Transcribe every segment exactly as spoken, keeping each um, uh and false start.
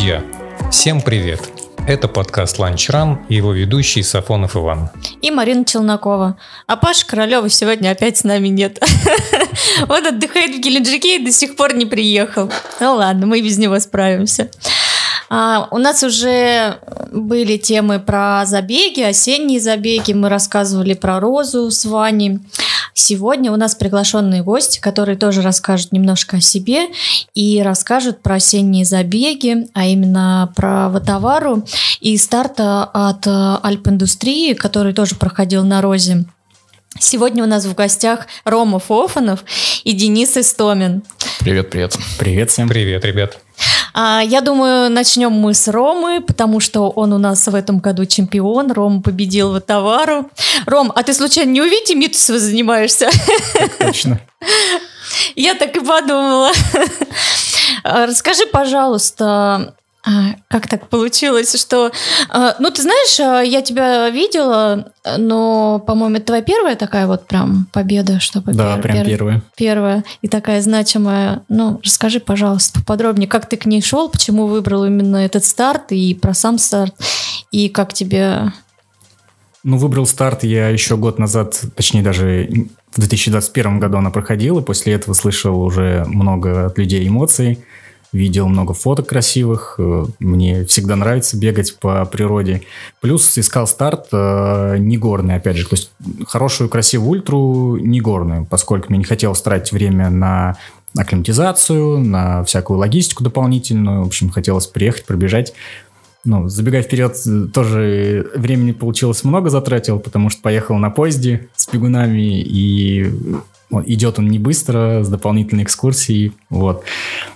Друзья, всем привет! Это подкаст Lunch Run и его ведущий Сафонов Иван. И Марина Челнокова. А Паша Королева сегодня опять с нами нет. Он отдыхает в Геленджике и до сих пор не приехал. Ну ладно, мы без него справимся. А, у нас уже были темы про забеги, осенние забеги. Мы рассказывали про Розу с Ваней. Сегодня у нас приглашенные гости, которые тоже расскажут немножко о себе и расскажут про осенние забеги, а именно про Ватавару и старта от Альпиндустрии, который тоже проходил на Розе. Сегодня у нас в гостях Рома Фофанов и Денис Истомин. Привет, привет. Привет всем. Привет, ребят. А, я думаю, начнем мы с Ромы, потому что он у нас в этом году чемпион. Рома победил в Ватавару. Ром, а ты случайно не у Вити Митусова занимаешься? Точно. Я так и подумала. Расскажи, пожалуйста, как так получилось, что... Ну, ты знаешь, я тебя видела, но, по-моему, это твоя первая такая вот прям победа, чтобы... Да, пер- прям пер- первая. Первая и такая значимая. Ну, расскажи, пожалуйста, поподробнее, как ты к ней шел, почему выбрал именно этот старт и про сам старт, и как тебе... Ну, выбрал старт я еще год назад, точнее, даже в две тысячи двадцать первом году она проходила, после этого слышал уже много от людей эмоций, видел много фоток красивых, мне всегда нравится бегать по природе. Плюс искал старт э, не горный, опять же, то есть хорошую красивую ультру не горную, поскольку мне не хотелось тратить время на акклиматизацию, на всякую логистику дополнительную, в общем, хотелось приехать, пробежать. Ну, забегая вперед, тоже времени получилось много затратил, потому что поехал на поезде с бегунами, и идет он не быстро, с дополнительной экскурсией, вот.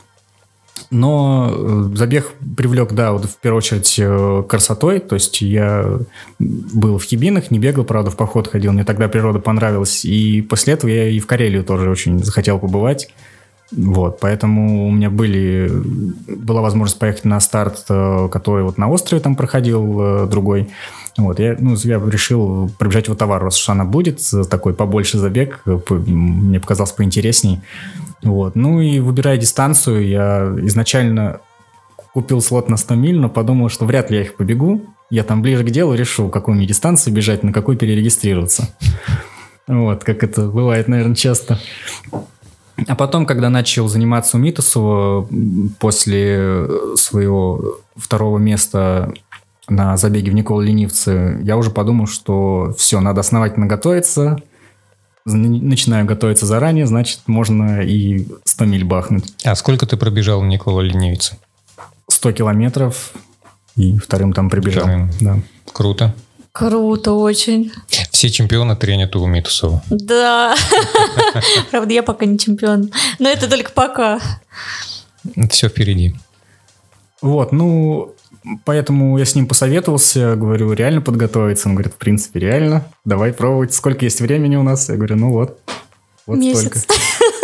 Но забег привлек, да, вот в первую очередь красотой, то есть я был в Хибинах, не бегал, правда, в поход ходил, мне тогда природа понравилась, и после этого я и в Карелию тоже очень захотел побывать, вот, поэтому у меня были, была возможность поехать на старт, который вот на острове там проходил, другой, вот, я, ну, я решил пробежать Ватавару, раз уж она будет, такой побольше забег, мне показалось поинтересней. Вот. Ну и выбирая дистанцию, я изначально купил слот на сто миль, но подумал, что вряд ли я их побегу. Я там ближе к делу решу, какую мне дистанцию бежать, на какой перерегистрироваться. Вот, как это бывает, наверное, часто. А потом, когда начал заниматься у Митусова, после своего второго места на забеге в Никола-Ленивце, я уже подумал, что все, надо основательно готовиться. Начинаю готовиться заранее, значит, можно и сто миль бахнуть. А сколько ты пробежал в Никола-Ленивце? сто километров, и вторым там прибежал. Вторым. Да. Круто. Круто очень. Все чемпионы тренят у Митусова. Да. Правда, я пока не чемпион. Но это только пока. Все впереди. Вот, ну... Поэтому я с ним посоветовался, говорю, реально подготовиться? Он говорит, в принципе, реально. Давай пробовать. Сколько есть времени у нас? Я говорю, ну вот. Вот месяц. Столько.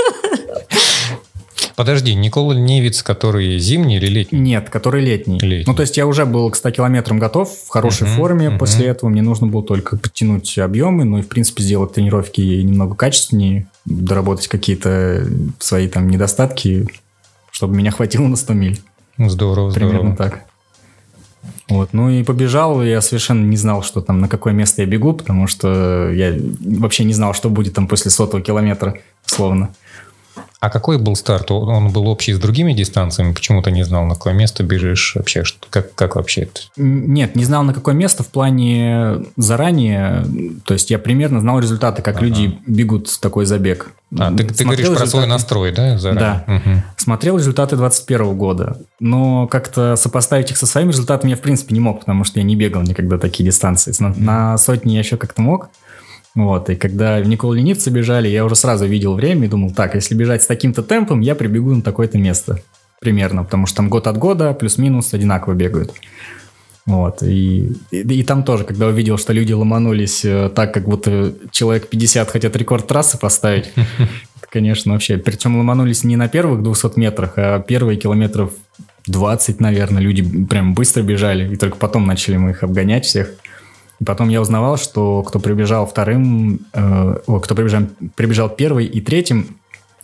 Подожди, Никола-Ленивец, который зимний или летний? Нет, который летний. летний. Ну, то есть я уже был к ста километрам готов, в хорошей uh-huh, форме. Uh-huh. После этого мне нужно было только подтянуть объемы, ну и, в принципе, сделать тренировки немного качественнее, доработать какие-то свои там недостатки, чтобы меня хватило на сто миль. Здорово, Примерно здорово. так. Вот, ну и побежал, я совершенно не знал, что там, на какое место я бегу, потому что я вообще не знал, что будет там после сотого километра, словно. А какой был старт? Он был общий с другими дистанциями? Почему ты не знал, на какое место бежишь вообще? Как, как вообще это? Нет, не знал, на какое место в плане заранее. То есть я примерно знал результаты, как ага. люди бегут такой забег. А, ты, ты говоришь про свой настрой, да? Заранее? Да. Угу. Смотрел результаты двадцать первого года. Но как-то сопоставить их со своими результатами я в принципе не мог, потому что я не бегал никогда такие дистанции. На, на сотни я еще как-то мог. Вот, и когда в Никола-Ленивце бежали, я уже сразу видел время и думал, так, если бежать с таким-то темпом, я прибегу на такое-то место. Примерно, потому что там год от года плюс-минус одинаково бегают. Вот, и, и, и там тоже, когда увидел, что люди ломанулись так, как будто человек пятьдесят хотят рекорд трассы поставить, конечно, вообще. Причем ломанулись не на первых двухстах метрах, а первые километров двадцать, наверное, люди прям быстро бежали, и только потом начали мы их обгонять всех. И потом я узнавал, что кто прибежал вторым, э, о, кто прибежал, прибежал первый и третьим,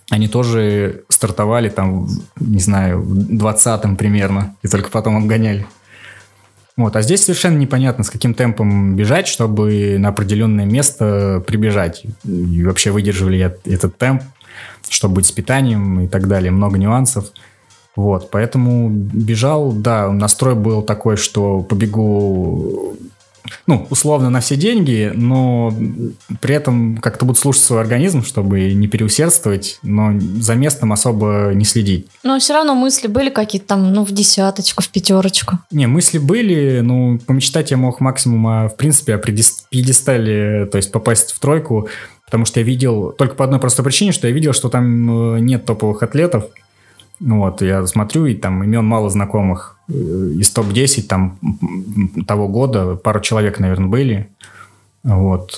они тоже стартовали там, не знаю, в двадцатом примерно, и только потом обгоняли. Вот. А здесь совершенно непонятно, с каким темпом бежать, чтобы на определенное место прибежать. И вообще выдерживали я этот темп, что быть с питанием и так далее. Много нюансов. Вот. Поэтому бежал, да, настрой был такой, что побегу, ну, условно на все деньги, но при этом как-то буду слушать свой организм, чтобы не переусердствовать, но за местом особо не следить. Но все равно мысли были какие-то там, ну, в десяточку, в пятерочку. Не, мысли были, ну, помечтать я мог максимум, а, в принципе, о пьедестале, то есть попасть в тройку, потому что я видел, только по одной простой причине, что я видел, что там нет топовых атлетов. Вот, я смотрю, и там имен мало знакомых. Из топ десять там того года пару человек, наверное, были. Вот,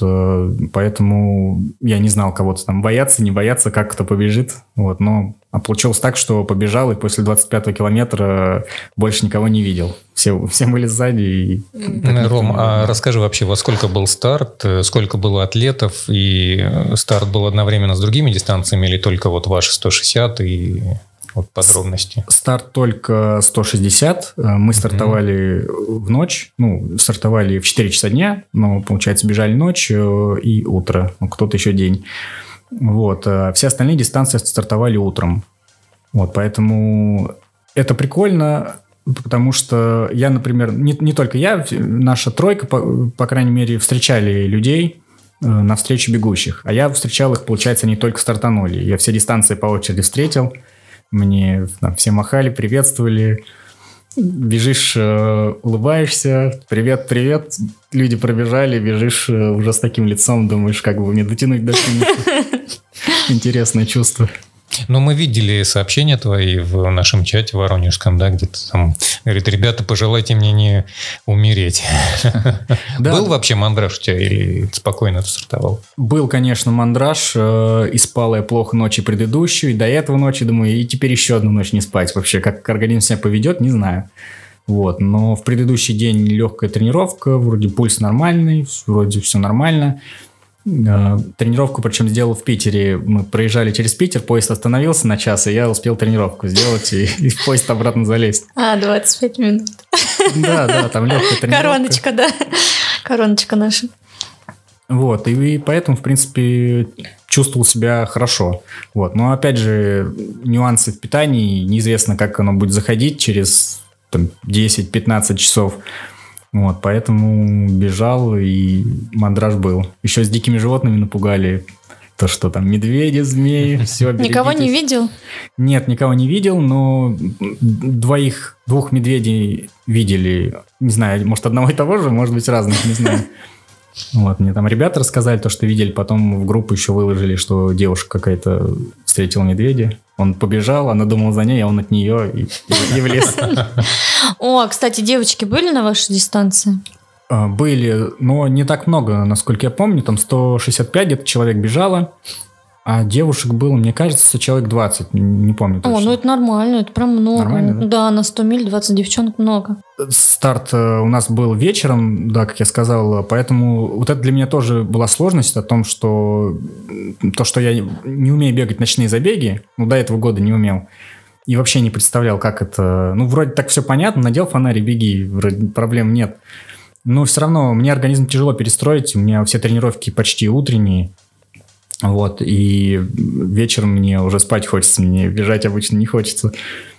поэтому я не знал, кого-то там бояться, не бояться, как кто побежит. Вот, но а получилось так, что побежал, и после двадцать пятого километра больше никого не видел. Все, все были сзади. И Ром, а расскажи вообще, во сколько был старт, сколько было атлетов, и старт был одновременно с другими дистанциями, или только вот ваши сто шестьдесят и... Вот подробности. Старт только сто шестьдесят. Мы стартовали mm-hmm. в ночь. Ну, стартовали в четыре часа дня, но, получается, бежали ночь и утро. Ну, кто-то еще день. Вот. А все остальные дистанции стартовали утром. Вот, поэтому это прикольно, потому что я, например, не, не только я, наша тройка, по, по крайней мере, встречали людей на встречу бегущих. А я встречал их, получается, не только стартанули. Я все дистанции по очереди встретил. Мне там, все махали, приветствовали. Бежишь, э, улыбаешься. Привет, привет. Люди пробежали, бежишь э, уже с таким лицом, думаешь, как бы мне дотянуть до финиша. Интересное чувство. Ну, мы видели сообщения твои в нашем чате воронежском, да, где-то там говорит, ребята, пожелайте мне не умереть. Да. Был вообще мандраж у тебя или спокойно ты стартовал? Был, конечно, мандраж. Э, и спал я плохо ночи предыдущую, и до этого ночи, думаю, и теперь еще одну ночь не спать. Вообще, как организм себя поведет, не знаю. Вот. Но в предыдущий день легкая тренировка, вроде пульс нормальный, вроде все нормально. Тренировку, причем, сделал в Питере. Мы проезжали через Питер, поезд остановился на час, и я успел тренировку сделать и, и в поезд обратно залезть. А, двадцать пять минут. Да, да, там легкая тренировка. Короночка, да. Короночка наша. Вот, и, и поэтому, в принципе, чувствовал себя хорошо. Вот. Но, опять же, нюансы в питании, неизвестно, как оно будет заходить через там, десять-пятнадцать часов. Вот, поэтому бежал, и мандраж был. Еще с дикими животными напугали. То, что там медведи, змеи, все, берегитесь. Никого не видел? Нет, никого не видел, но двоих, двух медведей видели. Не знаю, может, одного и того же, может быть, разных, не знаю. Вот, мне там ребята рассказали то, что видели, потом в группу еще выложили, что девушка какая-то встретила медведя. Он побежал, она думала за ней, а он от нее и, и, и в лес. О, кстати, девочки были на вашей дистанции? Были, но не так много, насколько я помню. Там сто шестьдесят пять где-то человек бежало, а девушек было, мне кажется, человек двадцать, не помню точно. О, ну это нормально, это прям много. Нормально, да? Да, на сто миль двадцать девчонок много. Старт у нас был вечером, да, как я сказал, поэтому вот это для меня тоже была сложность о том, что то, что я не умею бегать ночные забеги, ну, до этого года не умел, и вообще не представлял, как это... Ну, вроде так все понятно, надел фонарь и беги, вроде проблем нет. Но все равно мне организм тяжело перестроить, у меня все тренировки почти утренние, вот, и вечером мне уже спать хочется, мне бежать обычно не хочется.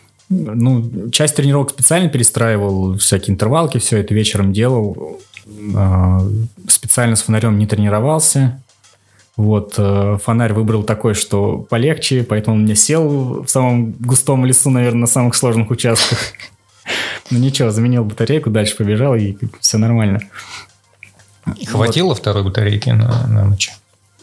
Ну, часть тренировок специально перестраивал, всякие интервалки, все это вечером делал. Специально с фонарем не тренировался. Вот, фонарь выбрал такой, что полегче, поэтому он мне сел в самом густом лесу, наверное, на самых сложных участках. Ну ничего, заменил батарейку, дальше побежал, и все нормально. Хватило вот. Второй батарейки на, на ночь?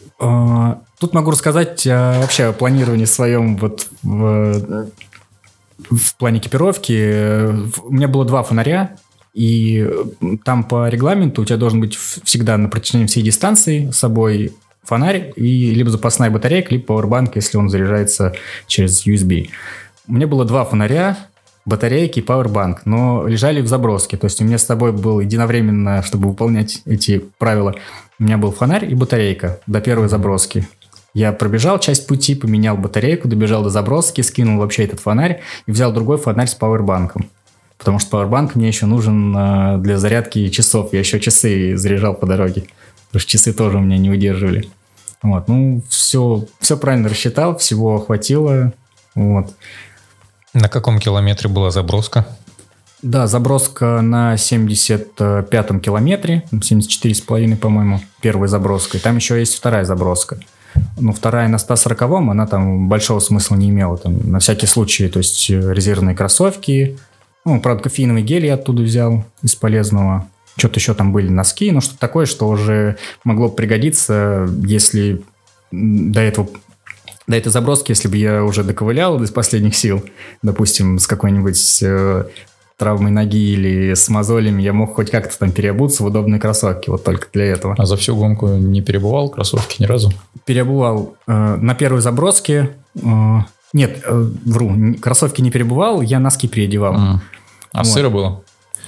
Тут могу рассказать вообще о планировании своем вот в, в плане экипировки. У меня было два фонаря, и там по регламенту у тебя должен быть всегда на протяжении всей дистанции с собой фонарь и либо запасная батарейка, либо пауэрбанк, если он заряжается через ю эс би. У меня было два фонаря, батарейки и пауэрбанк, но лежали в заброске. То есть у меня с собой был единовременно, чтобы выполнять эти правила, у меня был фонарь и батарейка до первой заброски. Я пробежал часть пути, поменял батарейку, добежал до заброски, скинул вообще этот фонарь и взял другой фонарь с пауэрбанком. Потому что пауэрбанк мне еще нужен э, для зарядки часов. Я еще часы заряжал по дороге. Потому что часы тоже у меня не выдерживали. Вот, ну, все, все правильно рассчитал, всего хватило. Вот. На каком километре была заброска? Да, заброска на семьдесят пятом километре, семьдесят четыре с половиной, по-моему, первая заброска. И там еще есть вторая заброска. Ну, вторая на сто сороковом, она там большого смысла не имела. Там, на всякий случай, то есть резервные кроссовки. Ну, правда, кофеиновый гель я оттуда взял из полезного. Что-то еще там были носки, ну, что-то такое, что уже могло бы пригодиться, если до этого... До этой заброски, если бы я уже доковылял из последних сил, допустим, с какой-нибудь э, травмой ноги или с мозолями, я мог хоть как-то там переобуться в удобные кроссовки, вот только для этого. А за всю гонку не переобувал кроссовки ни разу? Переобувал э, на первой заброске. Э, нет, э, вру, кроссовки не переобувал, я носки переодевал. Mm. А вот. Сыро было?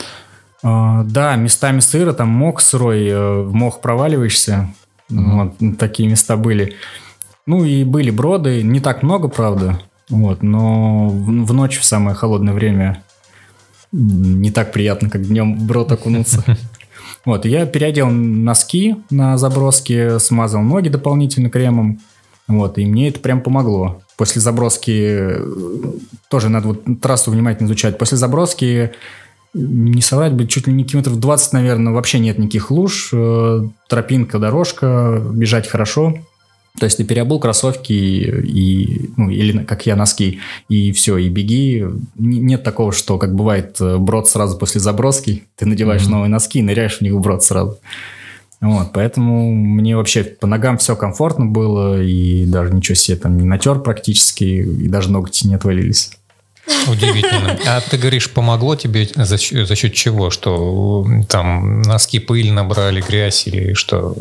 Э, да, местами сыро, там мох сырой, э, в мох проваливаешься. Mm. Вот, такие места были. Ну и были броды, не так много, правда, вот, но в, в ночь в самое холодное время не так приятно, как днем в брод окунуться. Вот, я переодел носки на заброске, смазал ноги дополнительно кремом, вот, и мне это прям помогло. После заброски, тоже надо вот трассу внимательно изучать, после заброски, не соврать бы, чуть ли не километров двадцать, наверное, вообще нет никаких луж, тропинка, дорожка, бежать хорошо. То есть ты переобул кроссовки и, ну, или как я, носки, и все, и беги. Нет такого, что, как бывает, брод сразу после заброски, ты надеваешь mm-hmm. новые носки и ныряешь в них в брод сразу. Вот, поэтому мне вообще по ногам все комфортно было, и даже ничего себе там не натер практически, и даже ногти не отвалились. Удивительно. А ты говоришь, помогло тебе за счет, за счет чего? Что там носки пыль набрали, грязь или что?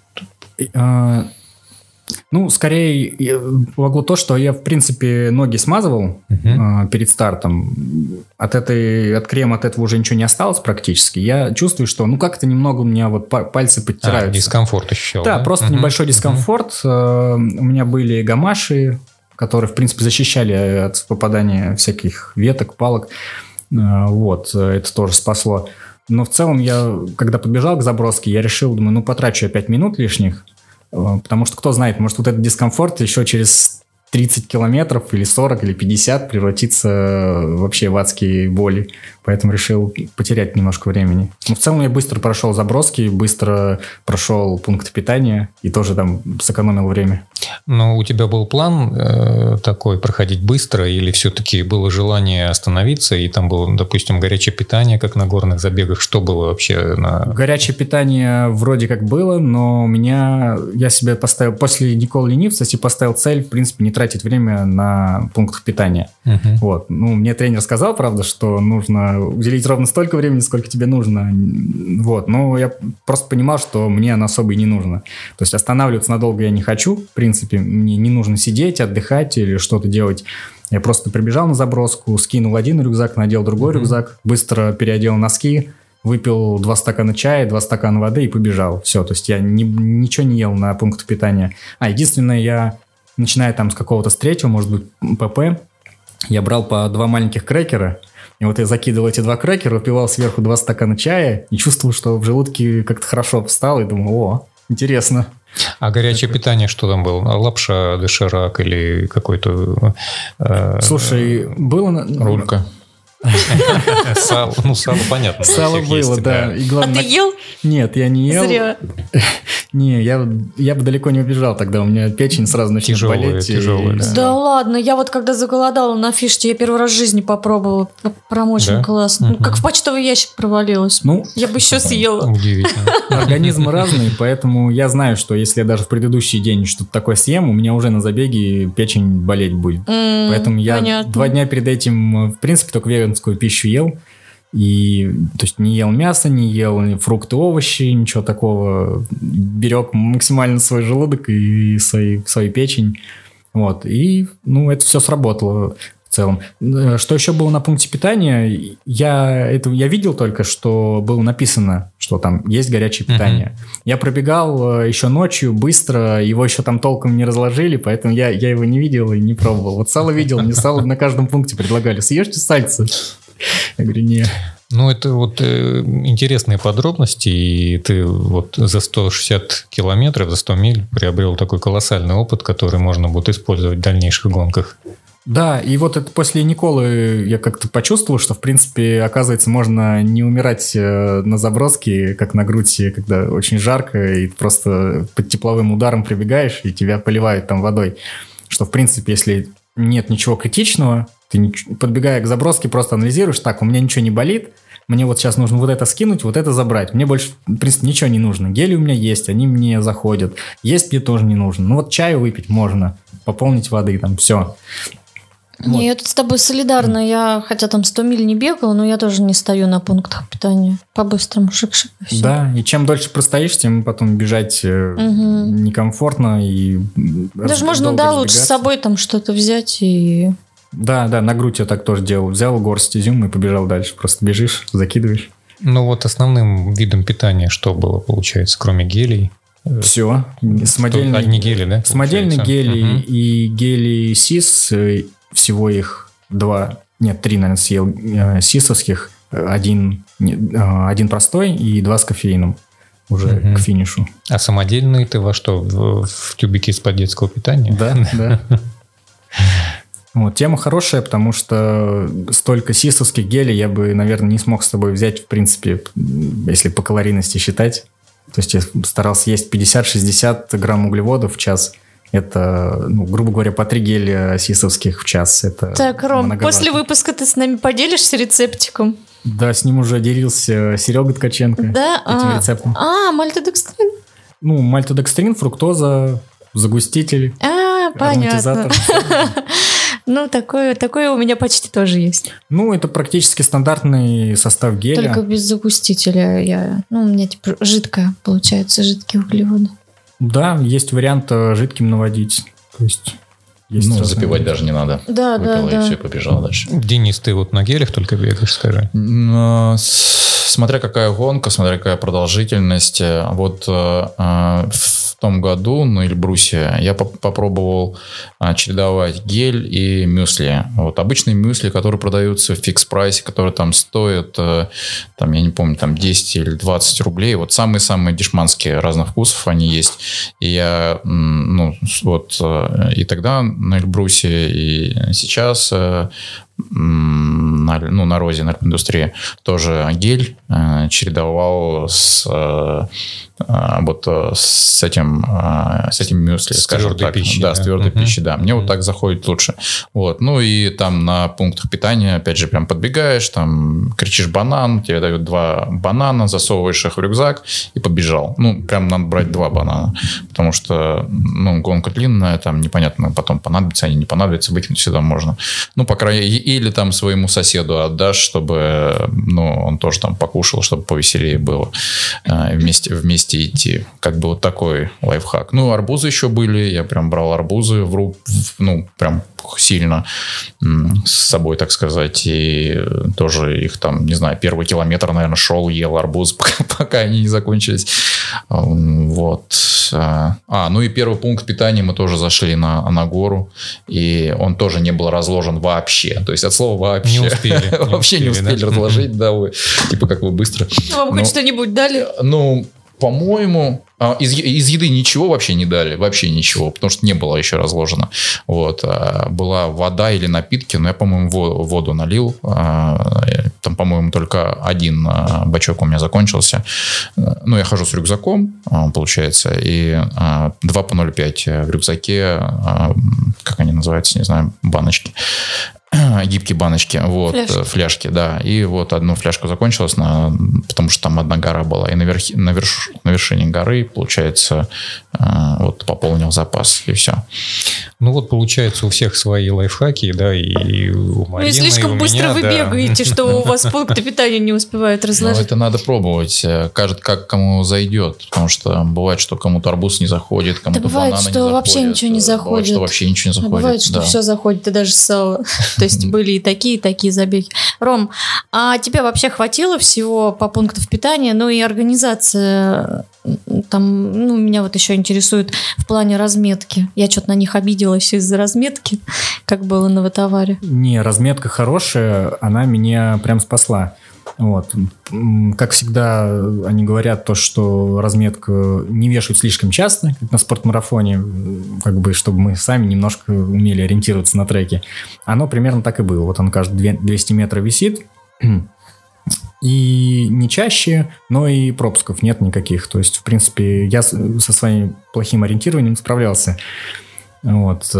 Ну, скорее помогло то, что я, в принципе, ноги смазывал uh-huh. э, перед стартом. От, этой, от крема от этого уже ничего не осталось практически. Я чувствую, что, ну, как-то немного у меня вот пальцы подтираются. А, дискомфорт ощущал, да? Да, просто uh-huh. небольшой дискомфорт. Uh-huh. Э, у меня были гамаши, которые, в принципе, защищали от попадания всяких веток, палок. Э, вот, это тоже спасло. Но в целом я, когда подбежал к заброске, я решил, думаю, ну, потрачу я пять минут лишних. Потому что, кто знает, может, вот этот дискомфорт еще через тридцать километров или сорок или пятьдесят превратится вообще в адские боли. Поэтому решил потерять немножко времени. Но в целом я быстро прошел заброски, быстро прошел пункты питания и тоже там сэкономил время. Но у тебя был план э, такой, проходить быстро, или все-таки было желание остановиться, и там было, допустим, горячее питание, как на горных забегах? Что было вообще? На... Горячее питание вроде как было, но у меня, я себе поставил, после Николы Ленивца себе поставил цель, в принципе, не тратить время на пунктах питания. Uh-huh. Вот. Ну, мне тренер сказал, правда, что нужно уделить ровно столько времени, сколько тебе нужно. Вот. Но я просто понимал, что мне оно особо и не нужно. То есть останавливаться надолго я не хочу, в принципе, мне не нужно сидеть, отдыхать или что-то делать. Я просто прибежал на заброску, скинул один рюкзак, надел другой mm-hmm. рюкзак, быстро переодел носки, выпил два стакана чая, два стакана воды и побежал. Все, то есть я не, ничего не ел на пункт питания. А, единственное, я, начиная там с какого-то с третьего, может быть, ПП, я брал по два маленьких крекера, и вот я закидывал эти два крекера, выпивал сверху два стакана чая и чувствовал, что в желудке как-то хорошо встал, и думал, о, интересно. А горячее это... питание что там было? Лапша, доширак или какой-то... Э, Слушай, было... Рулька. Сало, ну сало понятно. Сало было, да. А ты ел? Нет, я не ел. Зря. Не, я, я бы далеко не убежал тогда, у меня печень сразу начнет тяжелая, болеть. Тяжелая, и... да. Да ладно, я вот когда заголодала на фиште, я первый раз в жизни попробовала, прям очень да? классно. Uh-huh. Как в почтовый ящик провалилась. Ну, я бы еще съела. Удивительно. Организмы разные, поэтому я знаю, что если я даже в предыдущий день что-то такое съем, у меня уже на забеге печень болеть будет. Mm, поэтому я понятно. два дня перед этим, в принципе, только веганскую пищу ел. И, то есть, не ел мясо, не ел фрукты, овощи, ничего такого. Берег максимально свой желудок и свою, свою печень. Вот. И, ну, это все сработало. В целом. Что еще было на пункте питания? Я, это, я видел только, что было написано, что там есть горячее питание. Uh-huh. Я пробегал еще ночью, быстро, его еще там толком не разложили, поэтому я, я его не видел и не пробовал. Вот сало видел, мне сало на каждом пункте предлагали. Съешьте сальце. Я говорю, нет. Ну, это вот э, интересные подробности, и ты вот за сто шестьдесят километров, за сто миль приобрел такой колоссальный опыт, который можно будет использовать в дальнейших гонках. Да, и вот это после Николы я как-то почувствовал, что, в принципе, оказывается, можно не умирать на заброске, как на грудь, когда очень жарко, и просто под тепловым ударом прибегаешь, и тебя поливают там водой. Что, в принципе, если нет ничего критичного, ты, подбегая к заброске, просто анализируешь, так, у меня ничего не болит, мне вот сейчас нужно вот это скинуть, вот это забрать. Мне больше, в принципе, ничего не нужно. Гели у меня есть, они мне заходят. Есть мне тоже не нужно. Ну вот чаю выпить можно, пополнить воды, там, все. Не, вот. Я тут с тобой солидарна. Я, хотя там сто миль не бегала, но я тоже не стою на пунктах питания. По-быстрому, шик-шик. И все. Да, и чем дольше простоишь, тем потом бежать угу. некомфортно. И даже можно, да, лучше с собой там что-то взять и... Да, да, на грудь я так тоже делал. Взял горсть изюма и побежал дальше. Просто бежишь, закидываешь. Ну вот основным видом питания что было, получается, кроме гелей? Все. Самодельные, одни гели, да? Самодельные гели угу. и гели СИС, всего их два, нет, три, наверное, съел СИСовских. Один, один простой и два с кофеином уже угу. к финишу. А самодельные ты во что? В, в тюбике из-под детского питания? Да, да. Вот, тема хорошая, потому что столько сисовских гелей я бы, наверное, не смог с тобой взять, в принципе, если по калорийности считать. То есть я старался есть пятьдесят-шестьдесят грамм углеводов в час. Это, ну, грубо говоря, по три геля сисовских в час. Это так, Ром, многовато. После выпуска ты с нами поделишься рецептиком? Да, с ним уже делился Серега Ткаченко. Да? Этим а, рецептом. А, мальтодекстрин? Ну, мальтодекстрин, фруктоза, загуститель, а, ароматизатор. Ну, такое, такое у меня почти тоже есть. Ну, это практически стандартный состав геля. Только без загустителя. Я, ну, у меня типа жидкое, получается, жидкие углеводы. Да, есть вариант жидким наводить. То есть, есть ну, запивать наводить. Даже не надо. Да, Выпила да, и да. все, побежал дальше. Денис, ты вот на гелях только бегаешь, скажи. Смотря какая гонка, смотря какая продолжительность. Вот э, в том году на Эльбрусе я поп- попробовал э, чередовать гель и мюсли. Вот обычные мюсли, которые продаются в фикс-прайсе, которые там стоят, э, там, я не помню, там десять или двадцать рублей. Вот самые-самые дешманские разных вкусов они есть. И я, ну, вот, э, и тогда на Эльбрусе, и сейчас... Э, на, ну, на Розе, на индустрии тоже гель э, чередовал с, э, э, вот, с этим э, с этим мюсли, с скажем так. Пищей, да, да, с твердой uh-huh. пищей, да. Мне uh-huh. вот так заходит лучше. Вот. Ну и там на пунктах питания, опять же, прям подбегаешь, там кричишь банан, тебе дают два банана, засовываешь их в рюкзак и побежал. Ну, прям надо брать два банана, потому что, ну, гонка длинная, там непонятно, потом понадобится, они не понадобятся, выкинуть всегда можно. Ну, по крайней мере, или там своему соседу отдашь, чтобы, ну, он тоже там покушал, чтобы повеселее было э, вместе, вместе идти. Как бы вот такой лайфхак. Ну, арбузы еще были. Я прям брал арбузы в руку, ну, прям сильно с собой, так сказать. И тоже их там, не знаю, первый километр, наверное, шел, ел арбуз, пока, пока они не закончились. Вот. А, ну и первый пункт питания мы тоже зашли на, на гору. И он тоже не был разложен вообще. То есть от слова вообще. Не успели. Не вообще не успели да? разложить, да, вы. Типа как вы быстро. Вам хоть что-нибудь дали? Ну, по-моему, из, из еды ничего вообще не дали, вообще ничего, потому что не было еще разложено. Вот. Была вода или напитки, но я, по-моему, воду налил. Там, по-моему, только один бачок у меня закончился. Ну, я хожу с рюкзаком, получается, и два по ноль пять в рюкзаке, как они называются, не знаю, баночки. Гибкие баночки, вот, фляжки. фляжки, да. И вот одну фляжку закончилась, на, потому что там одна гора была. И на, верхи, на, верш, на вершине горы, получается, э, вот пополнил запас, и все. Ну вот, получается, у всех свои лайфхаки, да, и у Марины, ну и слишком и у быстро меня, вы да. бегаете, что у вас пункты питания не успевают разложить. Ну, это надо пробовать. Кажется, как кому зайдет. Потому что бывает, что кому-то арбуз не заходит, кому-то да бывает, бананы не что заходят. вообще ничего не заходит. Бывает, что вообще ничего не заходит. А бывает, что да. все заходит, и даже сало. То То есть были и такие, и такие забеги. Ром, а тебе вообще хватило всего по пунктам питания, ну и организация, там, ну, меня вот еще интересует в плане разметки. Я что-то на них обиделась из-за разметки, как было на Ватаваре. Не, разметка хорошая, она меня прям спасла. Вот. Как всегда, они говорят то, что разметку не вешают слишком часто, как на спортмарафоне, как бы, чтобы мы сами немножко умели ориентироваться на треке. Оно примерно так и было. Вот он каждые двести метров висит, и не чаще, но и пропусков нет никаких. То есть, в принципе, я со своим плохим ориентированием справлялся. Вот.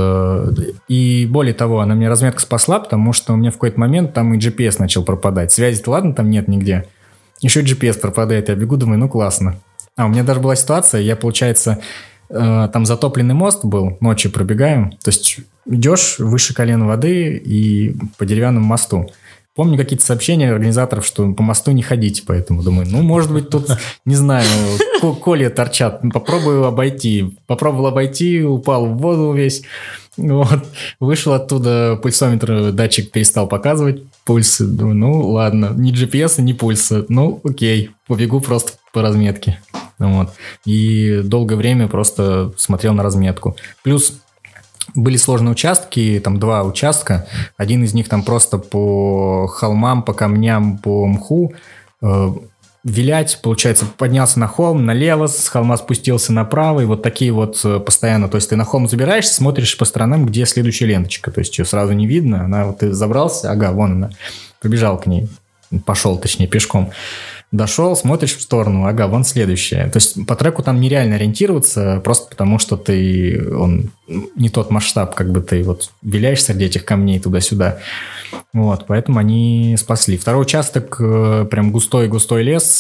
И более того, она мне разметку спасла, потому что у меня в какой-то момент там и джи пи эс начал пропадать. Связи-то ладно, там нет нигде. Еще джи пи эс пропадает. Я бегу, думаю, ну классно. А у меня даже была ситуация, я, получается, там затопленный мост был, ночью пробегаем. То есть идешь выше колена воды и по деревянному мосту. Помню какие-то сообщения организаторов, что по мосту не ходите, поэтому думаю, ну, может быть, тут, не знаю, колья торчат, попробую обойти. Попробовал обойти, упал в воду весь. Вот. Вышел оттуда, пульсометр, датчик перестал показывать пульс. Думаю, ну, ладно, ни джи пи эс, ни пульса. Ну, окей, побегу просто по разметке. Вот. И долгое время просто смотрел на разметку. Плюс были сложные участки, там два участка. Один из них там просто по холмам, по камням, по мху. Э, вилять, получается, поднялся на холм, налево, с холма спустился направо. И вот такие вот постоянно. То есть ты на холм забираешься, смотришь по сторонам, где следующая ленточка. То есть ее сразу не видно. Она вот ты забрался, ага, вон она. Побежал к ней. Пошел, точнее, пешком. Дошел, смотришь в сторону, ага, вон следующая. То есть по треку там нереально ориентироваться, просто потому что ты, он не тот масштаб, как бы ты вот виляешь среди этих камней туда-сюда. Вот, поэтому они спасли. Второй участок, прям густой-густой лес,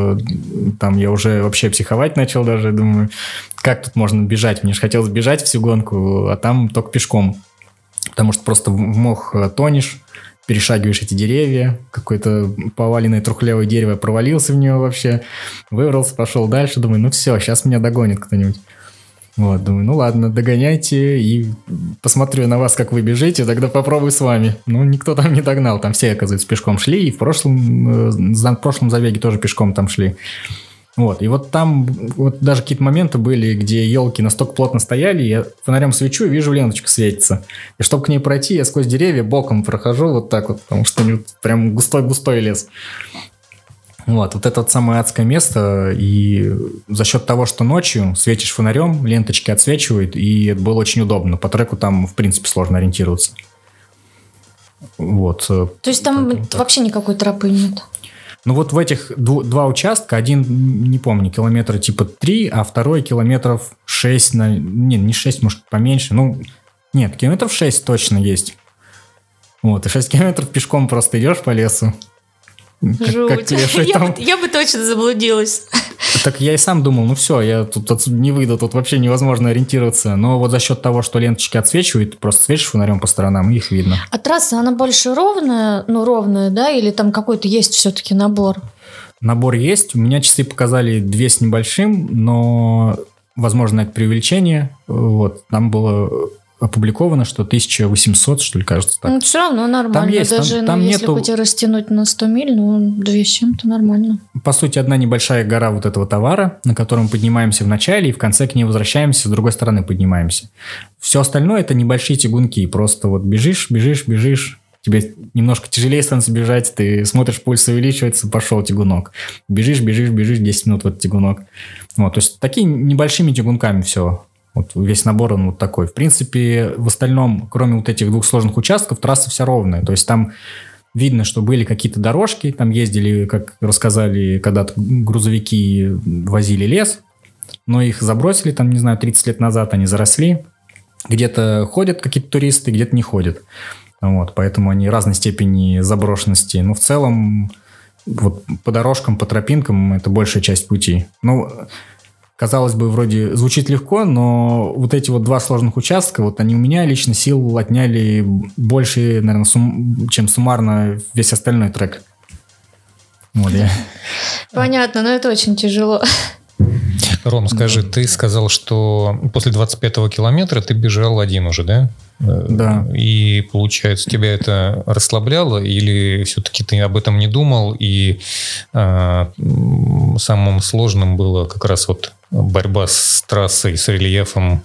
там я уже вообще психовать начал даже, думаю, как тут можно бежать? Мне же хотелось бежать всю гонку, а там только пешком, потому что просто в мох тонешь, перешагиваешь эти деревья, какое-то поваленное трухлявое дерево, провалился в него вообще, выбрался, пошел дальше, думаю, ну все, сейчас меня догонит кто-нибудь. Вот, думаю, ну ладно, догоняйте, и посмотрю на вас, как вы бежите, тогда попробую с вами. Ну, никто там не догнал, там все, оказывается, пешком шли, и в прошлом, в прошлом забеге тоже пешком там шли. Вот, и вот там вот даже какие-то моменты были, где елки настолько плотно стояли, я фонарем свечу и вижу, ленточка светится. И чтобы к ней пройти, я сквозь деревья боком прохожу вот так вот, потому что прям густой-густой лес. Вот, вот это вот самое адское место, и за счет того, что ночью светишь фонарем, ленточки отсвечивают, и это было очень удобно. По треку там, в принципе, сложно ориентироваться. Вот. То есть там так, вообще так. Никакой тропы нет? Ну вот в этих дв- два участка, один, не помню, километра типа три, а второй километров шесть, на... не, не шесть, может поменьше, ну, нет, километров шесть точно есть. Вот, и шесть километров пешком просто идешь по лесу. Жуть. Как, как я, бы, я бы точно заблудилась. Так я и сам думал, ну все, я тут отсюда не выйду, тут вообще невозможно ориентироваться. Но вот за счет того, что ленточки отсвечивают, просто светишь фонарем по сторонам, и их видно. А трасса, она больше ровная, ну ровная, да, или там какой-то есть все-таки набор? Набор есть. У меня часы показали две с небольшим, но, возможно, это преувеличение. Вот, там было опубликовано, что тысяча восемьсот, что ли, кажется, так. Ну, все равно нормально. Там есть, даже там, там ну, если нету... хоть и растянуть на сто миль, ну, две с чем-то нормально. По сути, одна небольшая гора вот этого товара, на котором поднимаемся в начале, и в конце к ней возвращаемся, с другой стороны поднимаемся. Все остальное – это небольшие тягунки. Просто вот бежишь, бежишь, бежишь, тебе немножко тяжелее становится бежать, ты смотришь, пульс увеличивается, пошел тягунок. Бежишь, бежишь, бежишь десять минут в этот тягунок. Вот, то есть, такие небольшими тягунками все. Вот весь набор, он вот такой. В принципе, в остальном, кроме вот этих двух сложных участков, трасса вся ровная. То есть там видно, что были какие-то дорожки, там ездили, как рассказали, когда-то грузовики возили лес, но их забросили, там, не знаю, тридцать лет назад они заросли. Где-то ходят какие-то туристы, где-то не ходят. Вот, поэтому они разной степени заброшенности. Но в целом, вот по дорожкам, по тропинкам это большая часть пути. Ну, казалось бы, вроде звучит легко, но вот эти вот два сложных участка, вот они у меня лично сил отняли больше, наверное, сум, чем суммарно весь остальной трек. Вот я. Понятно, но это очень тяжело. Ром, скажи, mm-hmm. ты сказал, что после двадцать пятого километра ты бежал один уже, да? Да. И, получается, тебя это расслабляло, или все-таки ты об этом не думал, и э, самым сложным было как раз вот борьба с трассой, с рельефом?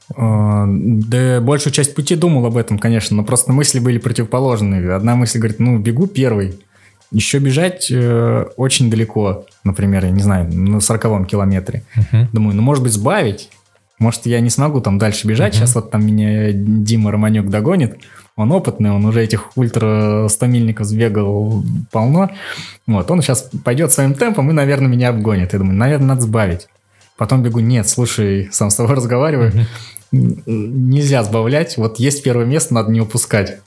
Да, большую часть пути думал об этом, конечно, но просто мысли были противоположные. Одна мысль говорит, ну, бегу первый. Еще бежать э, очень далеко, например, я не знаю, на сороковом километре. Uh-huh. Думаю, ну, может быть, сбавить? Может, я не смогу там дальше бежать. Uh-huh. Сейчас вот там меня Дима Романюк догонит. Он опытный, он уже этих ультра сто-мильников сбегал полно. Вот, он сейчас пойдет своим темпом и, наверное, меня обгонит. Я думаю, наверное, надо сбавить. Потом бегу, нет, слушай, сам с тобой разговариваю. Uh-huh. Нельзя сбавлять. Вот есть первое место, надо не упускать.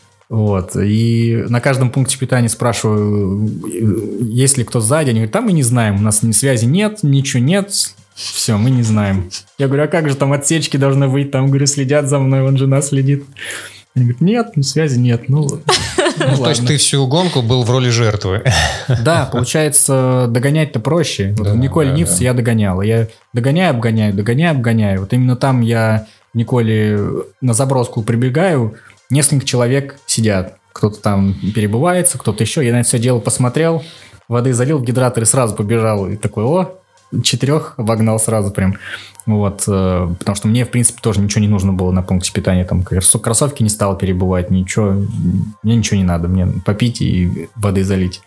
Вот. И на каждом пункте питания спрашиваю, есть ли кто сзади. Они говорят, там мы не знаем, у нас ни связи нет, ничего нет. Все, мы не знаем. Я говорю, а как же там отсечки должны быть? Там, говорю, следят за мной, вон жена следит. Они говорят, нет, связи нет. Ну, ну то есть ты всю гонку был в роли жертвы. Да, получается, догонять-то проще. Вот да, Николь да, Нивс да. я догонял. Я догоняю, обгоняю, догоняю, обгоняю. Вот именно там я Николе на заброску прибегаю, несколько человек сидят. Кто-то там перебывается, кто-то еще. Я на это все дело посмотрел, воды залил в гидратор и сразу побежал. И такой, о, четырех обогнал сразу прям. Вот, потому что мне, в принципе, тоже ничего не нужно было на пункте питания. Там кроссовки не стал перебывать, ничего. Мне ничего не надо. Мне попить и воды залить.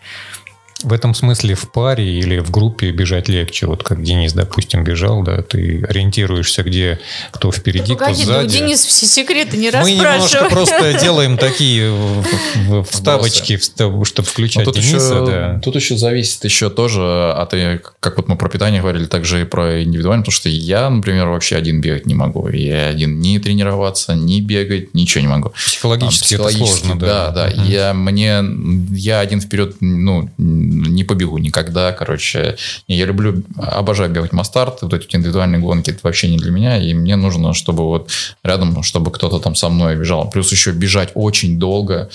В этом смысле в паре или в группе бежать легче. Вот как Денис, допустим, бежал, да, ты ориентируешься, где кто впереди, да, погоди, кто сзади. Да у Дениса все секреты не расспрашивай. Мы немножко просто делаем такие вставочки, чтобы включать Дениса. Да. Тут еще зависит еще тоже, а ты, как вот мы про питание говорили, также и про индивидуально, потому что я, например, вообще один бегать не могу. Я один ни тренироваться, ни бегать, ничего не могу. Психологически, а, психологически это сложно, да. Да, да. Uh-huh. Я, мне, я один вперед, ну, не побегу никогда, короче. Я люблю, обожаю бегать мастарт, вот эти индивидуальные гонки, это вообще не для меня, и мне нужно, чтобы вот рядом, чтобы кто-то там со мной бежал. Плюс еще бежать очень долго,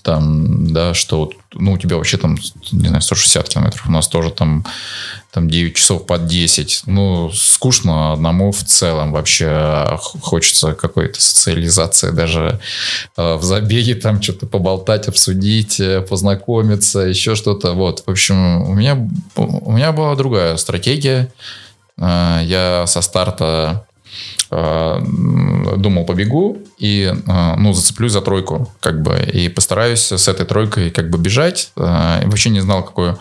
там, да, что вот, ну, у тебя вообще там, не знаю, сто шестьдесят километров, у нас тоже там, там девять часов под десять. Ну, скучно одному в целом вообще. Хочется какой-то социализации даже э, в забеге, там что-то поболтать, обсудить, познакомиться, еще что-то. Вот, в общем, у меня, у меня была другая стратегия. Э, я со старта э, думал, побегу и, э, ну, зацеплюсь за тройку, как бы, и постараюсь с этой тройкой как бы бежать. Э, вообще не знал, какое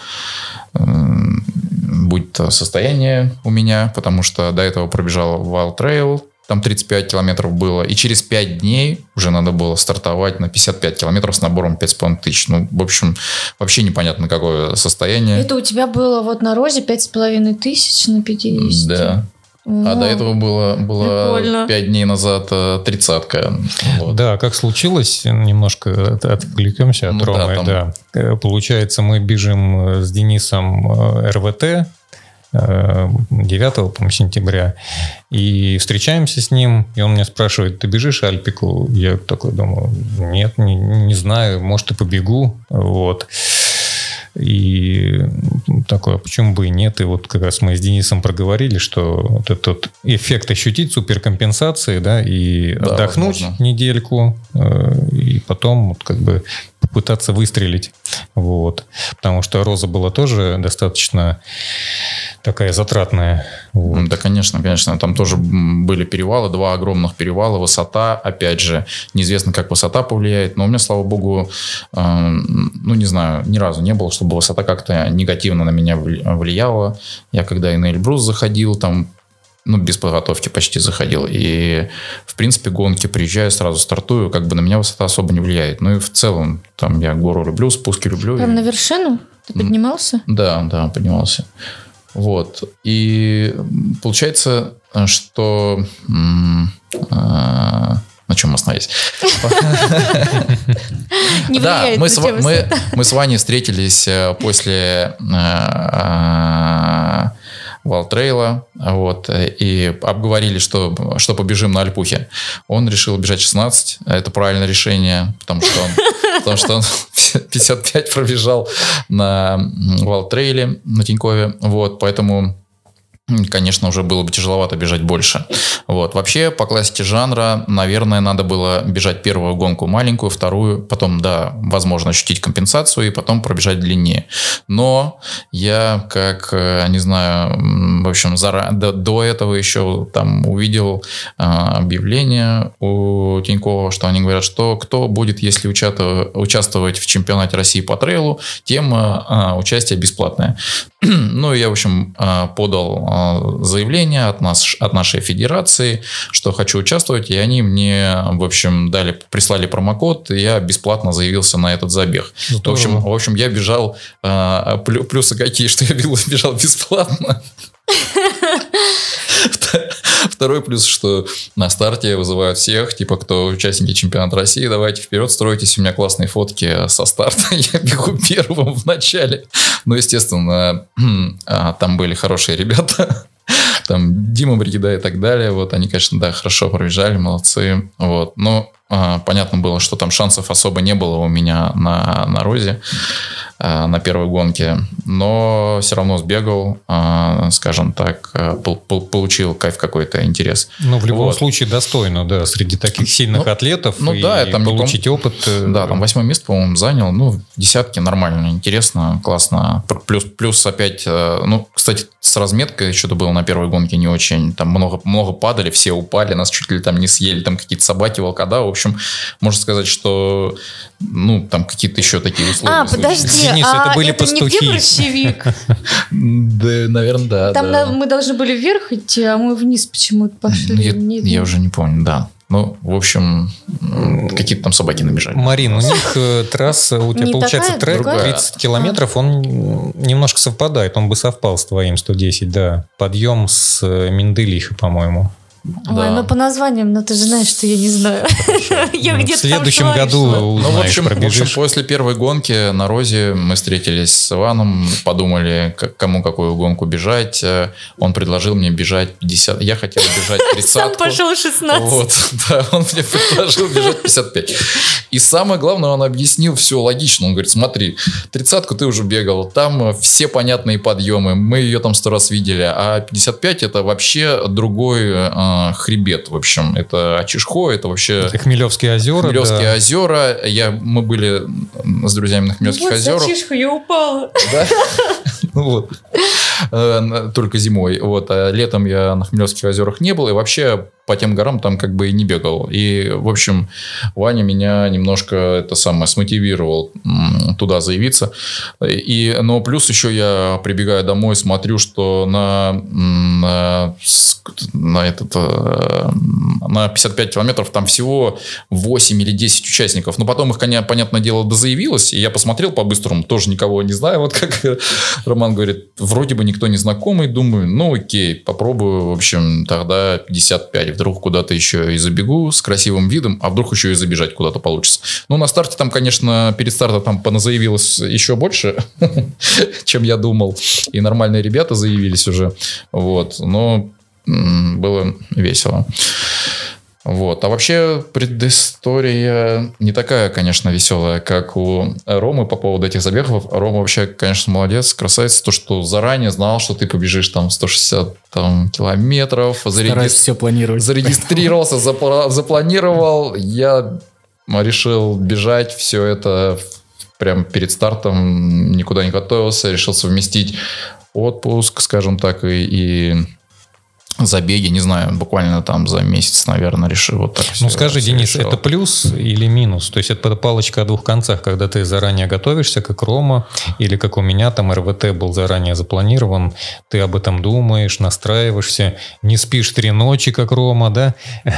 будет состояние у меня, потому что до этого пробежал Wild Trail, там тридцать пять километров было, и через пять дней уже надо было стартовать на пятьдесят пять километров с набором пять с половиной тысяч. Ну, в общем, вообще непонятно, какое состояние. Это у тебя было вот на Розе пять с половиной тысяч на пятьдесят? Да. А до этого было, было пять дней назад тридцатка. Вот. Да, как случилось, немножко отвлекемся от ну, Ромы. Да, там... да. Получается, мы бежим с Денисом эр вэ тэ девятого, по-моему, сентября, и встречаемся с ним, и он меня спрашивает, ты бежишь Альпику? Я такой думаю, нет, не, не знаю, может, и побегу. Вот. И такое, почему бы и нет? И вот как раз мы с Денисом проговорили, что вот этот эффект ощутить, суперкомпенсации, да, и да, отдохнуть возможно. недельку, и потом вот как бы попытаться выстрелить. Вот. Потому что Роза была тоже достаточно такая затратная. Вот. Да, конечно, конечно. Там тоже были перевалы, два огромных перевала, высота, опять же, неизвестно, как высота повлияет, но у меня, слава богу, э, ну, не знаю, ни разу не было, чтобы высота как-то негативно на меня влияла. Я когда и на Эльбрус заходил, там, ну, без подготовки почти заходил. И, в принципе, гонки приезжаю, сразу стартую, как бы на меня высота особо не влияет. Ну, и в целом, там, я гору люблю, спуски люблю. Прям и... на вершину? Ты поднимался? Да, да, поднимался. Вот. И получается, что... На чем мы остановились? Да, мы с Ваней встретились после Wild Trail, вот, и обговорили, что, что побежим на Альпухе. Он решил бежать шестнадцать. Это правильное решение, потому что он, потому что он пятьдесят пять пробежал на Wild Trail на Тинькове. Вот, поэтому конечно, уже было бы тяжеловато бежать больше. Вот. Вообще, по классике жанра, наверное, надо было бежать первую гонку маленькую, вторую, потом, да, возможно, ощутить компенсацию и потом пробежать длиннее. Но я, как, не знаю, в общем, зара... до, до этого еще там увидел а, объявление у Тинькова, что они говорят, что кто будет, если участвовать, участвовать в чемпионате России по трейлу, тема а, участия бесплатная. Ну, я, в общем, подал заявление от нас, от нашей федерации, что хочу участвовать, и они мне, в общем, дали, прислали промокод, и я бесплатно заявился на этот забег. В общем, в общем, я бежал, плюсы какие, что я бежал бесплатно. Второй плюс, что на старте вызывают всех, типа, кто участники чемпионата России, давайте вперед, стройтесь, у меня классные фотки со старта, я бегу первым в начале. Ну, естественно, там были хорошие ребята, там Дима Бригида и так далее, вот, они, конечно, да, хорошо пробежали, молодцы, вот, но понятно было, что там шансов особо не было у меня на, на Розе, на первой гонке, но все равно сбегал, скажем так, получил кайф какой-то, интерес. Ну, в любом вот. случае достойно, да, среди таких сильных ну, атлетов ну, и да, там получить том, опыт. Да, там восьмое место, по-моему, занял, ну, в десятке нормально, интересно, классно. Плюс, плюс опять, ну, кстати, с разметкой что-то было на первой гонке не очень, там много, много падали, все упали, нас чуть ли там не съели, там какие-то собаки, волкода, в общем, можно сказать, что, ну, там какие-то еще такие условия. А, подожди, Денис, а это были это пастухи. не где борщевик? Да, наверное, да. Там да. мы должны были вверх идти, а мы вниз почему-то пошли. Я, я уже не помню, да. Ну, в общем, какие-то там собаки набежали. Марин, у них э, трасса, у тебя Не получается такая, трек другая? тридцать километров, он немножко совпадает, он бы совпал с твоим сто десять, да. Подъем с э, Менделиха, по-моему. Ой, Да. ну по названиям, ну ты же знаешь, что я не знаю. Я Ну, в где-то следующем там году шла. Ну, в узнаешь, общем, в общем, пробежишь. после первой гонки на Розе мы встретились с Иваном, подумали, к- кому какую гонку бежать. Э, Он предложил мне бежать пятьдесят. Я хотел бежать Сам тридцатку. пошел шестнадцать. Вот, да, он мне предложил бежать пятьдесят пять. И самое главное, он объяснил все логично. Он говорит, смотри, тридцатку ты уже бегал, там все понятные подъемы, мы ее там сто раз видели, а пятьдесят пять это вообще другой э, хребет, в общем. Это Ачишхо, это вообще... Это Хмелевские озера. Хмелевские да. озера. Я, мы были с друзьями на Хмелевских Вот озерах. за чишку я упала. Да? Ну вот. Э, Только зимой. Вот. А летом я на Хмелевских озерах не был. И вообще по тем горам там как бы и не бегал. И, в общем, Ваня меня немножко это самое смотивировал м, туда заявиться. И, но плюс еще я прибегаю домой, смотрю, что на, м, на, с- на, этот, э, на пятьдесят пять километров там всего восемь или десять участников. Но потом их, коня- понятное дело, дозаявилось. И я посмотрел по-быстрому, тоже никого не знаю. Вот как Роман говорит, вроде бы никто не знакомый. Думаю, ну окей, попробую, в общем, тогда пятьдесят пять. Вдруг куда-то еще и забегу с красивым видом, а вдруг еще и забежать куда-то получится. Ну, на старте там, конечно, перед стартом там поназаявилось еще больше, чем я думал. И нормальные ребята заявились уже. Вот. Но м, было весело. Вот. А вообще предыстория не такая, конечно, веселая, как у Ромы по поводу этих забегов. Рома вообще, конечно, молодец, красавец. То, что заранее знал, что ты побежишь там сто шестьдесят там, километров. Стараюсь Зареги- все планировать. Зарегистрировался, запла- запланировал. Я решил бежать все это прямо перед стартом. Никуда не готовился. Решил совместить отпуск, скажем так, и... и забеги, не знаю, буквально там за месяц, наверное, решил вот так все. Ну скажи, все Денис, решил. это плюс или минус? То есть это палочка о двух концах, когда ты заранее готовишься, как Рома, или как у меня там эр вэ тэ был заранее запланирован, ты об этом думаешь, настраиваешься, не спишь три ночи, как Рома, да?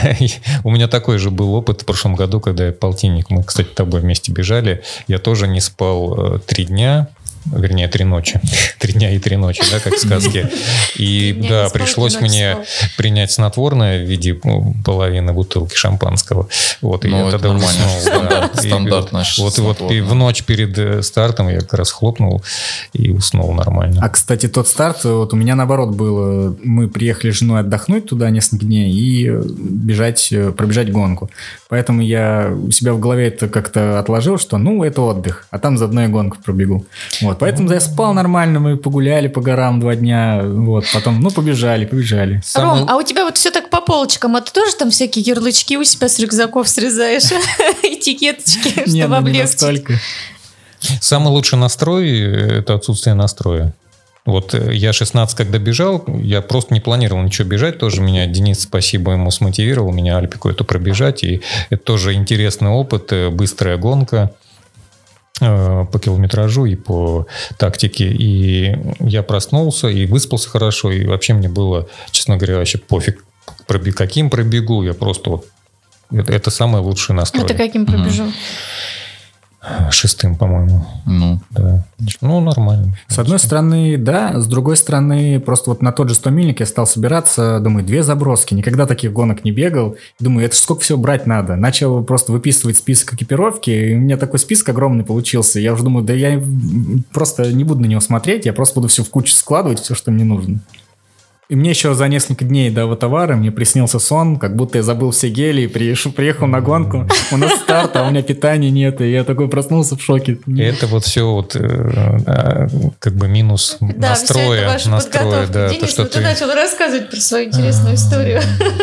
У меня такой же был опыт в прошлом году, когда я полтинник, мы, кстати, с тобой вместе бежали, я тоже не спал э, три дня, вернее, три ночи. Три дня и три ночи, да, как в сказке. И Три дня да, не спал, пришлось три ночи мне спал. принять снотворное в виде ну, половины бутылки шампанского. Вот, и Ну, я это тогда нормально. уснул. Стандарт- да. И стандарт вот- наш Вот, и вот и снотворное. в ночь перед э, стартом я как раз хлопнул и уснул нормально. А, кстати, тот старт, вот у меня наоборот было. Мы приехали с женой отдохнуть туда несколько дней и бежать, э, пробежать гонку. Поэтому я у себя в голове это как-то отложил, что ну, это отдых, а там заодно и гонку пробегу. Вот. Вот, поэтому я спал нормально, мы погуляли по горам два дня, вот, потом, ну, побежали, побежали. Ром, Самый... а у тебя вот все так по полочкам, а ты тоже там всякие ярлычки у себя с рюкзаков срезаешь? Этикеточки, чтобы облегчить? Самый лучший настрой – это отсутствие настроя. Вот я шестнадцать, когда бежал, я просто не планировал ничего бежать. Тоже меня Денис, спасибо ему, смотивировал меня Альпику эту пробежать. И это тоже интересный опыт, быстрая гонка по километражу и по тактике. И я проснулся и выспался хорошо. И вообще мне было, честно говоря, вообще пофиг, каким пробегу. Я просто вот... Это, это самый лучший настрой. А ты каким пробежал? Mm. Шестым, по-моему. Ну, да. Ну, нормально. С одной стороны, да. С другой стороны, просто вот на тот же стомильник я стал собираться. Думаю, две заброски. Никогда таких гонок не бегал. Думаю, это сколько всего брать надо. Начал просто выписывать список экипировки. И у меня такой список огромный получился. Я уже думаю, да я просто не буду на него смотреть. Я просто буду все в кучу складывать, все, что мне нужно. И мне еще за несколько дней до Ватавары мне приснился сон, как будто я забыл все гели, приехал, приехал на гонку, у нас старт, а у меня питания нет, и я такой проснулся в шоке. И это вот все вот э, как бы минус да, настроя. Да, все это настроя, да, Денис, то, что ну ты... ты начал рассказывать про свою интересную историю.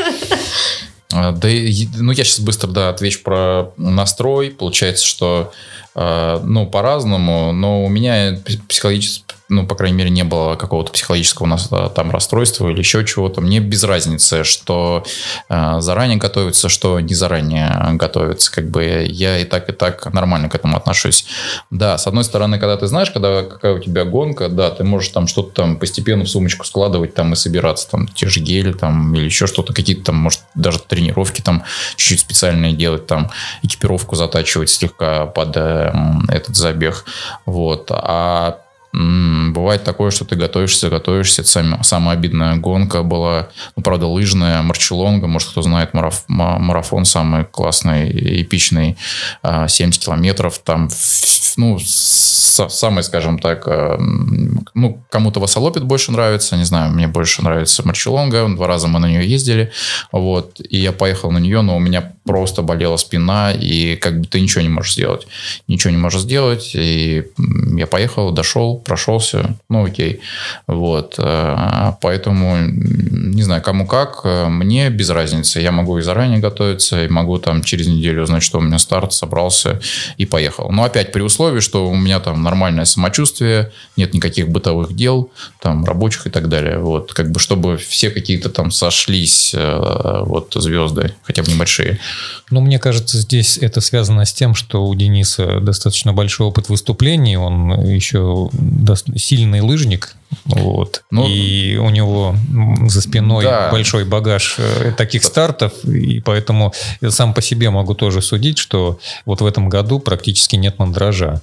Да, ну я сейчас быстро, да, отвечу про настрой. Получается, что, ну, по-разному, но у меня психологически, ну, по крайней мере, не было какого-то психологического у нас там расстройства или еще чего-то. Мне без разницы, что э, заранее готовится, что не заранее готовится. Как бы я и так, и так нормально к этому отношусь. Да, с одной стороны, когда ты знаешь, когда какая у тебя гонка, да, ты можешь там что-то там постепенно в сумочку складывать там и собираться. Там те же гели там или еще что-то, какие-то там, может, даже тренировки там чуть-чуть специальные делать, там экипировку затачивать слегка под э, этот забег. Вот. А бывает такое, что ты готовишься, готовишься. Это сам, самая обидная гонка была. Ну, правда, лыжная, Марчелонга. Может, кто знает, мараф, марафон самый классный, эпичный. семьдесят километров. Там, ну, самый, скажем так, ну, кому-то Васалопит больше нравится. Не знаю, мне больше нравится Марчелонга. Два раза мы на нее ездили. Вот. И я поехал на нее, но у меня просто болела спина. И как бы ты ничего не можешь сделать. Ничего не можешь сделать. И я поехал, дошел, прошелся, ну окей, вот, поэтому не знаю, кому как, мне без разницы, я могу и заранее готовиться, и могу там через неделю узнать, что у меня старт, собрался и поехал, но опять при условии, что у меня там нормальное самочувствие, нет никаких бытовых дел, там рабочих и так далее, вот, как бы чтобы все какие-то там сошлись, вот, звезды, хотя бы небольшие. Ну, мне кажется, здесь это связано с тем, что у Дениса достаточно большой опыт выступлений, он еще сильный лыжник, вот, ну, и у него за спиной да. большой багаж таких стартов, и поэтому я сам по себе могу тоже судить, что вот в этом году практически нет мандража.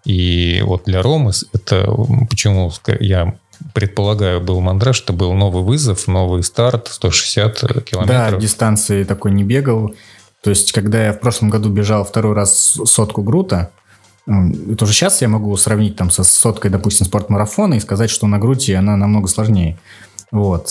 И вот для Ромы это почему я предполагаю, был мандраж, это был новый вызов, новый старт, сто шестьдесят километров. Да, дистанции такой не бегал. То есть, когда я в прошлом году бежал второй раз сотку Грута, это уже сейчас я могу сравнить там со соткой, допустим, спортмарафона и сказать, что на Груте она намного сложнее. Вот.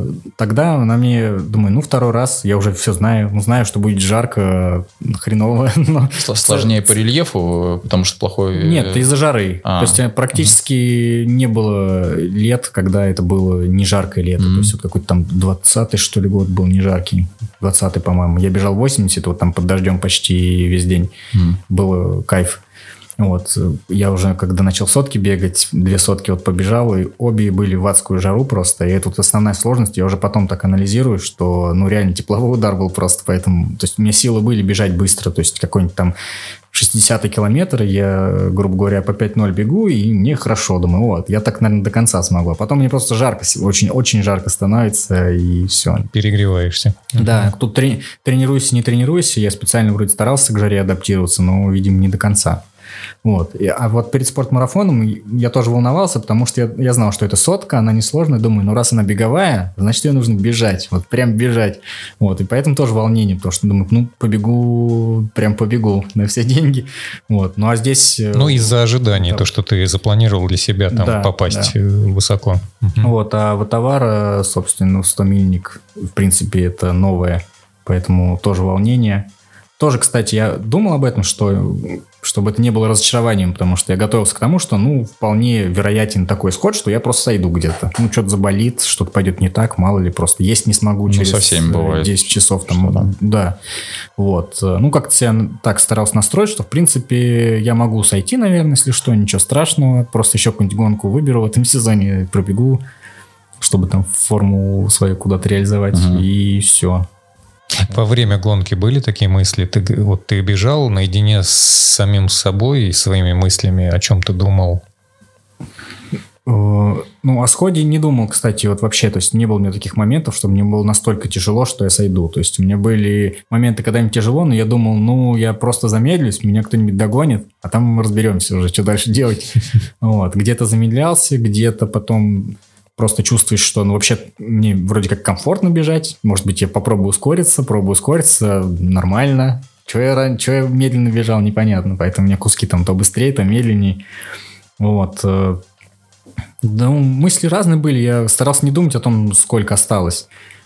Тогда на мне, думаю, ну, второй раз, я уже все знаю, ну, знаю, что будет жарко, хреново. Но... Сложнее по рельефу, потому что плохой... Нет, из-за жары. А. То есть, практически не было лет, когда это было не жаркое лето. Mm-hmm. То есть, вот какой-то там двадцатый, что ли, год был не жаркий. двадцатый, по-моему. Я бежал восемьдесят, вот там под дождем почти весь день. Mm-hmm. Было кайф. Вот, я уже, когда начал сотки бегать, две сотки вот побежал, и обе были в адскую жару просто, и это вот основная сложность, я уже потом так анализирую, что, ну, реально тепловой удар был просто, поэтому, то есть, у меня силы были бежать быстро, то есть, какой-нибудь там шестидесятый километр, я, грубо говоря, по пять ноль бегу, и мне хорошо, думаю, вот, я так, наверное, до конца смогу, а потом мне просто жарко, очень-очень жарко становится, и все. Перегреваешься. Да, тут трени- тренируйся, не тренируйся, я специально вроде старался к жаре адаптироваться, но, видимо, не до конца. Вот. А вот перед спортмарафоном я тоже волновался, потому что я, я знал, что это сотка, она несложная. Думаю, ну раз она беговая, значит, ее нужно бежать. Вот прям бежать. Вот. И поэтому тоже волнение, потому что думаю, ну, побегу, прям побегу на все деньги. Вот. Ну, а здесь... Ну, из-за ожиданий, да. То, что ты запланировал для себя там да, попасть да. высоко. Угу. Вот. А Ватавара, собственно, сто мильник, в принципе, это новое. Поэтому тоже волнение. тоже, кстати, я думал об этом, что чтобы это не было разочарованием, потому что я готовился к тому, что, ну, вполне вероятен такой исход, что я просто сойду где-то. Ну, что-то заболит, что-то пойдет не так, мало ли, просто есть не смогу ну, через бывает, десять часов. Там, да. да. Вот. Ну, как-то я так старался настроить, что, в принципе, я могу сойти, наверное, если что, ничего страшного. Просто еще какую-нибудь гонку выберу в этом сезоне, пробегу, чтобы там форму свою куда-то реализовать, угу. и все. Во время гонки были такие мысли? Ты, вот ты бежал наедине с самим собой и своими мыслями, о чем ты думал? Ну, о сходе не думал, кстати, вот вообще. То есть не было у меня таких моментов, что мне было настолько тяжело, что я сойду. То есть у меня были моменты, когда мне тяжело, но я думал, ну, я просто замедлюсь, меня кто-нибудь догонит, а там мы разберемся уже, что дальше делать. Вот. Где-то замедлялся, где-то потом... Просто чувствуешь, что, ну, вообще мне вроде как комфортно бежать. Может быть, я попробую ускориться, пробую ускориться, нормально. Чего я, чего я медленно бежал, непонятно. Поэтому у меня куски там то быстрее, то медленнее. Вот. Да, мысли разные были. Я старался не думать о том, сколько осталось.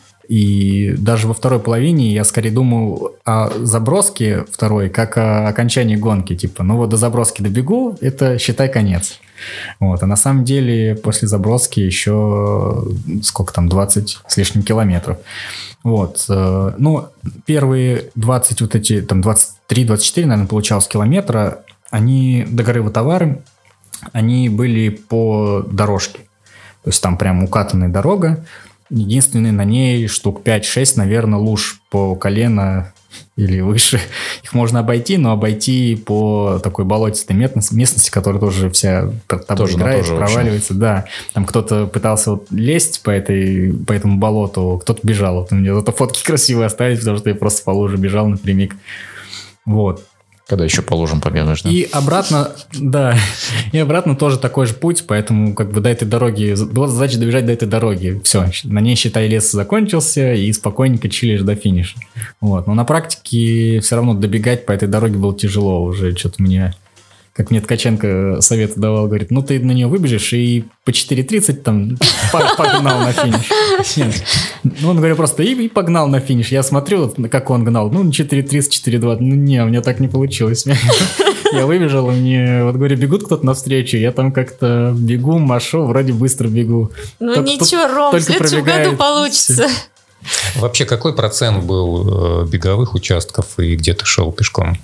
И даже во второй половине я скорее думал о заброске второй, как о окончании гонки. Типа, ну вот до заброски добегу, это считай конец. Вот. А на самом деле после заброски еще сколько там, двадцать с лишним километров. Вот. Ну, первые двадцать, вот эти, там двадцать три двадцать четыре, наверное, получалось километра, они до горы Вотовары, они были по дорожке. То есть там прям укатанная дорога. Единственное, на ней штук пять-шесть, наверное, луж по колено или выше. Их можно обойти, но обойти по такой болотистой местности, которая тоже вся тобой играет, проваливается. Да. Там кто-то пытался вот лезть по, этой, по этому болоту, кто-то бежал. Вот у меня зато фотки красивые остались, потому что я просто по луже бежал напрямик. Вот. Когда еще по лужам побегаешь, да? И обратно, да, и обратно тоже такой же путь, поэтому как бы до этой дороги, была задача добежать до этой дороги, все, на ней, считай, лес закончился, и спокойненько чилишь до финиша. Вот, но на практике все равно добегать по этой дороге было тяжело уже, что-то мне, как мне Ткаченко совет давал, говорит, ну ты на нее выбежишь и по четыре тридцать там погнал на финиш. Ну, он говорит просто, и погнал на финиш. Я смотрю, как он гнал, ну, четыре тридцать, четыре двадцать, ну, не, у меня так не получилось. Я выбежал, и мне, вот говорю, бегут кто-то навстречу, я там как-то бегу, машу, вроде быстро бегу. Ну, ничего, Ром, в следующем году получится. Вообще, какой процент был беговых участков и где ты шел пешком?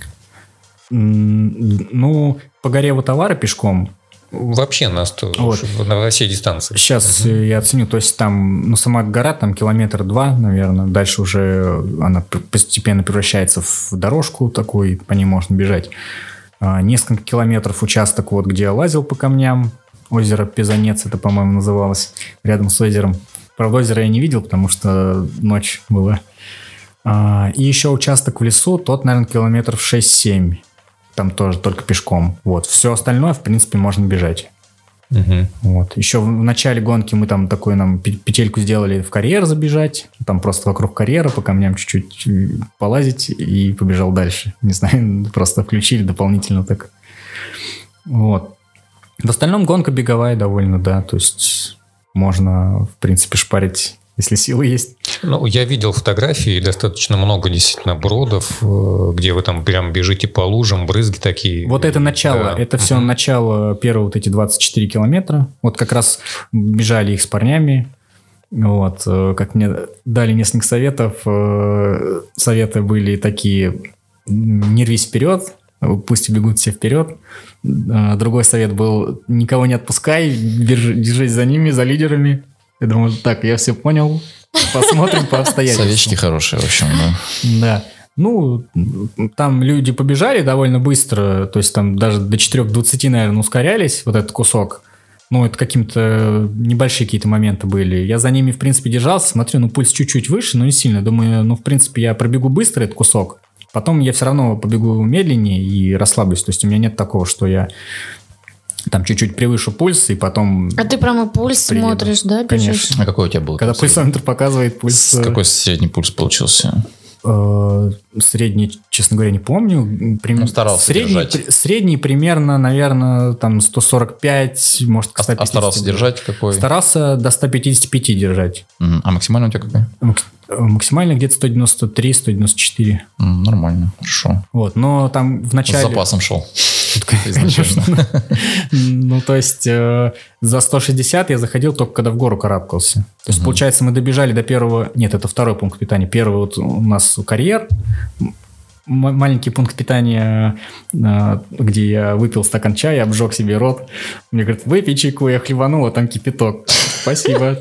Ну, по горе Вотовары пешком. Вообще на, сто, вот. на всей дистанции. Сейчас mm-hmm. я оценю, то есть там, ну, сама гора, там километр два, наверное, дальше уже она постепенно превращается в дорожку такую, по ней можно бежать. А, несколько километров участок, вот где я лазил по камням, озеро Пезанец, это, по-моему, называлось, рядом с озером. Правда, озеро я не видел, потому что ночь была. А, и еще участок в лесу, тот, наверное, километров шесть-семь. Там тоже только пешком. Вот. Все остальное, в принципе, можно бежать. Угу. Вот. Еще в начале гонки мы там такую нам петельку сделали в карьер забежать. Там просто вокруг карьера по камням чуть-чуть полазить и побежал дальше. Не знаю, просто включили дополнительно так. Вот. В остальном гонка беговая довольно, да. То есть можно, в принципе, шпарить, если силы есть. Ну, я видел фотографии, достаточно много действительно бродов, где вы там прям бежите по лужам, брызги такие. Вот это начало, да. Это все uh-huh. начало, первые вот эти двадцать четыре километра. Вот как раз бежали их с парнями. Вот, как мне дали несколько советов. Советы были такие: не рвись вперед, пусть бегут все вперед. Другой совет был: никого не отпускай, держи, держись за ними, за лидерами. Я думаю, так, я все понял. Посмотрим по обстоятельствам. Советчики хорошие, в общем, да. Да. Ну, там люди побежали довольно быстро. То есть там даже до четыре двадцать, наверное, ускорялись, вот этот кусок. Ну, это какие-то небольшие какие-то моменты были. Я за ними, в принципе, держался. Смотрю, ну, пульс чуть-чуть выше, но не сильно. Думаю, ну, в принципе, я пробегу быстро этот кусок. Потом я все равно побегу медленнее и расслаблюсь. То есть у меня нет такого, что я... Там чуть-чуть превышу пульс, и потом... А ты прямо пульс приеду. Смотришь, да, бежишь? Конечно. А какой у тебя был? Когда пульсометр показывает пульс... Какой средний пульс получился? Средний, честно говоря, не помню. Прим... Ну, старался средний, держать. Средний примерно, наверное, там сто сорок пять, может, к ста пятидесяти. А старался держать какой? Старался до ста пятидесяти пяти держать. Угу. А максимально у тебя какой? Максимально где-то сто девяносто три - сто девяносто четыре. Mm, нормально, хорошо. Вот, но там в начале... С запасом шел. Конечно. Ну, то есть, э, за сто шестьдесят я заходил только когда в гору карабкался. То есть, получается, мы добежали до первого... Нет, это второй пункт питания. Первый вот у нас карьер. Маленький пункт питания, э, где я выпил стакан чая, обжег себе рот. Мне говорят, выпей чайку, я хлебанул, а там кипяток. Спасибо.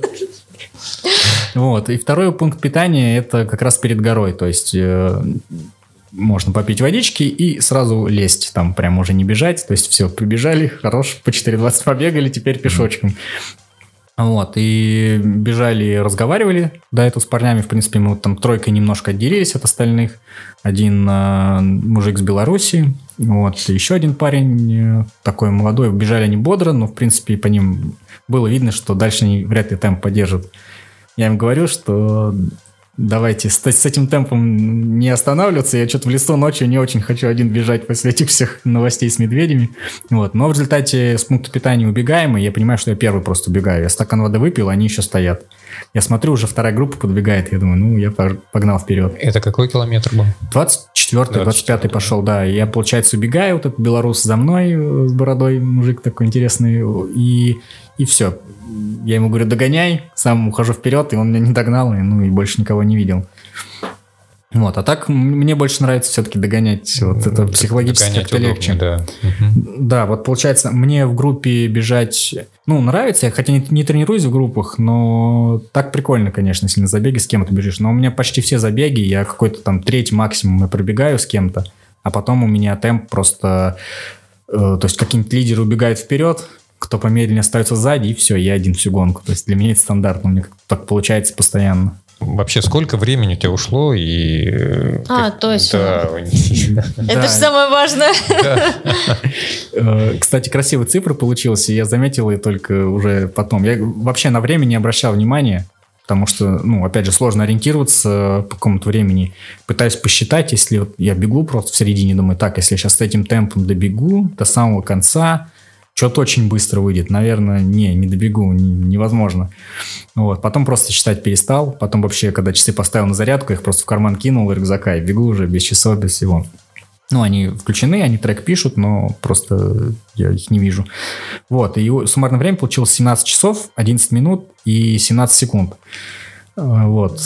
Вот. И второй пункт питания – это как раз перед горой. То есть... Э, можно попить водички и сразу лезть, там прям уже не бежать. То есть все, прибежали, хорош, по четыре двадцать побегали, теперь пешочком. Вот, и бежали, разговаривали до этого с парнями. В принципе, мы вот там тройкой немножко отделились от остальных. Один э, мужик с Беларуси, вот, еще один парень э, такой молодой. Бежали они бодро, но, в принципе, по ним было видно, что дальше они вряд ли темп поддержат. Я им говорю, что... Давайте с, с этим темпом не останавливаться. Я что-то в лесу ночью не очень хочу один бежать после этих всех новостей с медведями. Вот. Но в результате с пункта питания убегаем, и я понимаю, что я первый просто убегаю. Я стакан воды выпил, они еще стоят. Я смотрю, уже вторая группа подбегает. Я думаю, ну, я погнал вперед. Это какой километр был? двадцать четвёртый, двадцать пятый пошел, да. Я, получается, убегаю. Вот этот белорус за мной с бородой, мужик такой интересный. И, и все. Я ему говорю, догоняй, сам ухожу вперед, и он меня не догнал, и, ну, и больше никого не видел. Вот, а так мне больше нравится все-таки догонять. Вот это психологически как-то легче. Да. Да, вот получается, мне в группе бежать, ну, нравится, я хотя не, не тренируюсь в группах, но так прикольно, конечно, если на забеге с кем-то бежишь. Но у меня почти все забеги, я какой-то там треть максимум я пробегаю с кем-то, а потом у меня темп просто, э, то есть какие-нибудь лидеры убегают вперед, кто помедленнее остается сзади, и все, я один всю гонку. То есть для меня это стандартно, у меня так получается постоянно. Вообще, сколько времени у тебя ушло? И... А, как... точно. Да. Это же самое важное. Кстати, красивая цифра получилась, и я заметил ее только уже потом. Я вообще на время не обращал внимания, потому что, ну, опять же, сложно ориентироваться по какому-то времени. Пытаюсь посчитать, если вот я бегу просто в середине, думаю, так, если я сейчас с этим темпом добегу до самого конца, что-то очень быстро выйдет. Наверное, не, не добегу, не, невозможно. Вот. Потом просто считать перестал. Потом вообще, когда часы поставил на зарядку, я их просто в карман кинул в рюкзака и бегу уже без часов, без всего. Ну, они включены, они трек пишут, но просто я их не вижу. Вот. И суммарное время получилось семнадцать часов, одиннадцать минут и семнадцать секунд. Вот.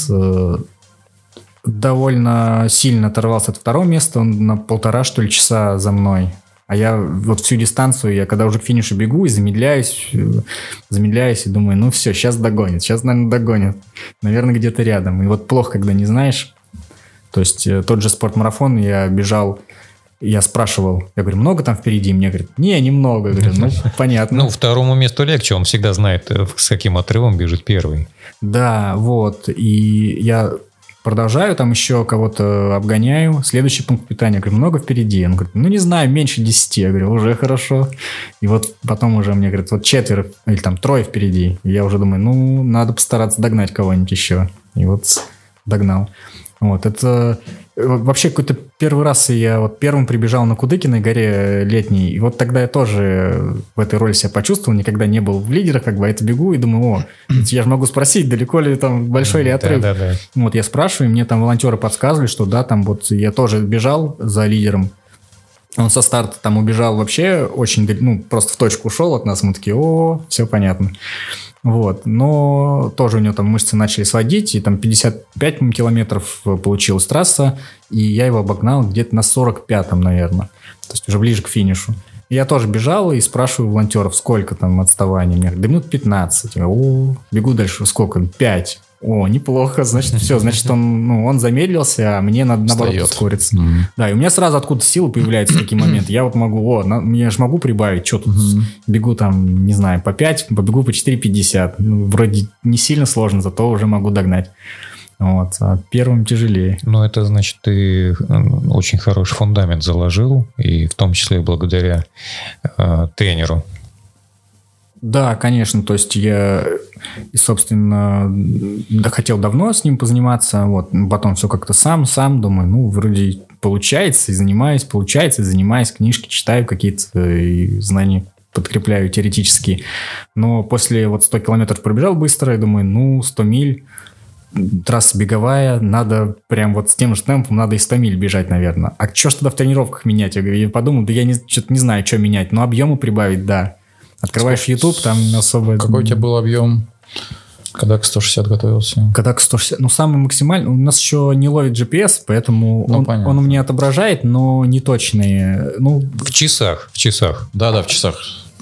Довольно сильно оторвался от второго места. Он на полтора, что ли, часа за мной. А я вот всю дистанцию, я когда уже к финишу бегу и замедляюсь, замедляюсь и думаю, ну все, сейчас догонит, сейчас, наверное, догонит. Наверное, где-то рядом. И вот плохо, когда не знаешь. То есть тот же спортмарафон я бежал, я спрашивал, я говорю, много там впереди? Мне говорят, не, немного. Я говорю, ну, понятно. Ну, второму месту легче, он всегда знает, с каким отрывом бежит первый. Да, вот. И я... Продолжаю, там еще кого-то обгоняю. Следующий пункт питания. Я говорю, много впереди? Он говорит, ну не знаю, меньше десяти. Я говорю, уже хорошо. И вот потом уже мне говорят, вот четверо или там трое впереди. И я уже думаю, ну надо постараться догнать кого-нибудь еще. И вот догнал. Вот, это вообще какой-то первый раз я вот первым прибежал на Кудыкиной горе летней, и вот тогда я тоже в этой роли себя почувствовал, никогда не был в лидерах, как бы, а это бегу и думаю, о, я же могу спросить, далеко ли там, большой ли отрыв. Да, да, да. Вот я спрашиваю, мне там волонтеры подсказывали, что да, там вот я тоже бежал за лидером, он со старта там убежал вообще очень, ну, просто в точку ушел от нас, мы такие, о, все понятно. Вот, но тоже у него там мышцы начали сводить, и там пятьдесят пять километров получилась трасса, и я его обогнал где-то на сорок пятом, наверное, то есть уже ближе к финишу. И я тоже бежал и спрашиваю волонтеров, сколько там отставания. Мне говорят, да минут пятнадцать. Я, о, бегу дальше, сколько? пять. О, неплохо, значит, все, значит, он, ну, он замедлился, а мне надо, наоборот, ускориться. Mm-hmm. Да, и у меня сразу откуда силы появляются в такие моменты. Я вот могу, о, на, я же могу прибавить, что тут, mm-hmm. бегу там, не знаю, по пять, побегу по четыре пятьдесят. Ну, вроде не сильно сложно, зато уже могу догнать. Вот, а первым тяжелее. Ну, это значит, ты очень хороший фундамент заложил, и в том числе благодаря э, тренеру. Да, конечно, то есть я, собственно, хотел давно с ним позаниматься, вот, потом все как-то сам, сам, думаю, ну, вроде получается, и занимаюсь, получается, и занимаюсь, книжки читаю какие-то, и знания подкрепляю теоретически, но после вот сто километров пробежал быстро, я думаю, ну, сто миль, трасса беговая, надо прям вот с тем же темпом, надо и сто миль бежать, наверное. А что ж тогда в тренировках менять? Я, я подумал, да я не, что-то не знаю, что менять, но объемы прибавить, да. Открываешь YouTube, там особо... Какой у тебя был объем, когда к сто шестьдесят готовился? Когда к сто шестьдесят... Ну, самый максимальный... У нас еще не ловит джи пи эс, поэтому ну, он, он у меня отображает, но не точные. Ну, в часах, в часах. Да-да, в часах.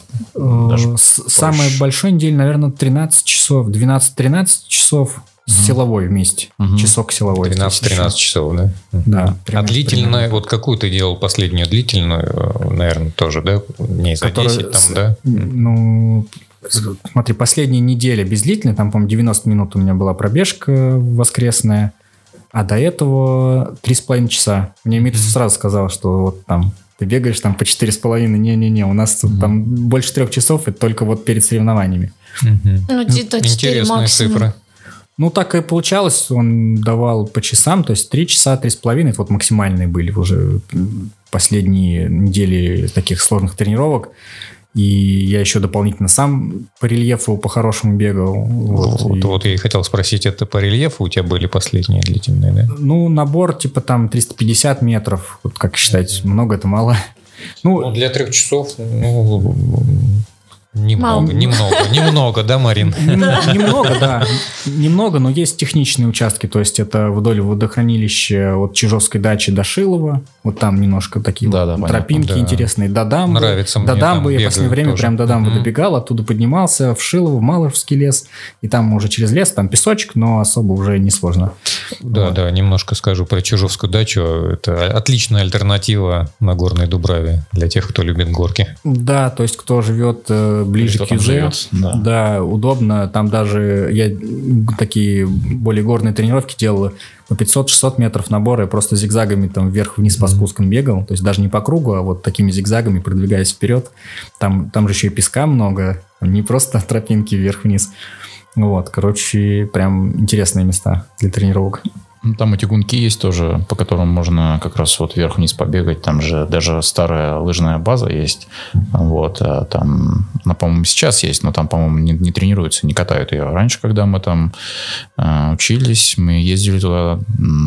Э, самый большой недель, наверное, тринадцать часов, двенадцать-тринадцать часов с угу. силовой вместе. Угу. Часок силовой. двенадцать-тринадцать часов, да? Да. А длительная, вот какую ты делал последнюю длительную, наверное, тоже, да? Не за десять там, да? Ну, смотри, последняя неделя бездлительная, там, по-моему, девяносто минут у меня была пробежка воскресная, а до этого три с половиной часа. Мне Митас сразу сказал, что вот там ты бегаешь там по четыре с половиной, не-не-не, у нас тут там больше трех часов, это только вот перед соревнованиями. Ну, где-то интересные цифры. Ну, так и получалось, он давал по часам, то есть три часа, три с половиной, это вот максимальные были уже последние недели таких сложных тренировок. И я еще дополнительно сам по рельефу по-хорошему бегал. Вот, вот, и... вот я и хотел спросить, это по рельефу у тебя были последние длительные, да? Ну, набор типа там триста пятьдесят метров, вот как считать, mm-hmm. много это мало? Ну, ну, для трех часов, ну... Немного, Мам. немного, немного, да, Марин? Немного, да, немного, но есть техничные участки, то есть это вдоль водохранилища от Чижовской дачи до Шилова, вот там немножко такие да, вот да, тропинки понятно, да. интересные, до дамбы. Нравится мне. До дамбы я в последнее время тоже. прям до дамбы mm-hmm. добегал, оттуда поднимался в Шилово, в Малышевский лес, и там уже через лес, там песочек, но особо уже не сложно. Да, вот. да, немножко скажу про Чижовскую дачу, это отличная альтернатива на Горной Дубраве для тех, кто любит горки. Да, то есть кто живет ближе кто к Юзе, да. да, удобно. Там даже я такие более горные тренировки делал по пятьсот-шестьсот метров набора, я просто зигзагами там вверх-вниз mm-hmm. по спускам бегал, то есть даже не по кругу, а вот такими зигзагами продвигаясь вперед. Там, там же еще и песка много, не просто тропинки вверх-вниз. Вот, короче, прям интересные места для тренировок. Там эти гунки есть тоже, по которым можно как раз вот вверх-вниз побегать. Там же даже старая лыжная база есть. Вот, а там, ну, по-моему, сейчас есть, но там, по-моему, не, не тренируются, не катают ее. Раньше, когда мы там э, учились, мы ездили туда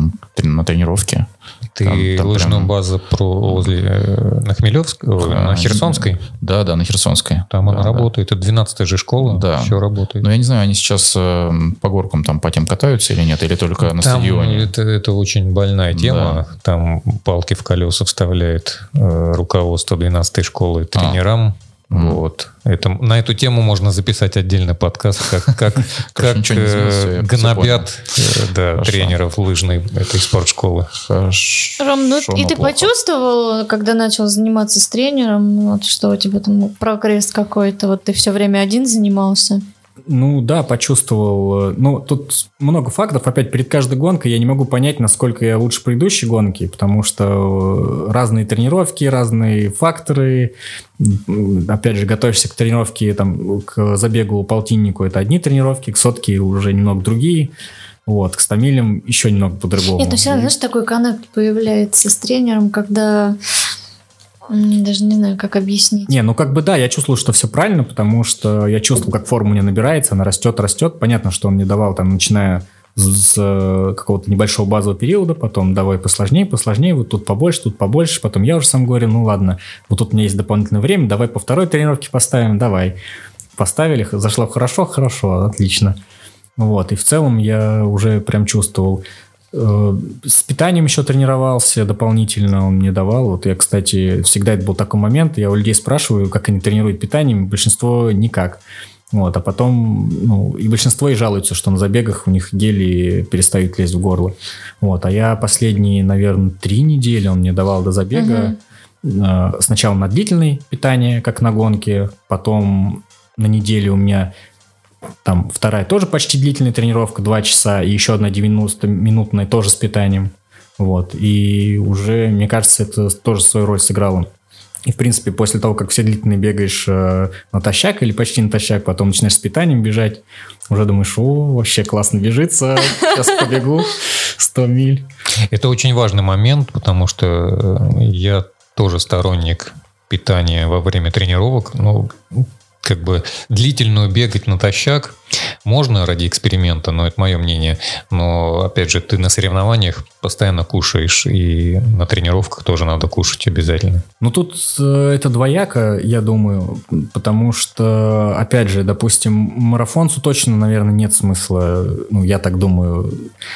э, на тренировки. Ты там, там лыжную прям... базу про возле э, на Хмелевской, а, на Херсонской? Да, да, на Херсонской. Там да, она да. работает. Это двенадцатая же школа. Да. Все работает. Но я не знаю, они сейчас э, по горкам там по тем катаются или нет, или только на там стадионе. Это, это очень больная тема. Да. Там палки в колеса вставляет э, руководство двенадцатой школы тренерам. А. Вот. Это, на эту тему можно записать отдельный подкаст, как, как, как э, гнобят э, да, тренеров лыжной этой спортшколы. Хорошо, Ром, ну и ты плохо. Почувствовал, когда начал заниматься с тренером, вот, что у тебя там прогресс какой-то, вот ты все время один занимался? Ну да, почувствовал. Ну, тут много фактов. Опять, перед каждой гонкой я не могу понять, насколько я лучше предыдущей гонки, потому что разные тренировки, разные факторы. Опять же, готовишься к тренировке, там, к забегу полтиннику, это одни тренировки, к сотке уже немного другие. Вот, к ста милям еще немного по-другому. Нет, ну все равно, знаешь, такой коннект появляется с тренером, когда... Даже не знаю, как объяснить. Не, ну как бы да, я чувствовал, что все правильно, потому что я чувствовал, как форма у меня набирается, она растет, растет. Понятно, что он мне давал, там, начиная с, с какого-то небольшого базового периода, потом давай посложнее, посложнее, вот тут побольше, тут побольше. Потом я уже сам говорю, ну ладно, вот тут у меня есть дополнительное время, давай по второй тренировке поставим, давай. Поставили, зашло хорошо, хорошо, отлично. Вот, и в целом я уже прям чувствовал. С питанием еще тренировался дополнительно, он мне давал. Вот я, кстати, всегда это был такой момент, я у людей спрашиваю, как они тренируют питанием, большинство никак. Вот, а потом, ну, и большинство и жалуются, что на забегах у них гели перестают лезть в горло. Вот, а я последние, наверное, три недели он мне давал до забега. Угу. Сначала на длительное питание, как на гонке, потом на неделю у меня... Там вторая тоже почти длительная тренировка, два часа, и еще одна девяностоминутная тоже с питанием. Вот. И уже, мне кажется, это тоже свою роль сыграло. И, в принципе, после того, как все длительные бегаешь э, натощак или почти натощак, потом начинаешь с питанием бежать, уже думаешь, о, вообще классно бежится, сейчас побегу сто миль. Это очень важный момент, потому что я тоже сторонник питания во время тренировок. Ну, как бы длительную бегать натощак можно ради эксперимента, но это мое мнение. Но, опять же, ты на соревнованиях постоянно кушаешь, и на тренировках тоже надо кушать обязательно. Ну, тут это двояко, я думаю, потому что, опять же, допустим, марафонцу точно, наверное, нет смысла, ну, я так думаю,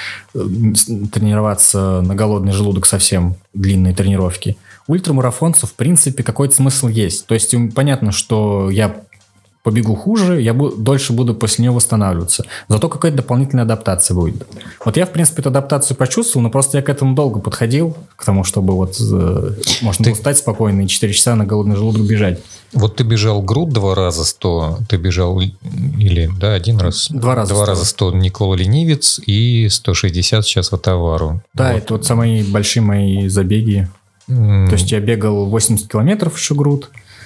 тренироваться на голодный желудок совсем, длинные тренировки. Ультрамарафонцу, в принципе, какой-то смысл есть. То есть, понятно, что я побегу хуже, я буду, дольше буду после нее восстанавливаться. Зато какая-то дополнительная адаптация будет. Вот я, в принципе, эту адаптацию почувствовал, но просто я к этому долго подходил, к тому, чтобы вот э, можно было встать спокойно и четыре часа на голодный желудок бежать. Вот ты бежал груд два раза сто, ты бежал или, да, один раз? Два раза Два раза сто Никола Ленивец и сто шестьдесят сейчас в Атавару. Да, вот. Это вот самые большие мои забеги. Mm. То есть я бегал восемьдесят километров еще груд,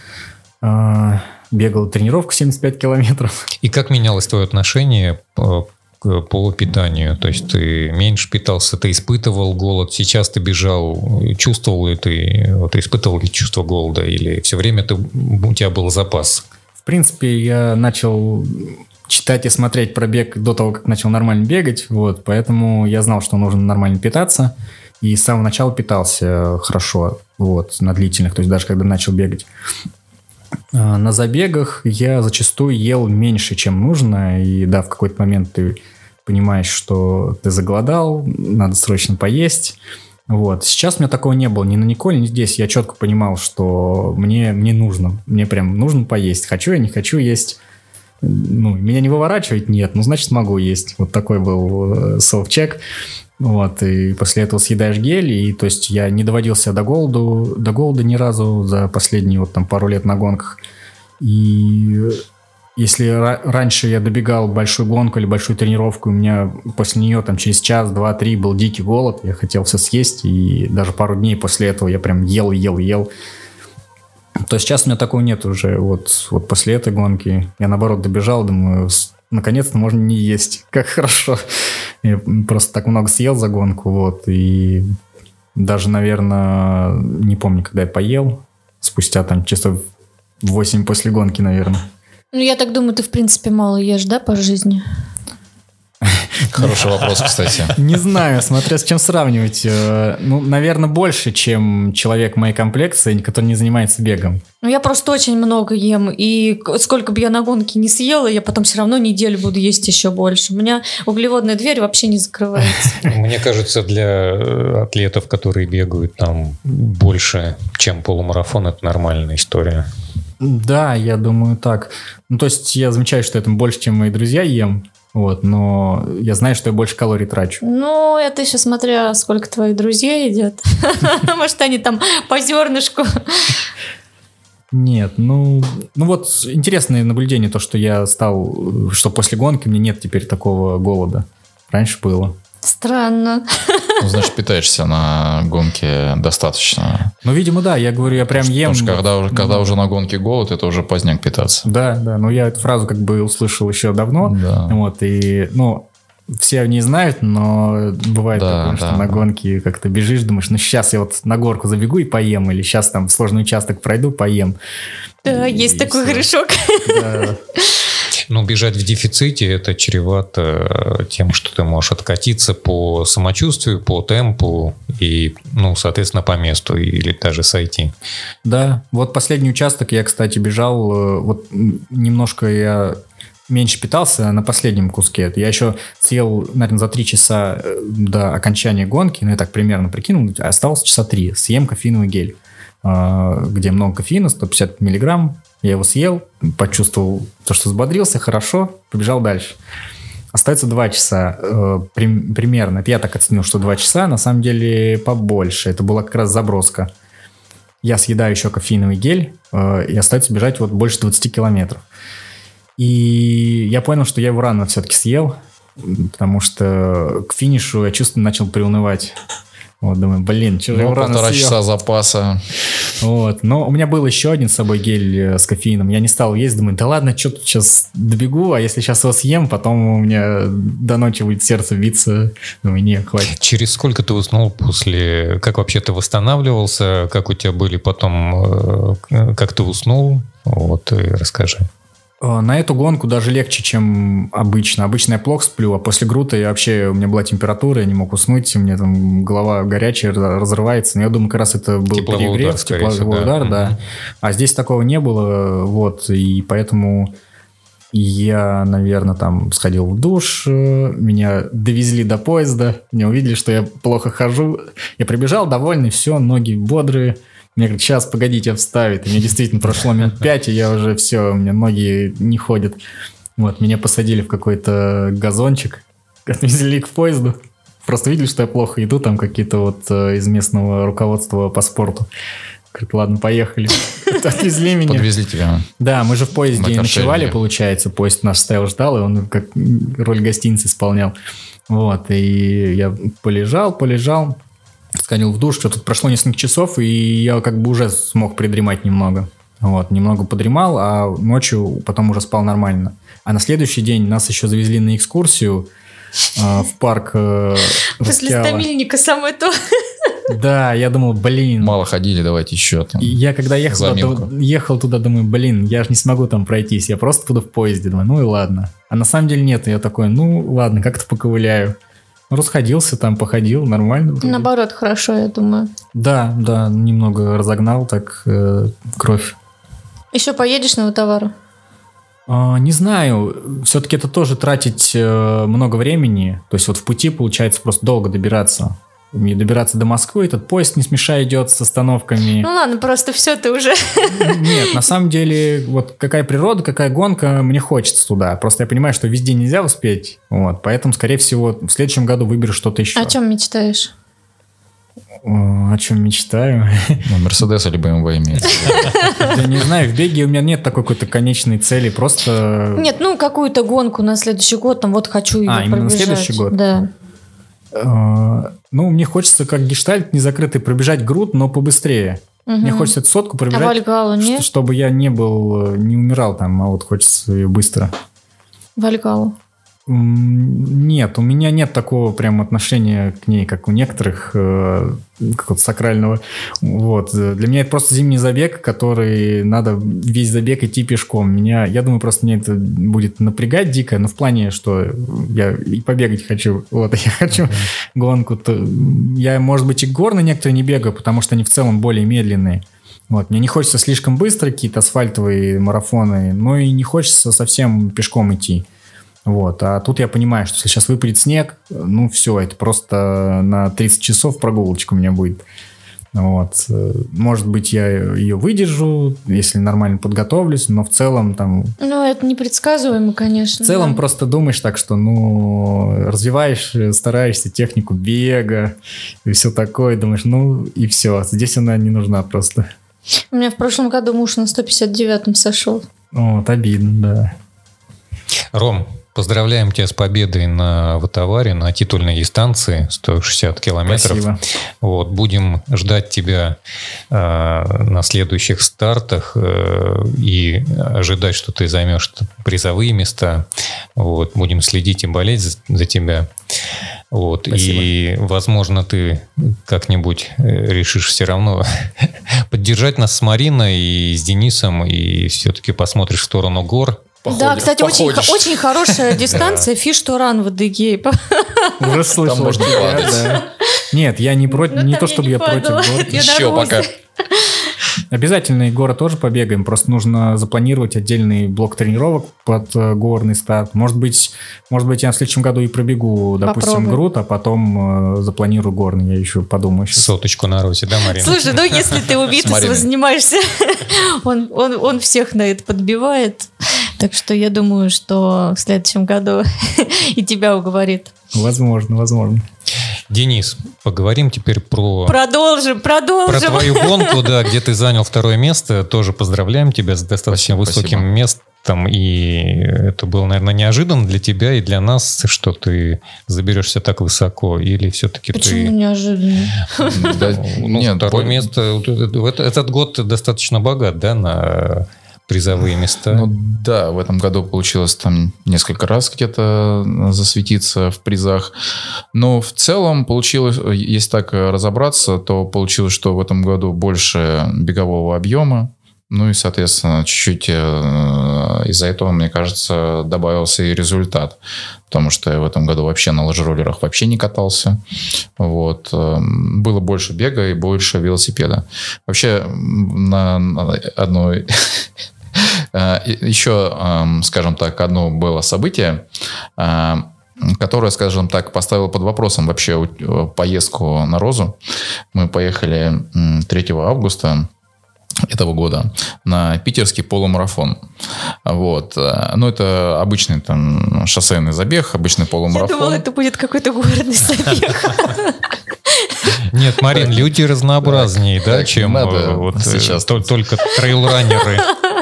э, бегал тренировку семьдесят пять километров. И как менялось твое отношение к полупитанию? То есть ты меньше питался, ты испытывал голод, сейчас ты бежал, чувствовал ли ты, вот, испытывал ли чувство голода, или все время ты, у тебя был запас? В принципе, я начал читать и смотреть про бег до того, как начал нормально бегать, вот, поэтому я знал, что нужно нормально питаться, и с самого начала питался хорошо, вот, на длительных, то есть даже когда начал бегать. На забегах я зачастую ел меньше, чем нужно, и да, в какой-то момент ты понимаешь, что ты заголодал, надо срочно поесть. Вот. Сейчас у меня такого не было ни на Николе, ни здесь. Я четко понимал, что мне, мне нужно, мне прям нужно поесть. Хочу я, не хочу есть. Ну, меня не выворачивать? Нет, ну, значит, могу есть. Вот такой был селф-чек. Вот, и после этого съедаешь гель, и то есть я не доводил себя до голода, до голода ни разу за последние вот там пару лет на гонках. И если ра- раньше я добегал большую гонку или большую тренировку, у меня после нее там через час, два, три был дикий голод, я хотел все съесть, и даже пару дней после этого я прям ел, ел, ел. То есть сейчас у меня такого нет уже. Вот, вот после этой гонки я наоборот добежал, думаю, наконец-то можно не есть. Как хорошо. Я просто так много съел за гонку, вот, и даже, наверное, не помню, когда я поел, спустя там часов восемь после гонки, наверное. Ну, я так думаю, ты, в принципе, мало ешь, да, по жизни? Хороший вопрос, кстати. Не знаю, смотря с чем сравнивать. Ну, наверное, больше, чем человек моей комплекции, который не занимается бегом. Ну, я просто очень много ем, и сколько бы я на гонке не съела, я потом все равно неделю буду есть еще больше. У меня углеводная дверь вообще не закрывается. Мне кажется, для атлетов, которые бегают там больше, чем полумарафон, это нормальная история. Да, я думаю так. Ну, то есть я замечаю, что я там больше, чем мои друзья ем. Вот, но я знаю, что я больше калорий трачу. Ну, это еще смотря, сколько твоих друзей идет. Может, они там по зернышку. Нет, ну, ну вот интересное наблюдение, то, что я стал, что после гонки мне нет теперь такого голода. Раньше было. Странно. Ну, значит, питаешься на гонке достаточно. Ну, видимо, да. Я говорю, я прям потому ем. Потому что когда, уже, когда уже на гонке голод, это уже поздняк питаться. Да, да. Ну, я эту фразу как бы услышал еще давно. Да. Вот, и, ну, все не знают, но бывает да, такое, да, что да. на гонке как-то бежишь, думаешь, ну, сейчас я вот на горку забегу и поем, или сейчас там сложный участок пройду, поем. Да, и, есть и такой все. Грешок. Да. Ну, бежать в дефиците – это чревато тем, что ты можешь откатиться по самочувствию, по темпу и, ну, соответственно, по месту или даже сойти. Да, вот последний участок я, кстати, бежал, вот немножко я меньше питался на последнем куске. Я еще съел, наверное, за три часа до окончания гонки, ну, я так примерно прикинул, осталось часа три. Съем кофеиновый гель, где много кофеина, сто пятьдесят миллиграмм. Я его съел, почувствовал то, что взбодрился, хорошо, побежал дальше. Остается два часа э, при, примерно. Это я так оценил, что два часа, на самом деле побольше. Это была как раз заброска. Я съедаю еще кофеиновый гель, э, и остается бежать вот больше двадцать километров. И я понял, что я его рано все-таки съел, потому что к финишу я чувствую, начал приунывать. Вот, думаю, блин, что же ну, его рано полтора съел. часа запаса. Вот, но у меня был еще один с собой гель с кофеином. Я не стал есть, думаю, да ладно, что тут сейчас добегу, а если сейчас его съем, потом у меня до ночи будет сердце биться. Думаю, не, хватит. Через сколько ты уснул после... Как вообще ты восстанавливался? Как у тебя были потом... Как ты уснул? Вот, и расскажи. На эту гонку даже легче, чем обычно. Обычно я плохо сплю, а после грута я вообще, у меня была температура, я не мог уснуть, у меня там голова горячая, разрывается. Но я думаю, как раз это был тепловой перегрев, удар, тепловой да. удар, да. Mm-hmm. А здесь такого не было, вот, и поэтому я, наверное, там сходил в душ, меня довезли до поезда, меня увидели, что я плохо хожу. Я прибежал довольный, все, ноги бодрые. Мне говорят, сейчас, погодите, вставит. И мне действительно прошло минут пять, и я уже все, у меня ноги не ходят. Вот, меня посадили в какой-то газончик, отвезли к поезду. Просто видели, что я плохо иду, там какие-то вот из местного руководства по спорту. Говорят, ладно, поехали. Отвезли меня. Подвезли тебя. Да, мы же в поезде и ночевали, получается. Поезд наш стоял, ждал, и он как роль гостиницы исполнял. Вот, и я полежал, полежал. Сходил в душ, что-то прошло несколько часов, и я как бы уже смог придремать немного. Вот, немного подремал, а ночью потом уже спал нормально. А на следующий день нас еще завезли на экскурсию э, в парк э, После стамильника самое то. Да, я думал, блин. Мало ходили, давайте еще там. Я когда ехал туда, ехал туда, думаю, блин, я же не смогу там пройтись, я просто буду в поезде. Думаю, ну и ладно. А на самом деле нет, я такой, ну ладно, как-то поковыляю. Расходился там, походил, нормально. Вроде. Наоборот, хорошо, я думаю. Да, да, немного разогнал так э, кровь. Еще поедешь на Ватавару? А, не знаю, все-таки это тоже тратить э, много времени. То есть вот в пути получается просто долго добираться. Мне добираться до Москвы, этот поезд не смеша идет с остановками. Ну ладно, просто все ты уже... Нет, на самом деле, вот какая природа, какая гонка, мне хочется туда. Просто я понимаю, что везде нельзя успеть. Вот, поэтому, скорее всего, в следующем году выберу что-то еще. О чем мечтаешь? О, о чем мечтаю? Ну, Мерседес или бэ эм вэ имеется. Да не знаю, в беге у меня нет такой какой-то конечной цели, просто... Нет, ну какую-то гонку на следующий год, там вот хочу ее пробежать. А, именно на следующий год? Да. Ну, мне хочется, как гештальт незакрытый, пробежать груд, но побыстрее. Угу. Мне хочется эту сотку пробежать, а Вальгалу нет? Чтобы я не был, не умирал там, а вот хочется ее быстро. Вальгалу? Нет, у меня нет такого прям отношения к ней, как у некоторых, э, какого-то сакрального. Вот. Для меня это просто зимний забег, который надо весь забег идти пешком. Меня, я думаю, просто мне это будет напрягать дико, но в плане, что я и побегать хочу. Вот, я хочу гонку. Я, может быть, и горные некоторые не бегаю, потому что они в целом более медленные. Вот. Мне не хочется слишком быстро какие-то асфальтовые марафоны, но и не хочется совсем пешком идти. Вот. А тут я понимаю, что если сейчас выпадет снег, ну все, это просто на тридцать часов прогулочка у меня будет. Вот. Может быть, я ее выдержу, если нормально подготовлюсь, но в целом там... Ну, это непредсказуемо, конечно. В целом да. Просто думаешь так, что, ну, развиваешь, стараешься технику бега и все такое, думаешь, ну и все, здесь она не нужна просто. У меня в прошлом году муж на сто пятьдесят девятом сошел. Вот, обидно, да. Ром, поздравляем тебя с победой на Ватаваре, на титульной дистанции сто шестьдесят километров. Спасибо. Вот, будем ждать тебя э, на следующих стартах э, и ожидать, что ты займешь призовые места. Вот, будем следить и болеть за, за тебя. Вот, и, возможно, ты как-нибудь решишь все равно поддержать нас с Мариной и с Денисом, и все-таки посмотришь в сторону гор. Походишь, да, кстати, очень, очень хорошая дистанция Fish to Run в Адыгее. Уже слышал. Там можно падать. Да. Нет, я не против, не то чтобы я против гор. Еще пока. Обязательно и горы тоже побегаем, просто нужно запланировать отдельный блок тренировок под горный старт. Может быть, может быть, я в следующем году и пробегу, допустим, Попробуй. груд, а потом э, запланирую горный, я еще подумаю. Сейчас. Соточку на роте, да, Марина? Слушай, ну если ты у Витаса занимаешься, он, он, он всех на это подбивает. Так что я думаю, что в следующем году и тебя уговорит. Возможно, возможно. Денис, поговорим теперь про... Продолжим, продолжим. Про твою гонку, да, где ты занял второе место. Тоже поздравляем тебя с достаточно спасибо, высоким спасибо. местом. И это было, наверное, неожиданно для тебя и для нас, что ты заберешься так высоко. Или все-таки Почему ты... неожиданно? Ну, второе место... Этот год достаточно богат, да, на... призовые места. Ну да, в этом году получилось там несколько раз где-то засветиться в призах. Но в целом получилось, если так разобраться, то получилось, что в этом году больше бегового объема Ну и, соответственно, чуть-чуть из-за этого, мне кажется, добавился и результат. Потому что я в этом году вообще на лыжероллерах вообще не катался. Вот. Было больше бега и больше велосипеда. Вообще, на одной... Еще, скажем так, одно было событие, которое, скажем так, поставило под вопросом вообще поездку на Розу. Мы поехали третьего августа этого года на питерский полумарафон. Вот. Ну, это обычный там шоссейный забег, обычный полумарафон. Я думала, это будет какой-то горный забег. Нет, Марин, люди разнообразнее, да, чем вот сейчас только трейлранеры.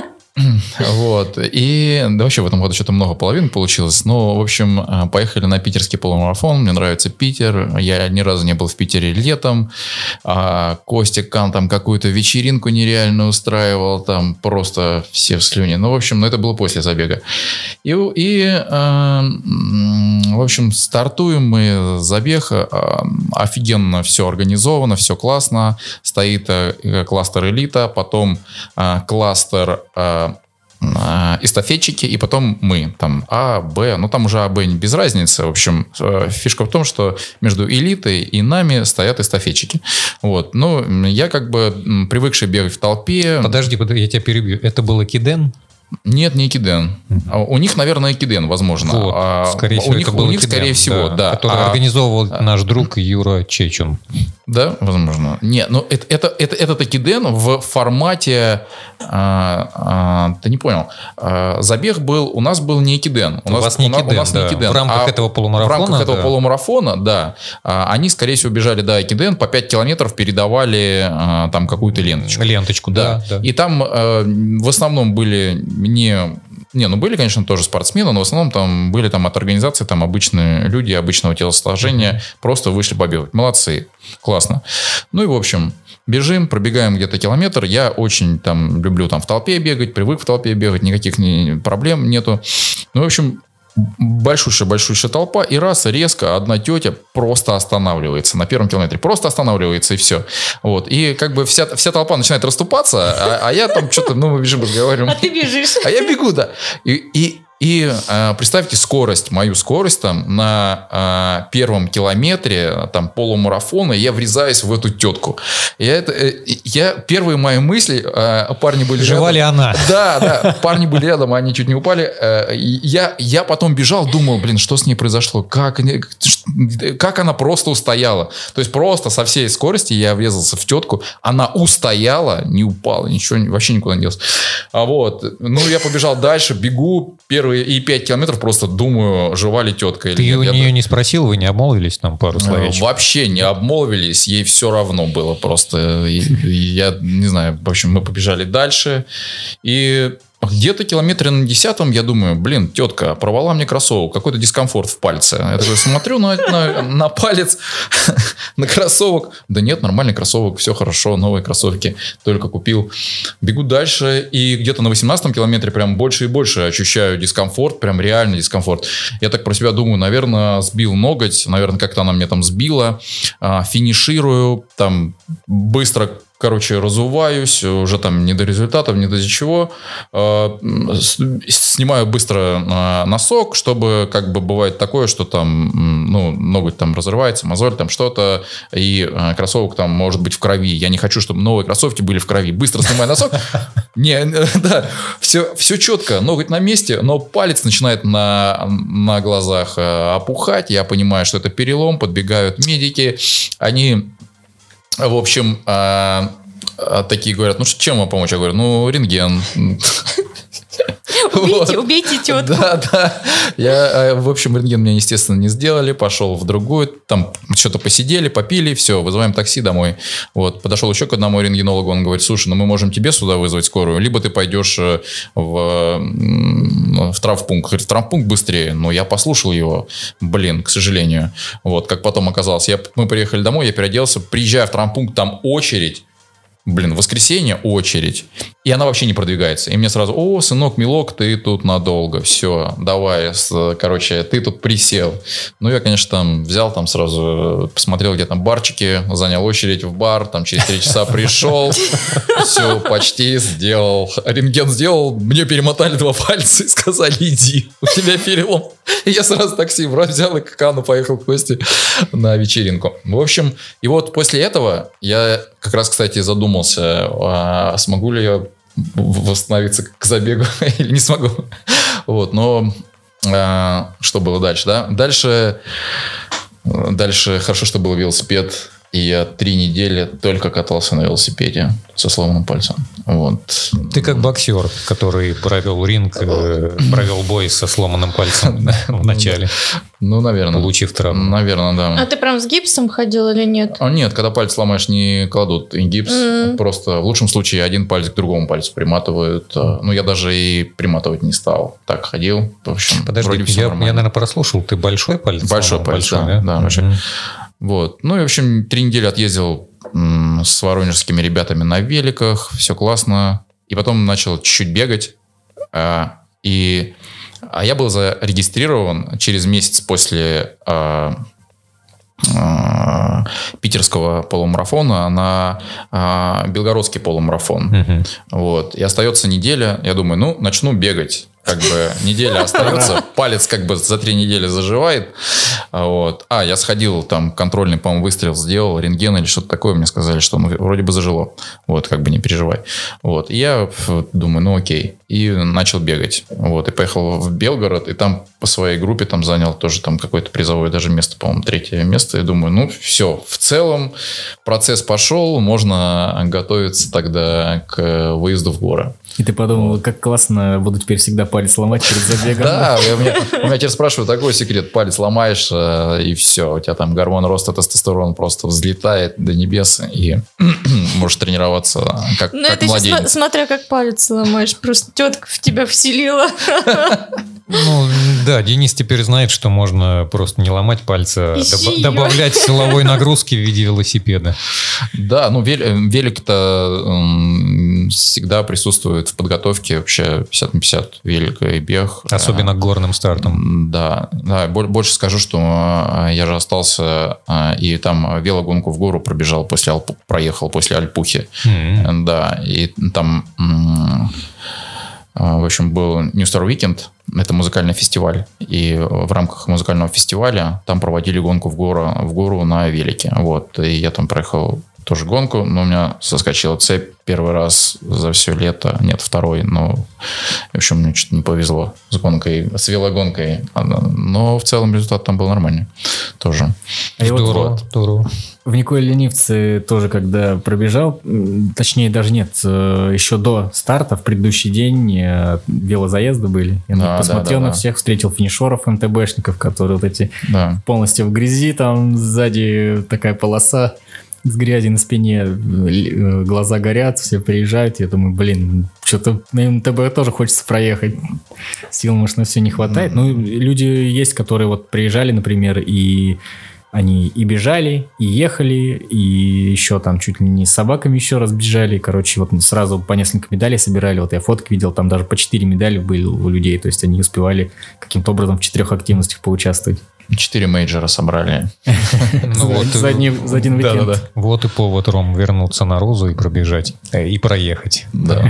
Вот. И да, вообще в этом году что-то много половин получилось. Но, в общем, поехали на питерский полумарафон. Мне нравится Питер. Я ни разу не был в Питере летом. А Костя Кан там какую-то вечеринку нереально устраивал. Там просто все в слюне. Ну, в общем, ну, это было после забега. И, и э, в общем, стартуем мы забег. Офигенно все организовано, все классно. Стоит кластер элита, потом кластер эстафетчики, и потом мы. Там А, Б, ну там уже А, Б без разницы. В общем, фишка в том, что между элитой и нами стоят эстафетчики. Вот. Ну, я как бы привыкший бегать в толпе. Подожди, подожди, я тебя перебью. Это был Экиден? Нет, не Экиден. Mm-hmm. У них, наверное, Экиден, возможно. Вот, а, скорее всего, у них, это был у них Экиден, скорее всего, да. да. Который а, организовывал а, наш друг Юра Чечун. Да, возможно. Нет, ну это, это, это, этот Экиден в формате... А, а, ты не понял. А, забег был... У нас был не Экиден. У, у нас, вас не Экиден, у нас да. не Экиден. В рамках а этого полумарафона? В рамках да. этого полумарафона, да. А, они, скорее всего, бежали, да, Экиден. По пять километров передавали а, там какую-то ленточку. Ленточку, да. да. И там а, в основном были не... Не, ну были, конечно, тоже спортсмены, но в основном там были там от организации там обычные люди обычного телосложения, mm-hmm. просто вышли побегать. Молодцы, классно. Ну и в общем, бежим, пробегаем где-то километр. Я очень там люблю там в толпе бегать, привык в толпе бегать, никаких не, проблем нету. Ну, в общем, большущая-большущая толпа, и раз резко одна тетя просто останавливается на первом километре. Просто останавливается, и все. Вот. И как бы вся, вся толпа начинает расступаться, а, а я там что-то, ну, мы бежим, разговариваем. А ты бежишь. А я бегу, да. И, и, и а, представьте скорость, мою скорость там на а, первом километре там полумарафона, я врезаюсь в эту тетку. Я, это, я, первые мои мысли, а, парни были Жива рядом. ли она? Да, да, парни были рядом, они чуть не упали. Я, я потом бежал, думал, блин, что с ней произошло? Как, как она просто устояла? То есть просто со всей скорости я врезался в тетку, она устояла, не упала, ничего, вообще никуда не делась. А вот, ну я побежал дальше, бегу, первые и пять километров просто думаю, жива ли тетка или Ты нет. у я нее д... не спросил, вы не обмолвились там пару словечек? Вообще не обмолвились, ей все равно было просто. И, и я не знаю, в общем, мы побежали дальше. И где-то километре на десятом я думаю, блин, тетка порвала мне кроссовок, какой-то дискомфорт в пальце. Я такой смотрю на, на, на палец, на кроссовок. Да нет, нормальный кроссовок, все хорошо, новые кроссовки только купил. Бегу дальше, и где-то на восемнадцатом километре прям больше и больше ощущаю дискомфорт, прям реальный дискомфорт. Я так про себя думаю, наверное, сбил ноготь, наверное, как-то она меня там сбила. Финиширую, там быстро... Короче, разуваюсь, уже там не до результатов, не до чего. Снимаю быстро носок, чтобы, как бы, бывает такое, что там, ну, ноготь там разрывается, мозоль там что-то, и кроссовок там может быть в крови. Я не хочу, чтобы новые кроссовки были в крови. Быстро снимаю носок. Не, да, все, все четко, ноготь на месте, но палец начинает на, на глазах опухать. Я понимаю, что это перелом, подбегают медики. Они... В общем, а, а, такие говорят, ну, чем вам помочь? Я говорю, ну, рентген. Убейте, вот. убейте тетку. Да, да. Я, в общем, рентген мне, естественно, не сделали. Пошел в другую. Там что-то посидели, попили. Все, вызываем такси домой. Вот. Подошел еще к одному рентгенологу. Он говорит, слушай, ну мы можем тебе сюда вызвать скорую. Либо ты пойдешь в, в травмпункт. Говорит, травмпункт быстрее. Но я послушал его. Блин, к сожалению. Вот, как потом оказалось. Я, мы приехали домой, я переоделся. Приезжаю в травмпункт, там очередь. блин, в воскресенье очередь, и она вообще не продвигается. И мне сразу, о, сынок, милок, ты тут надолго, все, давай, короче, ты тут присел. Ну, я, конечно, там взял, там сразу посмотрел, где там барчики, занял очередь в бар, там через три часа пришел, все, почти сделал. Рентген сделал, мне перемотали два пальца и сказали, иди, у тебя перелом. И я сразу такси взял и к Кану поехал к Косте на вечеринку. В общем, и вот после этого я как раз, кстати, задумался, а смогу ли я восстановиться к забегу или не смогу. Вот, но а, что было дальше, да? Дальше, дальше хорошо, что был велосипед. И я три недели только катался на велосипеде со сломанным пальцем. Вот. Ты как боксер, который провел ринг, провел бой со сломанным пальцем в начале. Ну, наверное. Получив травму. Наверное, да. А ты прям с гипсом ходил или нет? А, нет, когда палец ломаешь, не кладут гипс. Mm-hmm. Просто в лучшем случае один палец к другому пальцу приматывают. Ну, я даже и приматывать не стал. Так ходил. В общем, подожди, вроде все я, нормально. я, наверное, прослушал. Ты большой палец? Большой сломал? палец, большой, да. да? да Mm-hmm. большой. Вот. Ну и, в общем, три недели отъездил м, с воронежскими ребятами на великах. Все классно. И потом начал чуть-чуть бегать. А, и, а я был зарегистрирован через месяц после а, а, питерского полумарафона на а, белгородский полумарафон. Mm-hmm. Вот. И остается неделя. Я думаю, ну, начну бегать. Как бы неделя остается, палец как бы за три недели заживает. Вот. А, я сходил, там контрольный, по-моему, выстрел сделал, рентген или что-то такое. Мне сказали, что ну, вроде бы зажило. Вот, как бы не переживай. Вот. И я думаю, ну окей. И начал бегать. Вот. И поехал в Белгород, и там по своей группе там занял тоже там какое-то призовое даже место, по-моему, третье место. И думаю, ну все, в целом процесс пошел, можно готовиться тогда к выезду в горы. И ты подумал, как классно, буду теперь всегда палец ломать перед забегом. Да, у меня, у меня теперь спрашивают, такой секрет, палец ломаешь, и все, у тебя там гормон роста тестостерона просто взлетает до небес, и можешь тренироваться как, ну, как это младенец. Еще, смотря как палец ломаешь, просто тетка в тебя вселила. Ну, да, Денис теперь знает, что можно просто не ломать пальцы, а доб- добавлять силовой нагрузки в виде велосипеда. Да, ну вел- велик-то м- всегда присутствует в подготовке вообще пятьдесят на пятьдесят, велик и бег. Особенно к горным стартам. Да, да, больше скажу, что я же остался и там велогонку в гору пробежал после Алпу- проехал после Альпухи. Mm-hmm. Да, и там... М- В общем, был New Star Weekend, это музыкальный фестиваль, и в рамках музыкального фестиваля там проводили гонку в гору, в гору на велике. Вот, и я там проехал тоже гонку, но у меня соскочила цепь первый раз за все лето, нет, второй, но, в общем, мне что-то не повезло с гонкой, с велогонкой, но в целом результат там был нормальный тоже. А здорово, вот, здорово. В Николе Ленивце тоже, когда пробежал, точнее даже нет, еще до старта, в предыдущий день велозаезды были. Я да, посмотрел да, да, на да. всех, встретил финишеров эм тэ бэшников, которые вот эти да. полностью в грязи, там сзади такая полоса с грязи на спине, глаза горят, все приезжают. Я думаю, блин, что-то на эм тэ бэ тоже хочется проехать. Сил, может, на все не хватает. Mm-hmm. Ну, люди есть, которые вот приезжали, например, и они и бежали, и ехали, и еще там чуть ли не с собаками еще раз бежали. Короче, вот сразу по несколько медалей собирали. Вот я фотки видел, там даже по четыре медали были у людей. То есть они успевали каким-то образом в четырех активностях поучаствовать. Четыре мейджора собрали. За один уикенд. Вот и повод, Ром, вернуться на Розу и пробежать. И проехать. Да.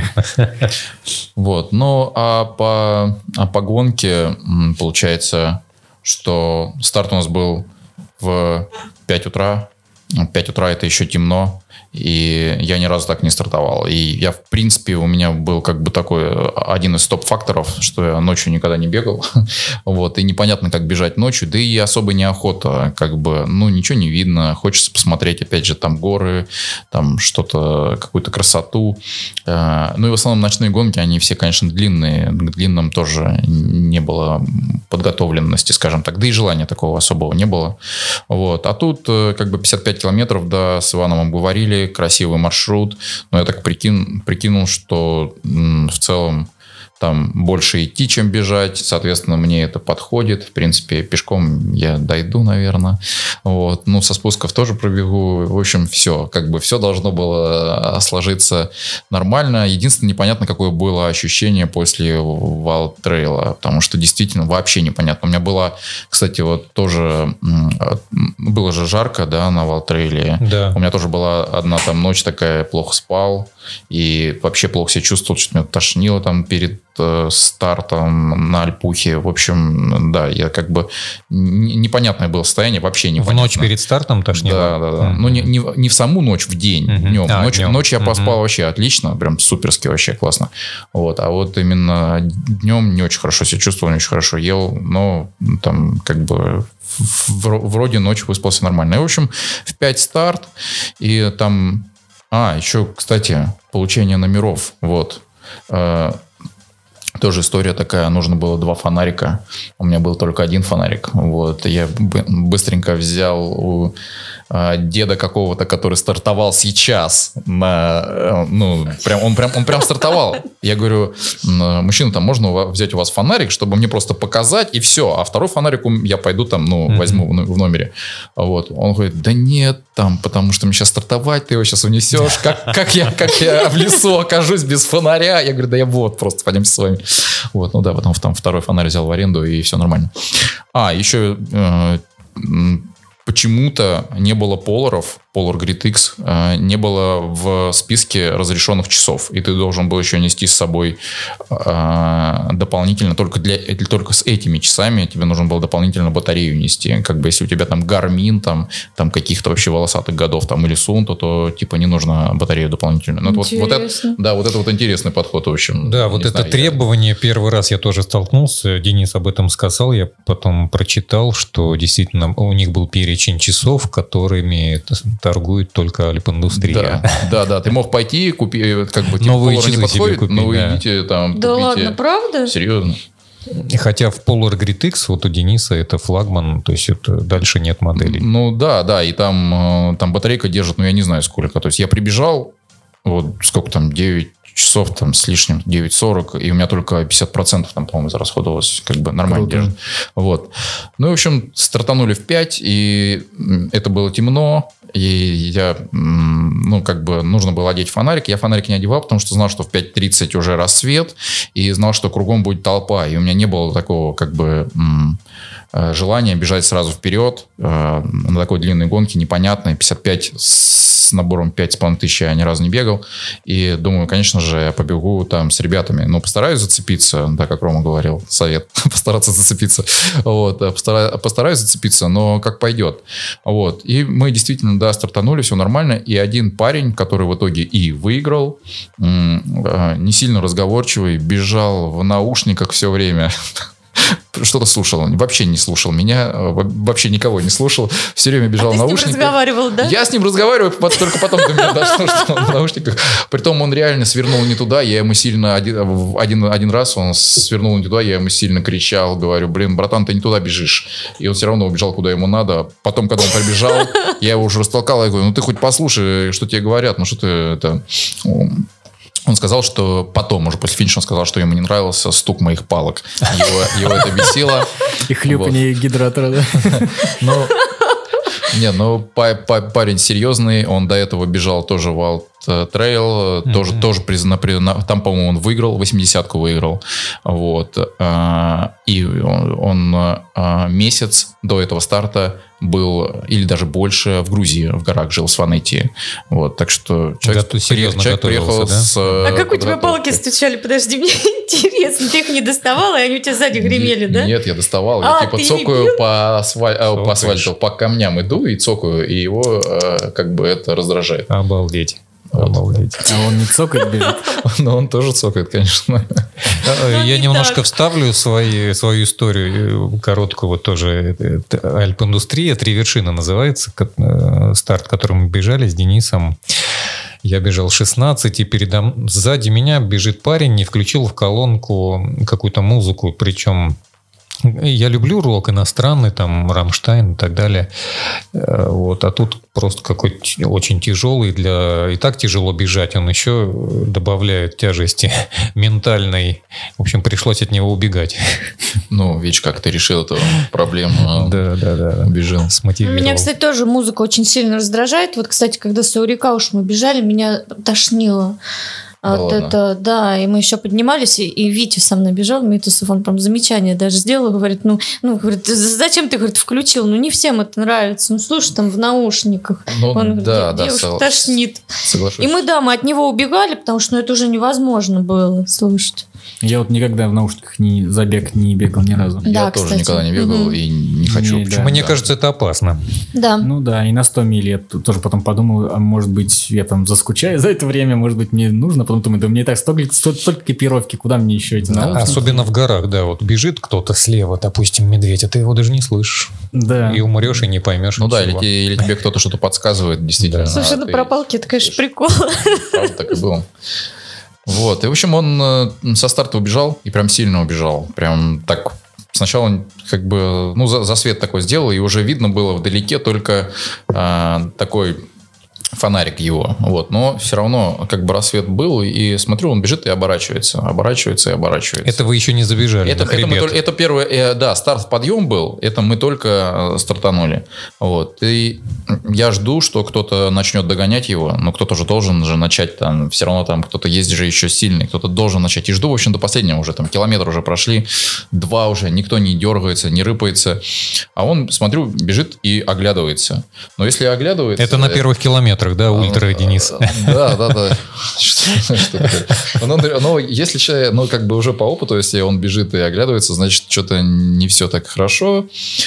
Вот. Ну, а по, а по гонке получается, что старт у нас был в пять утра. пять утра это еще темно. И я ни разу так не стартовал. И я, в принципе, у меня был как бы такой один из топ-факторов, что я ночью никогда не бегал. Вот. И непонятно, как бежать ночью. Да и особо неохота. Как бы, ну, ничего не видно. Хочется посмотреть, опять же, там горы, там что-то, какую-то красоту. Ну и в основном ночные гонки, они все, конечно, длинные. К длинным тоже не было подготовленности, скажем так. Да и желания такого особого не было. Вот. А тут как бы пятьдесят пять километров, да, с Ивановым говорили, красивый маршрут, но я так прикин, прикинул, что м, в целом там больше идти, чем бежать. Соответственно, мне это подходит. В принципе, пешком я дойду, наверное. Вот. Ну, со спусков тоже пробегу. В общем, все. Как бы все должно было сложиться нормально. Единственное, непонятно, какое было ощущение после валтрейла. Потому что действительно вообще непонятно. У меня было, кстати, вот тоже... Было же жарко, да, на валтрейле. Да. У меня тоже была одна там ночь такая, плохо спал. И вообще плохо себя чувствовал, что-то меня тошнило там перед э, стартом на Альпухе. В общем, да, я как бы... Непонятное было состояние, вообще непонятно. В ночь перед стартом тошнило? Да, да, да. Mm-hmm. Ну, не, не, не в саму ночь, в день, mm-hmm. днем. А, ночь, днем. Ночь я поспал mm-hmm. вообще отлично, прям суперски вообще классно. Вот. А вот именно днем не очень хорошо себя чувствовал, не очень хорошо ел, но там как бы... Вроде ночью выспался нормально. И, в общем, в пять старт, и там... А, еще, кстати, получение номеров. Вот. Э, тоже история такая. Нужно было два фонарика. У меня был только один фонарик. Вот. Я быстренько взял у э, деда какого-то, который стартовал сейчас. На, э, ну, прям, он, прям, он прям стартовал. Я говорю, мужчина, там можно взять у вас фонарик, чтобы мне просто показать, и все. А второй фонарик я пойду там, ну, mm-hmm. возьму в номере. Вот. Он говорит, да нет, там, потому что мне сейчас стартовать, ты его сейчас унесешь. Как, как, я, как я в лесу окажусь без фонаря? Я говорю, да я вот, просто пойдемте с вами. Вот, ну да, потом там второй фонарь взял в аренду, и все нормально. А, еще э, почему-то не было поларов, Polar Grid X, э, не было в списке разрешенных часов. И ты должен был еще нести с собой э, дополнительно, только, для, только с этими часами тебе нужно было дополнительно батарею нести. Как бы если у тебя там Garmin, там, там каких-то вообще волосатых годов, там или Suunto, то типа не нужно батарею дополнительную. Ну, вот, вот это, да, вот это вот интересный подход, в общем. Да, вот это знаю, требование, я... первый раз я тоже столкнулся, Денис об этом сказал, я потом прочитал, что действительно у них был перечень часов, которыми торгует только Альпиндустрия. Да, да, да. Ты мог пойти, купить, как бы, типа, новые часы не подходит, купить, но вы да. идите там, да купите. Ладно, правда? Серьезно. Хотя в Polar Grid X вот у Дениса это флагман, то есть это дальше нет моделей. Ну да, да, и там, там батарейка держит, ну я не знаю сколько. То есть я прибежал, вот сколько там, девять часов там с лишним, девять сорок, и у меня только пятьдесят процентов там, по-моему, зарасходовалось, как бы нормально Круто. держит. Вот. Ну, в общем, стартанули в пять, и это было темно, и я, ну, как бы нужно было одеть фонарик. Я фонарик не одевал, потому что знал, что в пять тридцать уже рассвет, и знал, что кругом будет толпа, и у меня не было такого, как бы, желания бежать сразу вперед на такой длинной гонке, непонятной, пятьдесят пять с набором пять с половиной тысяч я ни разу не бегал, и думаю, конечно же, я побегу там с ребятами, но постараюсь зацепиться, да, как Рома говорил, совет, постараться зацепиться, вот, постараюсь, постараюсь зацепиться, но как пойдет, вот, и мы действительно, да, стартанули, все нормально, и один парень, который в итоге и выиграл, не сильно разговорчивый, бежал в наушниках все время, что-то слушал, вообще не слушал меня, вообще никого не слушал, все время бежал а в наушниках. Ты с ним разговаривал, да? Я с ним разговариваю, только потом до меня дошло, что он в наушниках. Притом он реально свернул не туда, я ему сильно, один, один, один раз он свернул не туда, я ему сильно кричал, говорю, блин, братан, ты не туда бежишь. И он все равно убежал, куда ему надо. Потом, когда он прибежал, я его уже растолкал, я говорю, ну ты хоть послушай, что тебе говорят, ну что ты это... Он сказал, что потом, уже после финиша, он сказал, что ему не нравился стук моих палок. Его, его это бесило. И хлюпанье вот. Гидратора, да? Ну, не, ну парень серьезный. Он до этого бежал тоже в Wild Trail. Mm-hmm. Тоже, тоже признан, там, по-моему, он выиграл, восьмидесятку выиграл. Вот. И он, он месяц до этого старта был, или даже больше, в Грузии, в горах жил, с Фанетии. Вот, так что человек, да, серьезно человек приехал да? с... А как у тебя палки стучали? Подожди, мне интересно. Ты их не доставала, и они у тебя сзади гремели, да? Нет, я доставал. А, я типа цокаю по, асфаль... по асфальту, по камням иду и цокаю, и его как бы это раздражает. Обалдеть. Обалдеть. А он не цокает, бежит? Но он тоже цокает, конечно. Я немножко вставлю свои, свою историю, короткую, вот тоже. Альпиндустрия, «Три вершины» называется, старт, который мы бежали с Денисом. Я бежал шестнадцать, и передо... сзади меня бежит парень, не включил в колонку какую-то музыку, причем Я люблю рок иностранный, там, Рамштайн и так далее. Вот. А тут просто какой-то очень тяжелый. Для... И так тяжело бежать. Он еще добавляет тяжести ментальной. В общем, пришлось от него убегать. Ну, видишь, как ты решил эту проблему. Да, да, да. Убежал. Смотивировал. Меня, кстати, тоже музыка очень сильно раздражает. Вот, кстати, когда с Аурика уж мы бежали, меня тошнило. Да, вот это, да, и мы еще поднимались, и, и Витя со мной бежал, Митусов, он прям замечание даже сделал, говорит, ну, ну, говорит, зачем ты, говорит, включил, ну, не всем это нравится, ну, слушай, там в наушниках, ну, он да, говорит, да, девушка согла- тошнит. Соглашусь. И мы, да, мы от него убегали, потому что, ну, это уже невозможно было слушать. Я вот никогда в наушниках ни забег не бегал ни разу. Я Да, тоже кстати. никогда не бегал Угу. и не хочу. Не, да. Мне Да. кажется, это опасно. Да. Ну да, и на сто миль я т- тоже потом подумал, а может быть, я там заскучаю за это время, может быть, мне нужно, потом думаю, да мне и так столько, столько, столько экипировки, куда мне еще эти наушники? Особенно в горах, да, вот бежит кто-то слева, допустим, медведь, а ты его даже не слышишь. Да. И умрешь, и не поймешь. Ну да, или, ничего. те- или тебе кто-то что-то подсказывает, действительно. Слушай, а ну ты- про палки это, конечно, прикол. Правда, так и было. Вот. И, в общем, он э, со старта убежал, и прям сильно убежал. Прям так... Сначала он как бы, ну, за- засвет такой сделал, и уже видно было вдалеке только э, такой фонарик его. Вот. Но все равно как бы рассвет был, и смотрю, он бежит и оборачивается. Оборачивается и оборачивается. Это вы еще не забежали Это, на это, мы хребет. только- это первое, э, да, старт подъем был, это мы только э, стартанули. Вот. И я жду, что кто-то начнет догонять его, но кто-то же должен же начать, там, все равно там кто-то есть же еще сильный, кто-то должен начать. И жду, в общем, до последнего уже, там, километр уже прошли, два уже, никто не дергается, не рыпается. А он, смотрю, бежит и оглядывается. Но если оглядывается... Это на первых километрах, да, ультра, Денис? Да, да, да. Что- что такое? Ну, ну, если человек, ну, как бы уже по опыту, если он бежит и оглядывается, значит, что-то не все так хорошо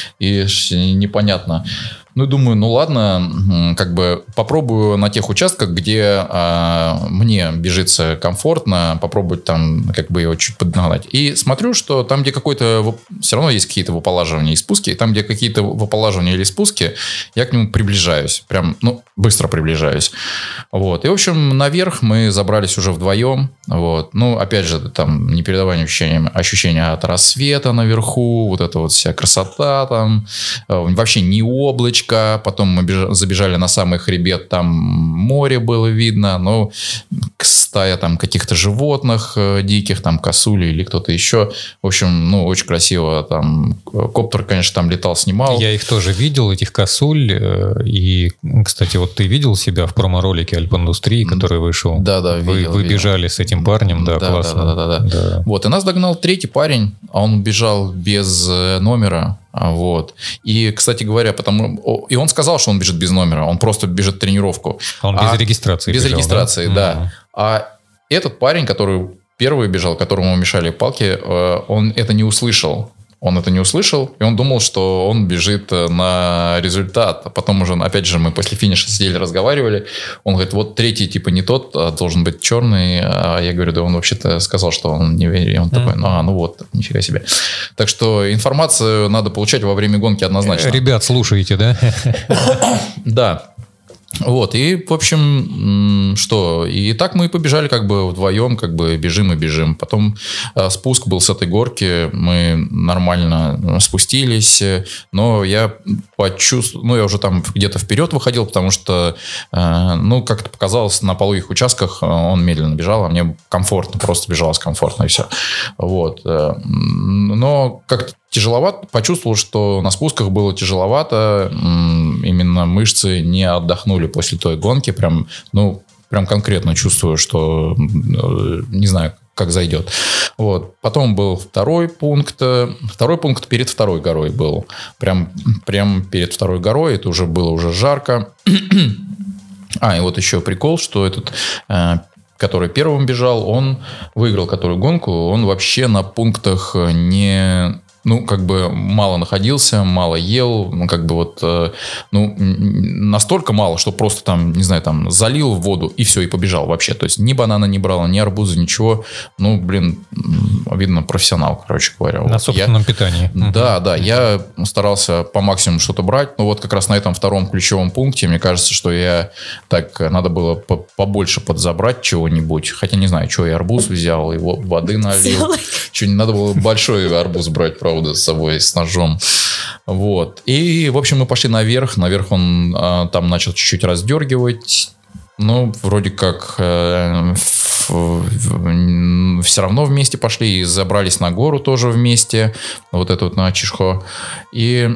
и ш- непонятно. Ну, и думаю, ну, ладно, м, как бы попробую на тех участках, где а, мне бежится комфортно, попробовать там как бы его чуть поднагнать. И смотрю, что там, где какой-то... вып- Все равно есть какие-то выполаживания и спуски, и там, где какие-то выполаживания или спуски, я к нему приближаюсь. Прям, ну, быстро приближаюсь. Вот. И, в общем, наверх мы забрались уже вдвоем. Вот. Ну, опять же, там непередаваемые ощущения, ощущения от рассвета наверху, вот эта вот вся красота там, э, вообще не облачко. Потом мы беж- забежали на самый хребет, там море было видно, ну, стая там каких-то животных э, диких, там косули или кто-то еще. В общем, ну, очень красиво. Там коптер, конечно, там летал, снимал. Я их тоже видел, этих косуль. э, И, кстати, вот ты видел себя в промо-ролике Альпиндустрии, который вышел? Да, да, Вы, видел, вы видел. бежали с этим парнем, да, Да, классно. да, да, да, да. Вот, и нас догнал третий парень, а он бежал без э, номера. А, Вот. И, кстати говоря, потому о, и он сказал, что он бежит без номера, он просто бежит тренировку. Он А- без регистрации Без бежал, регистрации, да? да. Мгм. А этот парень, который первый бежал, которому мешали палки, э, он это не услышал. Он это не услышал, и он думал, что он бежит э, на результат. А потом уже, опять же, мы после финиша сидели, разговаривали. Он говорит, вот третий типа не тот, а должен быть черный. А я говорю, да он вообще-то сказал, что он не верит. И он такой, ну, а, ну вот, нифига себе. Так что информацию надо получать во время гонки однозначно. Ребят, слушаете, да? Да. Вот, и, в общем, м, что, и так мы и побежали как бы вдвоем, как бы бежим и бежим. Потом э, спуск был с этой горки, мы нормально спустились, э, но я почувствовал, ну, я уже там где-то вперед выходил, потому что, э, ну, как-то показалось, на пологих участках э, он медленно бежал, а мне комфортно, просто бежалось комфортно, и все. Вот. э, Но как-то тяжеловато, почувствовал, что на спусках было тяжеловато, м, именно мышцы не отдохнули после той гонки, прям, ну, прям конкретно чувствую, что, э, не знаю, как зайдет. Вот. Потом был второй пункт, э, второй пункт перед второй горой был, прям, прям перед второй горой, это уже было уже жарко. А, и вот еще прикол, что этот... э, который первым бежал, он выиграл которую гонку, он вообще на пунктах не... Ну, как бы мало находился, мало ел, ну, как бы вот, э, ну, м, настолько мало, что просто там, не знаю, там, залил в воду и все, и побежал вообще. То есть ни банана не брал, ни арбуза, ничего. Ну, блин, м, видно, профессионал, короче говоря. На Вот. собственном Я- питании. Да, да, я старался по максимуму что-то брать, но вот как раз на этом втором ключевом пункте, мне кажется, что я так, надо было по- побольше подзабрать чего-нибудь. Хотя не знаю, что я арбуз взял, его воды налил. Что, не надо было большой арбуз брать, правда, с собой, с ножом. Вот. И, в общем, мы пошли наверх. Наверх он а, там начал чуть-чуть раздергивать. Ну, вроде как э, в, в, все равно вместе пошли и забрались на гору тоже вместе. Вот это вот на Чишхо. И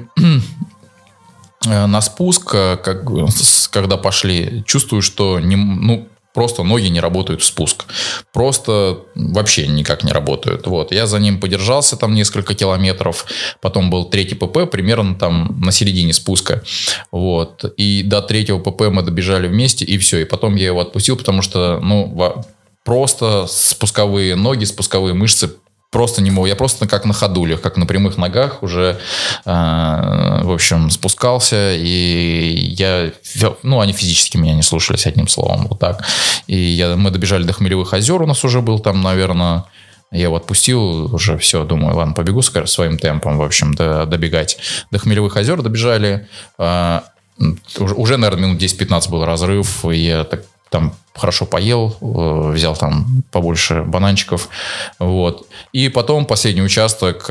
на спуск, как, когда пошли, чувствую, что не, ну, просто ноги не работают в спуск. Просто вообще никак не работают. Вот. Я за ним подержался там несколько километров. Потом был третий ПП, примерно там на середине спуска. Вот. И до третьего ПП мы добежали вместе, и все. И потом я его отпустил, потому что, ну, просто спусковые ноги, спусковые мышцы просто не мог. Я просто как на ходулях, как на прямых ногах уже, э, в общем, спускался. И я... Ну, они физически меня не слушались, одним словом. Вот так. И я, мы добежали до Хмелевых озер. У нас уже был там, наверное... Я его отпустил, уже все, думаю, ладно, побегу своим темпом, в общем, до, добегать. До Хмелевых озер добежали. Э, уже, уже, наверное, минут десять-пятнадцать был разрыв. И я так там хорошо поел, взял там побольше бананчиков. Вот. И потом последний участок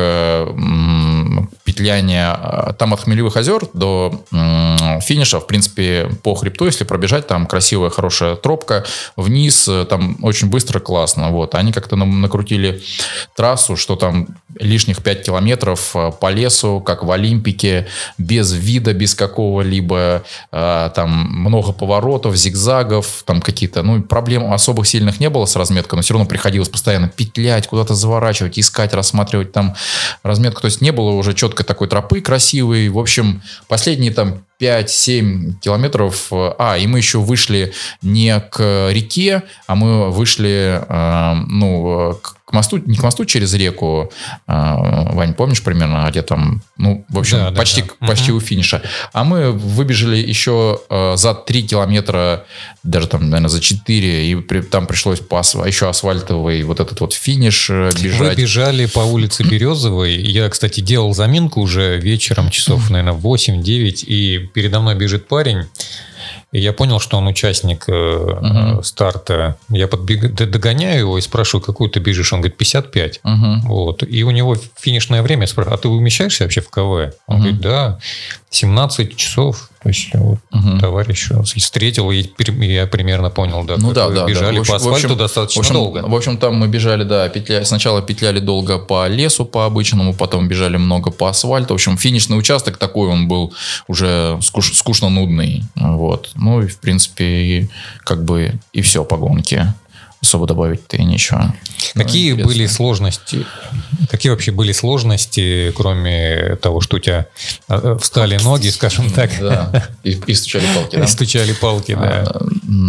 петляния. Там от Хмелевых озер до финиша, в принципе, по хребту, если пробежать, там красивая, хорошая тропка. Вниз, там очень быстро, классно. Вот. Они как-то накрутили трассу, что там лишних пять километров по лесу, как в Олимпике, без вида, без какого-либо. Там много поворотов, зигзагов, там какие-то, ну, проблем особых сильных не было с разметкой, но все равно приходилось постоянно петлять, куда-то заворачивать, искать, рассматривать там разметку. То есть не было уже четкой такой тропы красивой. В общем, последние там пять-семь километров. А, и мы еще вышли не к реке, а мы вышли, э, ну, к мосту, не к мосту, через реку. Э, Вань, помнишь примерно, где там, ну, в общем, да, почти, да, да. почти угу. у финиша. А мы выбежали еще э, за три километра, даже там, наверное, за четыре, и при, там пришлось по асф... еще асфальтовый вот этот вот финиш бежать. Вы бежали по улице Березовой. Я, кстати, делал заминку уже вечером, часов, наверное, восемь-девять, и передо мной бежит парень, и я понял, что он участник э, uh-huh. старта. Я подбег... догоняю его и спрашиваю, какую ты бежишь? Он говорит, пятьдесят пять. Uh-huh. Вот. И у него финишное время. Я спрашиваю, а ты умещаешься вообще в КВ? Он uh-huh. говорит, да, семнадцать часов. То есть вот, uh-huh. товарищ встретил, и я примерно понял, да, ну, да, да, бежали да. по асфальту в общем, достаточно в общем, долго. В общем, там мы бежали, да, петля... сначала петляли долго по лесу, по обычному, потом бежали много по асфальту. В общем, финишный участок такой, он был уже скуш... скучно-нудный. Вот. Ну и, в принципе, и, как бы и все по гонке. Особо добавить-то и ничего. Какие ну, были сложности? Какие вообще были сложности, кроме того, что у тебя встали ноги, скажем так? Да, и, и стучали палки, да? И стучали палки, да. А,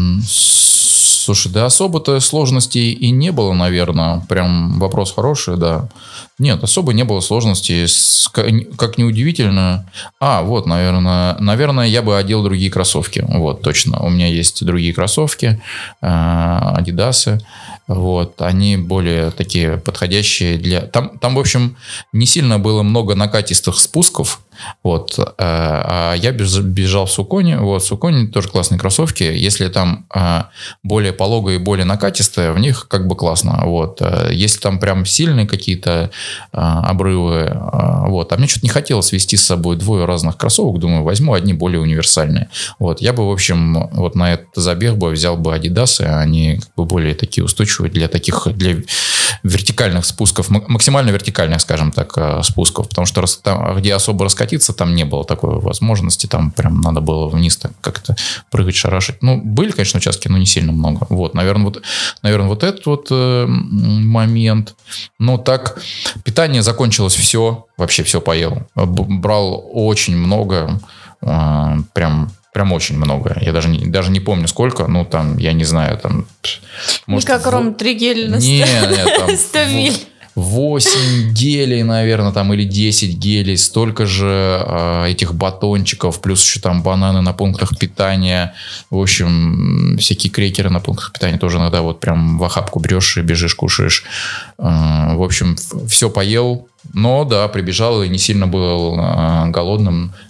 слушай, да особо-то сложностей и не было, наверное. Прям вопрос хороший, да. Нет, особо не было сложностей. Как неудивительно. А, вот, наверное, наверное, я бы одел другие кроссовки. Вот, точно. У меня есть другие кроссовки, Адидасы. Вот, они более такие подходящие для... Там, там, в общем, не сильно было много накатистых спусков. Вот, а я бежал в Суконе. Вот, в Суконе тоже классные кроссовки. Если там более пологое и более накатистое, в них как бы классно. Вот, если там прям сильные какие-то обрывы, вот, а мне что-то не хотелось вести с собой двое разных кроссовок. Думаю, возьму одни более универсальные. Вот, я бы, в общем, вот на этот забег бы взял бы Адидасы, они как бы более такие устойчивые для таких, для вертикальных спусков, максимально вертикальных, скажем так, спусков, потому что там, где особо раскатиться, там не было такой возможности, там прям надо было вниз так как-то прыгать, шарашить. Ну, были, конечно, участки, но не сильно много. Вот, наверное, вот, наверное, вот этот вот э, момент. Но так, питание закончилось все, вообще все поел. Брал очень много, э, прям Прям очень много. Я даже не, даже не помню сколько. Ну, там, я не знаю, там... Может, не как в... ром три геля на не, не, там, сто миль. восемь гелей, наверное, там, или десять гелей. Столько же э, этих батончиков. Плюс еще там бананы на пунктах питания. В общем, всякие крекеры на пунктах питания тоже иногда вот прям в охапку берешь и бежишь, кушаешь. Э, в общем, все поел. Но, да, прибежал и не сильно был э, голодным.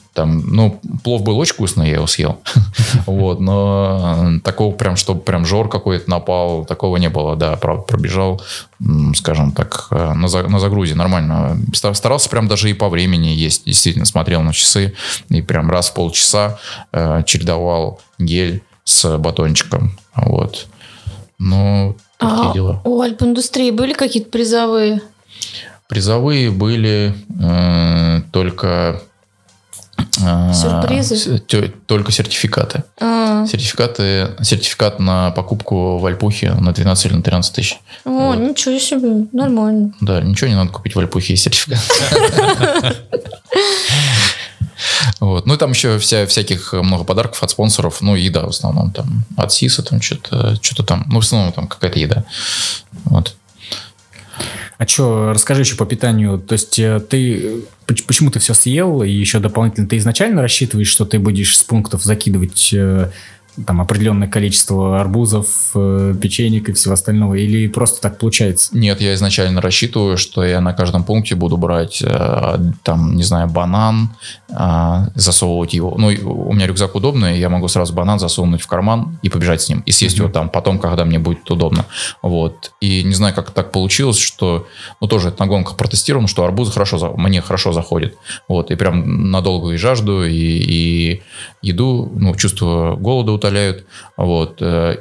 там, ну, плов был очень вкусный, я его съел. Вот, но такого прям, чтобы прям жор какой-то напал, такого не было, да, правда, пробежал, скажем так, на загрузе нормально. Старался прям даже и по времени есть, действительно, смотрел на часы и прям раз в полчаса чередовал гель с батончиком, вот. Ну, такие а дела. У Альпиндустрии были какие-то призовые? Призовые были э, только... Э, Сюрпризы? Т- только сертификаты. А. Сертификаты. Сертификат на покупку в Альпухе на двенадцать или на тринадцать тысяч. О, вот. Ничего себе, нормально. Да, ничего не надо купить в Альпухе, есть сертификат. Вот. Ну и там еще вся, всяких много подарков от спонсоров. Ну, еда в основном там. От СИСа там что-то, что-то там. Ну, в основном там какая-то еда. Вот. А что, расскажи еще по питанию. То есть ты... Почему ты все съел? И еще дополнительно ты изначально рассчитываешь, что ты будешь с пунктов закидывать... там определенное количество арбузов, печенек и всего остального, или просто так получается? Нет, я изначально рассчитываю, что я на каждом пункте буду брать, там, не знаю, банан, засовывать его. Ну, у меня рюкзак удобный, я могу сразу банан засунуть в карман и побежать с ним, и съесть mm-hmm. его там потом, когда мне будет удобно. Вот. И не знаю, как так получилось, что, ну, тоже это на гонках протестировано, что арбузы хорошо, мне хорошо заходят. Вот. И прям надолго и жажду, и, и еду, ну, чувство голода утоляют. Вот.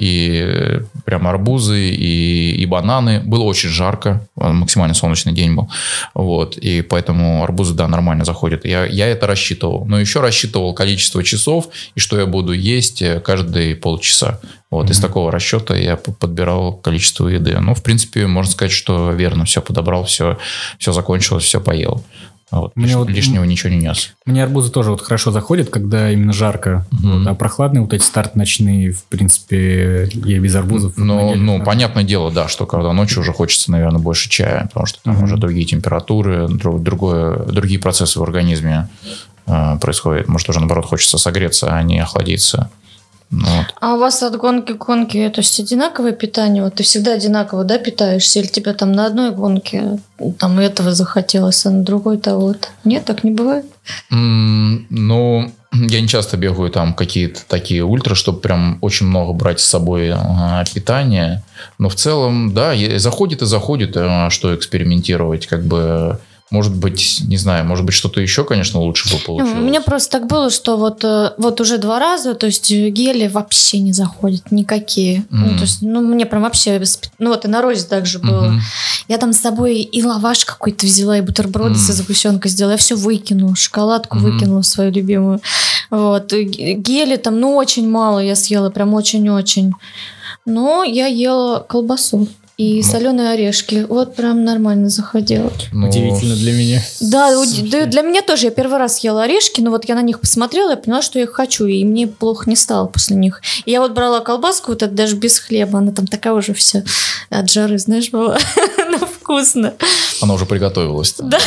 И прям арбузы, и, и бананы. Было очень жарко, максимально солнечный день был. Вот. И поэтому арбузы, да, нормально заходят. Я, я это рассчитывал. Но еще рассчитывал количество часов, и что я буду есть каждые полчаса. Вот. Mm-hmm. Из такого расчета я подбирал количество еды. Ну, в принципе, можно сказать, что верно все подобрал, все, все закончилось, все поел. Вот. Лиш, вот, лишнего ничего не нес. Мне арбузы тоже вот хорошо заходят, когда именно жарко. Mm-hmm. Вот, а прохладные вот эти старты ночные, в принципе, я без арбузов. Ну, ну понятное дело, да, что когда ночью уже хочется, наверное, больше чая, потому что там mm-hmm. уже другие температуры, друг, другое, другие процессы в организме э, происходят. Может, уже, наоборот, хочется согреться, а не охладиться. Вот. А у вас от гонки к гонке, то есть одинаковое питание? Вот ты всегда одинаково, да, питаешься? Или тебе там на одной гонке там этого захотелось, а на другой того-то? Нет, так не бывает? Mm, ну, я не часто бегаю там какие-то такие ультра, чтобы прям очень много брать с собой а, питания. Но в целом, да, заходит и заходит, а, что экспериментировать, как бы... Может быть, не знаю, может быть, что-то еще, конечно, лучше бы получилось. У меня просто так было, что вот, вот уже два раза, то есть гели вообще не заходят, никакие. Mm. Ну, то есть, ну, мне прям вообще... Ну, вот и на Розе также было. Mm-hmm. Я там с собой и лаваш какой-то взяла, и бутерброды mm. со сгущенкой сделала. Я все выкинула, шоколадку mm-hmm. выкинула свою любимую. Вот. Гели там, ну, очень мало я съела, прям очень-очень. Но я ела колбасу. И ну. соленые орешки. Вот прям нормально заходило. Ну, удивительно для меня. Да, да, для меня тоже. Я первый раз ела орешки, но вот я на них посмотрела, я поняла, что я их хочу, и мне плохо не стало после них. И я вот брала колбаску, вот это даже без хлеба, она там такая уже вся от жары, знаешь, была. Она вкусно. Она уже приготовилась. Да.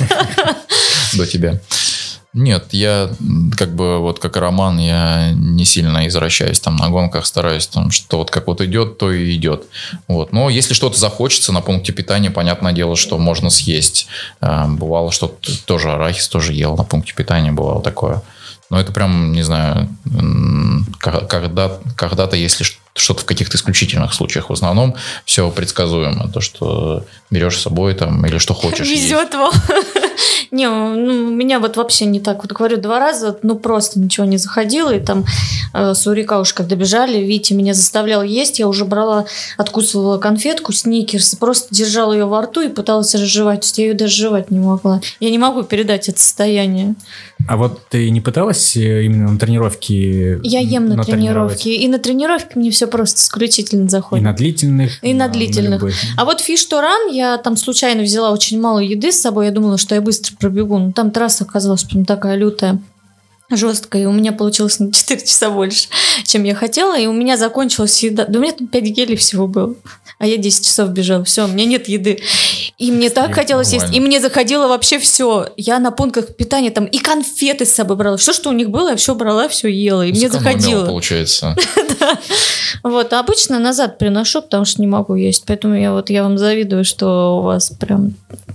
До тебя. Нет, я как бы вот как и Роман, я не сильно извращаюсь там на гонках, стараюсь там, что вот как вот идет, то и идет. Вот. Но если что-то захочется на пункте питания, понятное дело, что можно съесть. Бывало, что тоже арахис тоже ел на пункте питания, бывало такое. Но это прям, не знаю, когда, когда-то, если что-то в каких-то исключительных случаях, в основном все предсказуемо. То, что берешь с собой там или что хочешь. Везет вам. Не, ну, у меня вот вообще не так. Вот говорю, два раза, ну, просто ничего не заходило. И там э, с Урика уж когда бежали, Витя меня заставлял есть. Я уже брала, откусывала конфетку, сникерс, просто держала ее во рту и пыталась разжевать. То есть я ее даже жевать не могла. Я не могу передать это состояние. А вот ты не пыталась именно на тренировке? Я ем на тренировке. И на тренировке мне все просто исключительно заходит. И на длительных? И на, на длительных. На а вот фиш то ран я там случайно взяла очень мало еды с собой. Я думала, что я быстро пробегу. Но там трасса оказалась прям такая лютая, жесткая. И у меня получилось на четыре часа больше, чем я хотела. И у меня закончилась еда. Да у меня там пять гелей всего было. А я десять часов бежала. Все, у меня нет еды. И мне так и хотелось нормально. Есть. И мне заходило вообще все. Я на пунктах питания там и конфеты с собой брала. Все, что у них было, я все брала, все ела. И мне заходило. Получается. Вот. А обычно назад приношу, потому что не могу есть. Поэтому я вот я вам завидую, что у вас прям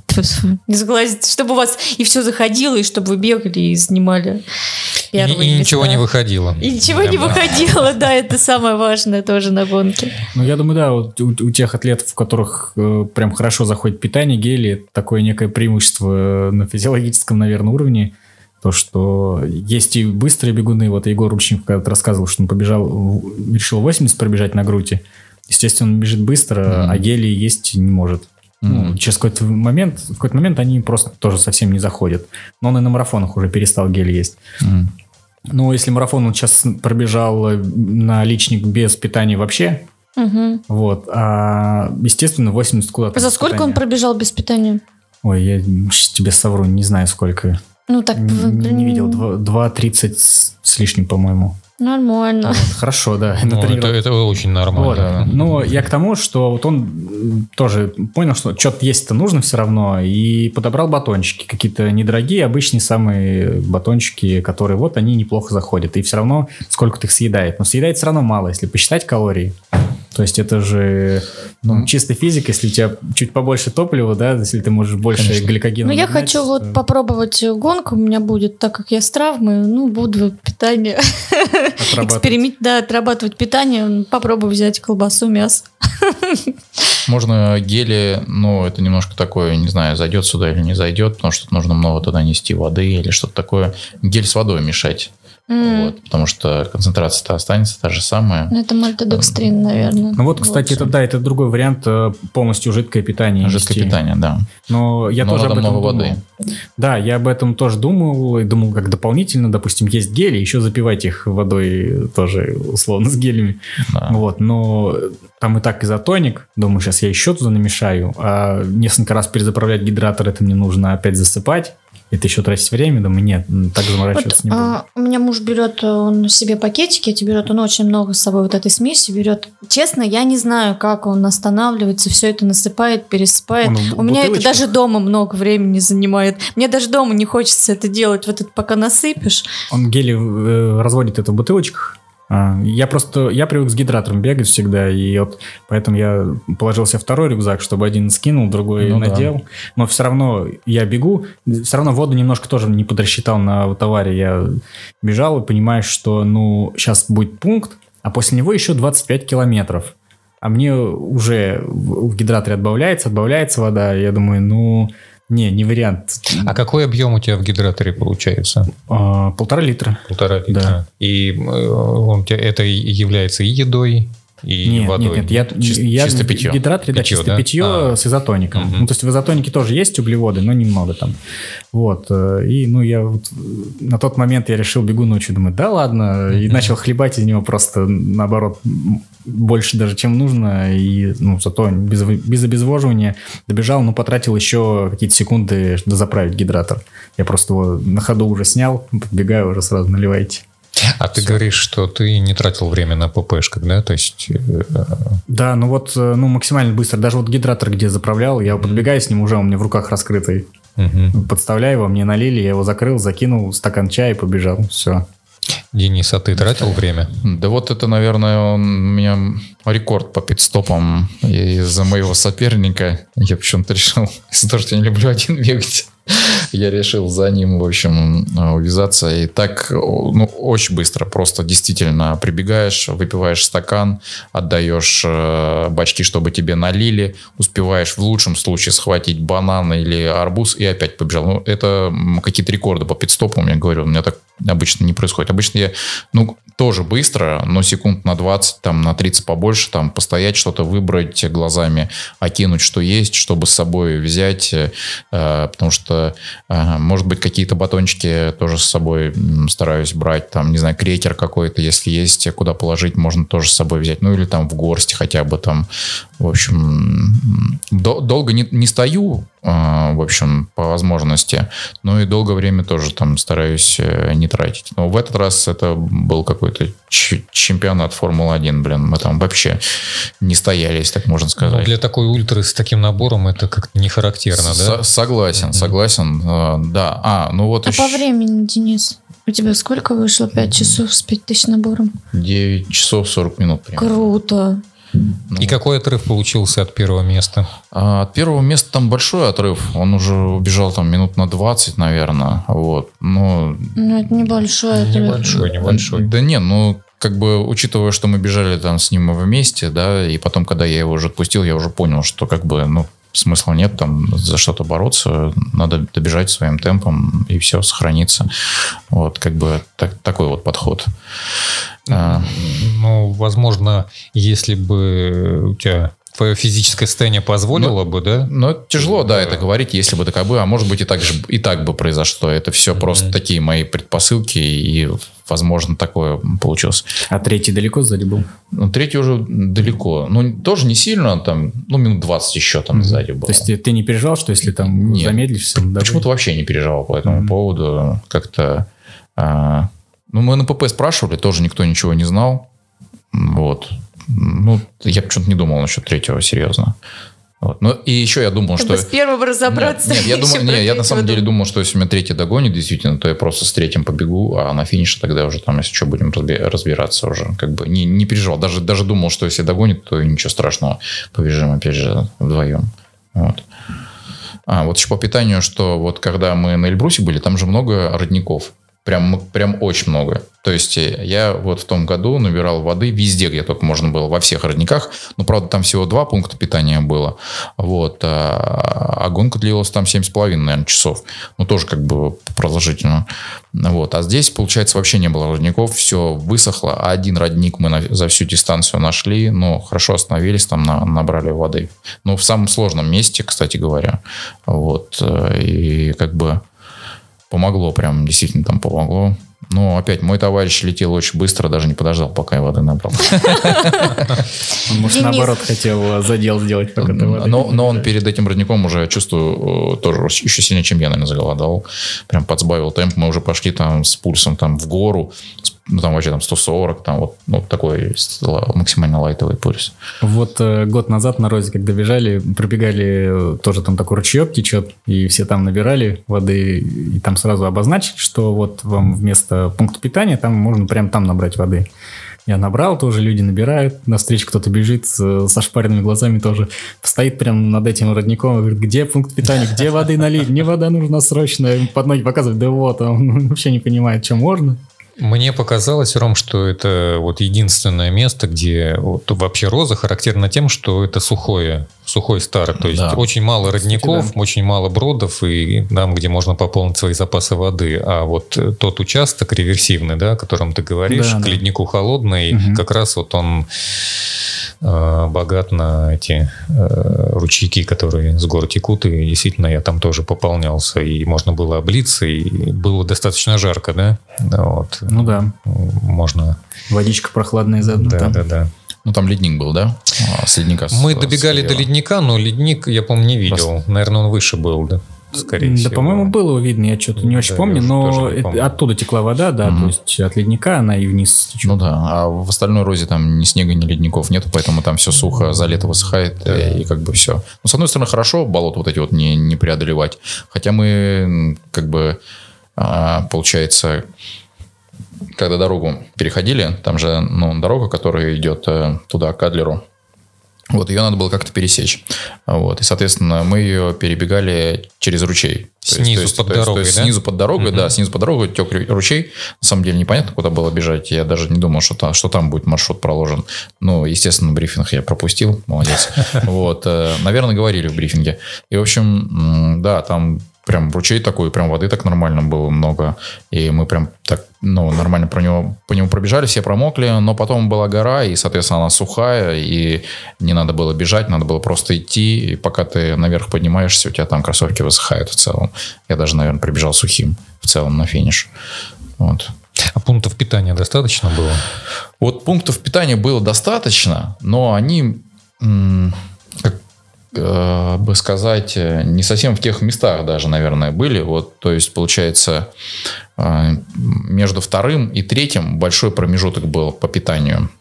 Не сглазить, чтобы у вас и все заходило, и чтобы вы бегали и занимали первые И, и места. ничего не выходило. И ничего не выходило, да, это самое важное тоже на гонке. Ну, я думаю, да, вот у, у тех атлетов, у которых э, прям хорошо заходит питание, гели, такое некое преимущество на физиологическом, наверное, уровне, то, что есть и быстрые бегуны. Вот Егор Ручников когда-то рассказывал, что он побежал, решил восемьдесят пробежать на груди. Естественно, он бежит быстро, mm-hmm. а гели есть не может. Ну, через какой-то момент, в какой-то момент они просто тоже совсем не заходят. Но он и на марафонах уже перестал гель есть. Mm. Но если марафон он сейчас пробежал на личник без питания вообще, угу. вот, а, естественно, восемьдесят куда-то. За сколько питания. Он пробежал без питания? Ой, я сейчас тебе совру, не знаю сколько. Ну так... Не, не видел, два тридцать с лишним, по-моему. Нормально. Вот, хорошо, да. Ну, это, это очень нормально. Вот. Да. Но я к тому, что вот он тоже понял, что что-то есть-то нужно все равно, и подобрал батончики. Какие-то недорогие, обычные самые батончики, которые вот они неплохо заходят. И все равно сколько-то их съедает. Но съедает все равно мало, если посчитать калории. То есть это же ну, чисто физика, если у тебя чуть побольше топлива, да, если ты можешь больше Конечно. гликогена. Ну, я хочу то... вот попробовать гонку, у меня будет, так как я с травмой, ну, буду питание, эксперимент, да, отрабатывать питание, попробую взять колбасу, мясо. Можно гели, ну, это немножко такое, не знаю, зайдет сюда или не зайдет, потому что нужно много туда нести воды или что-то такое. Гель с водой мешать. Mm. Вот, потому что концентрация-то останется та же самая. Ну, это мальтодекстрин, наверное. Ну вот, кстати, это, да, это другой вариант, полностью жидкое питание. Жидкое нести. питание, да. Но я Но тоже об этом много думал. воды. Да, я об этом тоже думал, и думал, как дополнительно, допустим, есть гели, еще запивать их водой тоже, условно, с гелями. Да. Вот, но там и так изотоник, думаю, сейчас я еще туда намешаю, а несколько раз перезаправлять гидратор, это мне нужно опять засыпать. Это еще тратить время, думаю, нет, так заморачиваться вот, не буду. А, у меня муж берет, он себе пакетики эти берет, он очень много с собой вот этой смеси берет. Честно, я не знаю, как он останавливается, все это насыпает, пересыпает. Он у меня это даже дома много времени занимает. Мне даже дома не хочется это делать, вот это пока насыпешь. Он гели э, разводит это в бутылочках. Я просто, я привык с гидратором бегать всегда, и вот поэтому я положил себе второй рюкзак, чтобы один скинул, другой ну, надел. Да. Но все равно я бегу, все равно воду немножко тоже не подрасчитал на товаре. Я бежал и понимаю, что ну сейчас будет пункт, а после него еще двадцать пять километров. А мне уже в гидраторе отбавляется, отбавляется вода. Я думаю, ну... Не, не вариант. А какой объем у тебя в гидраторе получается? А, полтора литра. Полтора литра. Да. И он, это является и едой, и нет, водой? Нет, нет, я, Чис, я чисто питье. В гидраторе, да, чисто да? питье а. с изотоником. Угу. Ну, то есть в изотонике тоже есть углеводы, но немного там. Вот. И, ну, я вот на тот момент я решил, бегу ночью, думаю, да ладно, и угу. начал хлебать из него просто, наоборот, больше даже, чем нужно, и, ну, зато без, без обезвоживания добежал, но потратил еще какие-то секунды, чтобы заправить гидратор. Я просто его на ходу уже снял, подбегаю, уже сразу наливайте. А ты Все. говоришь, что ты не тратил время на ППшках, да? То есть... Да, ну вот, ну, максимально быстро. Даже вот гидратор, где заправлял, я подбегаю с ним, уже он у меня в руках раскрытый. Угу. Подставляю его, мне налили, я его закрыл, закинул, стакан чая и побежал. Все. Денис, а ты тратил время? Да вот это, наверное, он, у меня рекорд по пит-стопам из-за моего соперника. Я почему-то решил, из-за того, что я не люблю один бегать, я решил за ним, в общем, увязаться. И так, ну, очень быстро просто действительно прибегаешь, выпиваешь стакан, отдаешь бачки, чтобы тебе налили, успеваешь в лучшем случае схватить банан или арбуз и опять побежал. Ну, это какие-то рекорды по пит-стопам, я говорю, у меня так обычно не происходит. Обычно я, ну, тоже быстро, но секунд на двадцать, там, на тридцать побольше, там, постоять, что-то выбрать глазами, окинуть, что есть, чтобы с собой взять, э, потому что, э, может быть, какие-то батончики тоже с собой стараюсь брать, там, не знаю, крекер какой-то, если есть, куда положить, можно тоже с собой взять, ну, или там в горсти хотя бы там, в общем, до- долго не, не стою, э, в общем, по возможности, но и долгое время тоже там стараюсь э, не тратить. Но в этот раз это был какой-то ч- чемпионат Формулы один, блин, мы там вообще не стояли, если так можно сказать. Но для такой ультры с таким набором это как-то не характерно, С- да? Согласен, mm-hmm. согласен, э, да. А, ну вот а еще... по времени, Денис? У тебя сколько вышло? пять часов с пять тысяч набором? девять часов сорок минут примерно. Круто. И какой отрыв получился от первого места? А, от первого места там большой отрыв. Он уже убежал там минут на двадцать, наверное. Вот. Но... Ну, это небольшой отрыв. Небольшой, небольшой. Да не, ну, как бы, учитывая, что мы бежали там с ним вместе, да, и потом, когда я его уже отпустил, я уже понял, что, как бы, ну, смысла нет там за что-то бороться, надо добежать своим темпом и все, сохраниться. Вот, как бы, так, такой вот подход. Ну, возможно, если бы у тебя твое физическое состояние позволило ну, бы, да? Ну, это тяжело, да, это говорить, если бы так бы, а может быть и так же и так бы произошло. Это все mm-hmm. просто такие мои предпосылки, и, возможно, такое получилось. А третий далеко сзади был? Ну, третий уже далеко. Ну, тоже не сильно, там, ну, минут двадцать еще там mm-hmm. сзади было. То есть ты, ты не переживал, что если там Нет, замедлишься? Почему-то вообще не переживал по этому mm-hmm. поводу. Как-то... А, ну, мы на ПП спрашивали, тоже никто ничего не знал. Вот. Ну, я почему-то не думал насчет третьего, серьезно. Вот. Ну, и еще я думал, что... С первым разобраться. Нет, нет, я, думал, нет я на самом деле думал, что если меня третий догонит, действительно, то я просто с третьим побегу, а на финише тогда уже там, если что, будем разбираться уже. Как бы не, не переживал. Даже, даже думал, что если догонит, то ничего страшного. Побежим, опять же, вдвоем. Вот. А, вот еще по питанию, что вот когда мы на Эльбрусе были, там же много родников. Прям, прям очень много. То есть я вот в том году набирал воды везде, где только можно было, во всех родниках. Но, правда, там всего два пункта питания было. Вот. А, а гонка длилась там семь с половиной, наверное, часов. Ну, тоже как бы продолжительно. Вот. А здесь, получается, вообще не было родников. Все высохло. А один родник мы на, за всю дистанцию нашли. Ну, хорошо остановились, там на, набрали воды. Ну, в самом сложном месте, кстати говоря. Вот. И как бы... Помогло, прям действительно там помогло. Но опять, мой товарищ летел очень быстро, даже не подождал, пока я воды набрал. Может, наоборот, хотел задел сделать, пока ты воды. Но он перед этим родником уже, чувствую, тоже еще сильнее, чем я, наверное, заголодал. Прям подсбавил темп. Мы уже пошли там с пульсом там в гору. Ну, там вообще там сто сорок, там вот ну, такой максимально лайтовый пульс. Вот э, год назад на Розе, когда бежали, пробегали, тоже там такой ручеек течет, и все там набирали воды, и там сразу обозначили, что вот вам вместо пункта питания там можно прям там набрать воды. Я набрал, тоже люди набирают, навстречу кто-то бежит с, со шпаренными глазами тоже, стоит прям над этим родником и говорит, где пункт питания, где воды налить, мне вода нужна срочно, под ноги показывает, да вот, он вообще не понимает, что можно. Мне показалось, Ром, что это вот единственное место, где вот вообще Роза характерна тем, что это сухое, сухой старт. То есть да. очень мало родников, Кстати, да. очень мало бродов, и там, где можно пополнить свои запасы воды. А вот тот участок реверсивный, да, о котором ты говоришь, да, к да. леднику холодный, угу. как раз вот он э, богат на эти э, ручейки, которые с гор текут. И действительно, я там тоже пополнялся, и можно было облиться, и было достаточно жарко, да? Вот. Ну да. Можно... Водичка прохладная заодно. Да, там. да, да. Ну, там ледник был, да? А, с ледника. Мы с, добегали с до ледника, но ледник, я, по-моему, не видел. Просто... Наверное, он выше был, да? Скорее да, всего. по-моему, было видно, я что-то не очень да, помню, но не помню. Оттуда текла вода, да, mm-hmm. то есть от ледника она и вниз течет. Ну да, а в остальной Розе там ни снега, ни ледников нету, поэтому там все сухо, за лето высыхает, да. и, и как бы все. Ну, с одной стороны, хорошо болото вот эти вот не, не преодолевать, хотя мы как бы, получается... Когда дорогу переходили, там же ну, дорога, которая идет э, туда, к Адлеру, вот, ее надо было как-то пересечь. Вот, и, соответственно, мы ее перебегали через ручей. Снизу есть, под то дорогой, есть, да? Снизу под дорогой, uh-huh. да, снизу под дорогой тек ручей. На самом деле непонятно, куда было бежать. Я даже не думал, что там, что там будет маршрут проложен. Ну, естественно, брифинг я пропустил. Молодец. Вот, наверное, говорили в брифинге. И, в общем, да, там... Прям ручей такой, прям воды так нормально было много. И мы прям так, ну, нормально про него, по нему пробежали, все промокли. Но потом была гора, и, соответственно, она сухая. И не надо было бежать, надо было просто идти. И пока ты наверх поднимаешься, у тебя там кроссовки высыхают в целом. Я даже, наверное, прибежал сухим в целом на финиш. Вот. А пунктов питания достаточно было? Вот пунктов питания было достаточно, но они... М- как бы сказать, не совсем в тех местах даже, наверное, были. Вот, то есть, получается, между вторым и третьим большой промежуток был по питанию.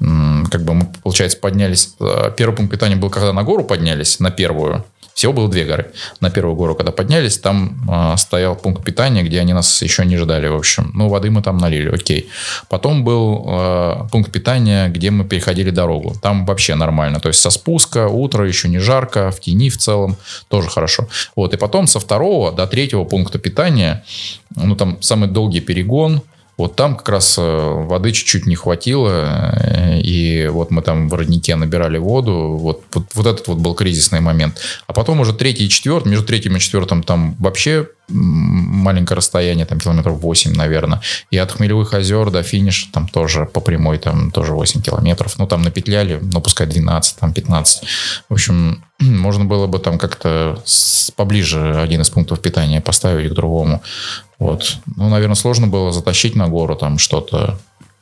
как бы мы, получается, поднялись. Первый пункт питания был, когда на гору поднялись, на первую. Всего было две горы. На первую гору, когда поднялись, там э, стоял пункт питания, где они нас еще не ждали, в общем. Ну, воды мы там налили, окей. Потом был э, пункт питания, где мы переходили дорогу. Там вообще нормально. То есть со спуска, утро, еще не жарко, в тени в целом, тоже хорошо. Вот. И потом со второго до третьего пункта питания, ну, там самый долгий перегон. Вот там как раз воды чуть-чуть не хватило, и вот мы там в роднике набирали воду, вот, вот, вот этот вот был кризисный момент. А потом уже третий и четвертый, между третьим и четвертым там вообще маленькое расстояние, там километров восемь, наверное. И от Хмелевых озер до финиша там тоже по прямой, там тоже восемь километров. Ну, там напетляли, ну, пускай двенадцать, там пятнадцать. В общем, можно было бы там как-то поближе один из пунктов питания поставить к другому. Вот. Ну, наверное, сложно было затащить на гору там что-то.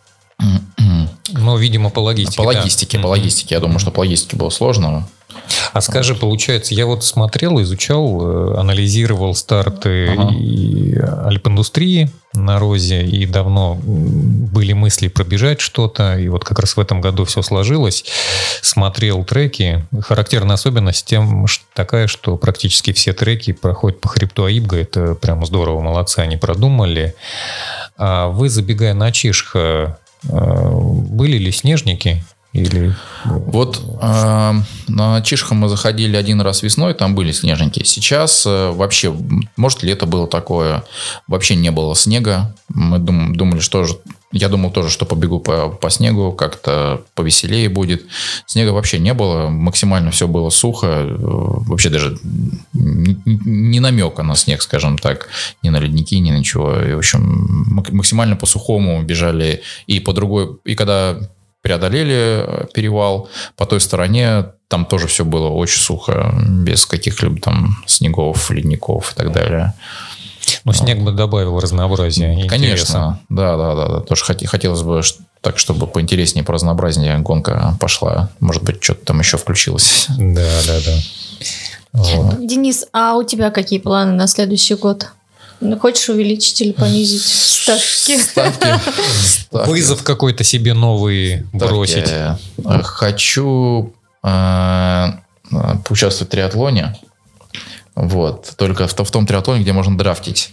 Ну, видимо, по логистике. По логистике, да. по логистике. Я думаю, что по логистике было сложно. А скажи, получается, я вот смотрел, изучал, анализировал старты ага. и альпиндустрии на Розе, и давно были мысли пробежать что-то, и вот как раз в этом году все сложилось. Смотрел треки. Характерная особенность тем что такая, что практически все треки проходят по хребту Аибга. Это прям здорово, молодцы, они продумали. А вы, забегая на Чишха, были ли снежники? Или... Вот э, на Чишха мы заходили один раз весной, там были снежники. Сейчас э, вообще, может, лето было такое, вообще не было снега. Мы дум, думали, что же... Я думал тоже, что побегу по, по снегу, как-то повеселее будет. Снега вообще не было, максимально все было сухо. Вообще даже ни, ни намека на снег, скажем так. Ни на ледники, ни на ничего. И, в общем, максимально по сухому бежали. И по другой... И когда... преодолели перевал, по той стороне там тоже все было очень сухо, без каких-либо там снегов, ледников и так далее. Но вот. Снег бы добавил разнообразия. Конечно, да, да, да, да. Тоже хотелось бы так, чтобы поинтереснее, по разнообразнее гонка пошла. Может быть, что-то там еще включилось. Да, да, да. Вот. Денис, а у тебя какие планы на следующий год? Хочешь увеличить или понизить ставки? Ставки. Ставки. Вызов какой-то себе новый бросить. Ставки. Хочу э, поучаствовать в триатлоне. Вот. Только в, в том триатлоне, где можно драфтить.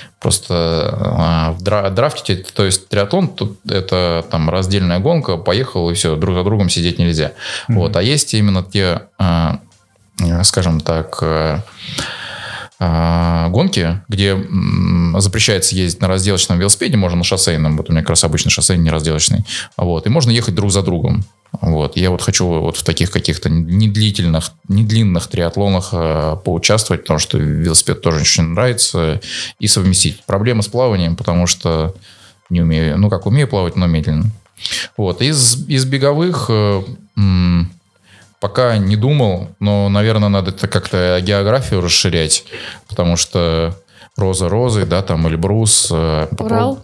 Просто э, дра, драфтить, то есть триатлон, тут это там раздельная гонка, поехал и все, друг за другом сидеть нельзя. Mm-hmm. Вот. А есть именно те, э, скажем так... Э, гонки, где м, запрещается ездить на разделочном велосипеде, можно на шоссейном, вот у меня как раз обычный шоссейный, не разделочный, вот, и можно ехать друг за другом. Вот. Я вот хочу вот в таких каких-то недлительных, недлинных триатлонах э, поучаствовать, потому что велосипед тоже очень нравится, и совместить. Проблема с плаванием, потому что не умею, ну как умею плавать, но медленно. Вот. Из, из беговых... Э, м, Пока не думал, но, наверное, надо это как-то географию расширять, потому что Роза розы, да, там Эльбрус. Урал?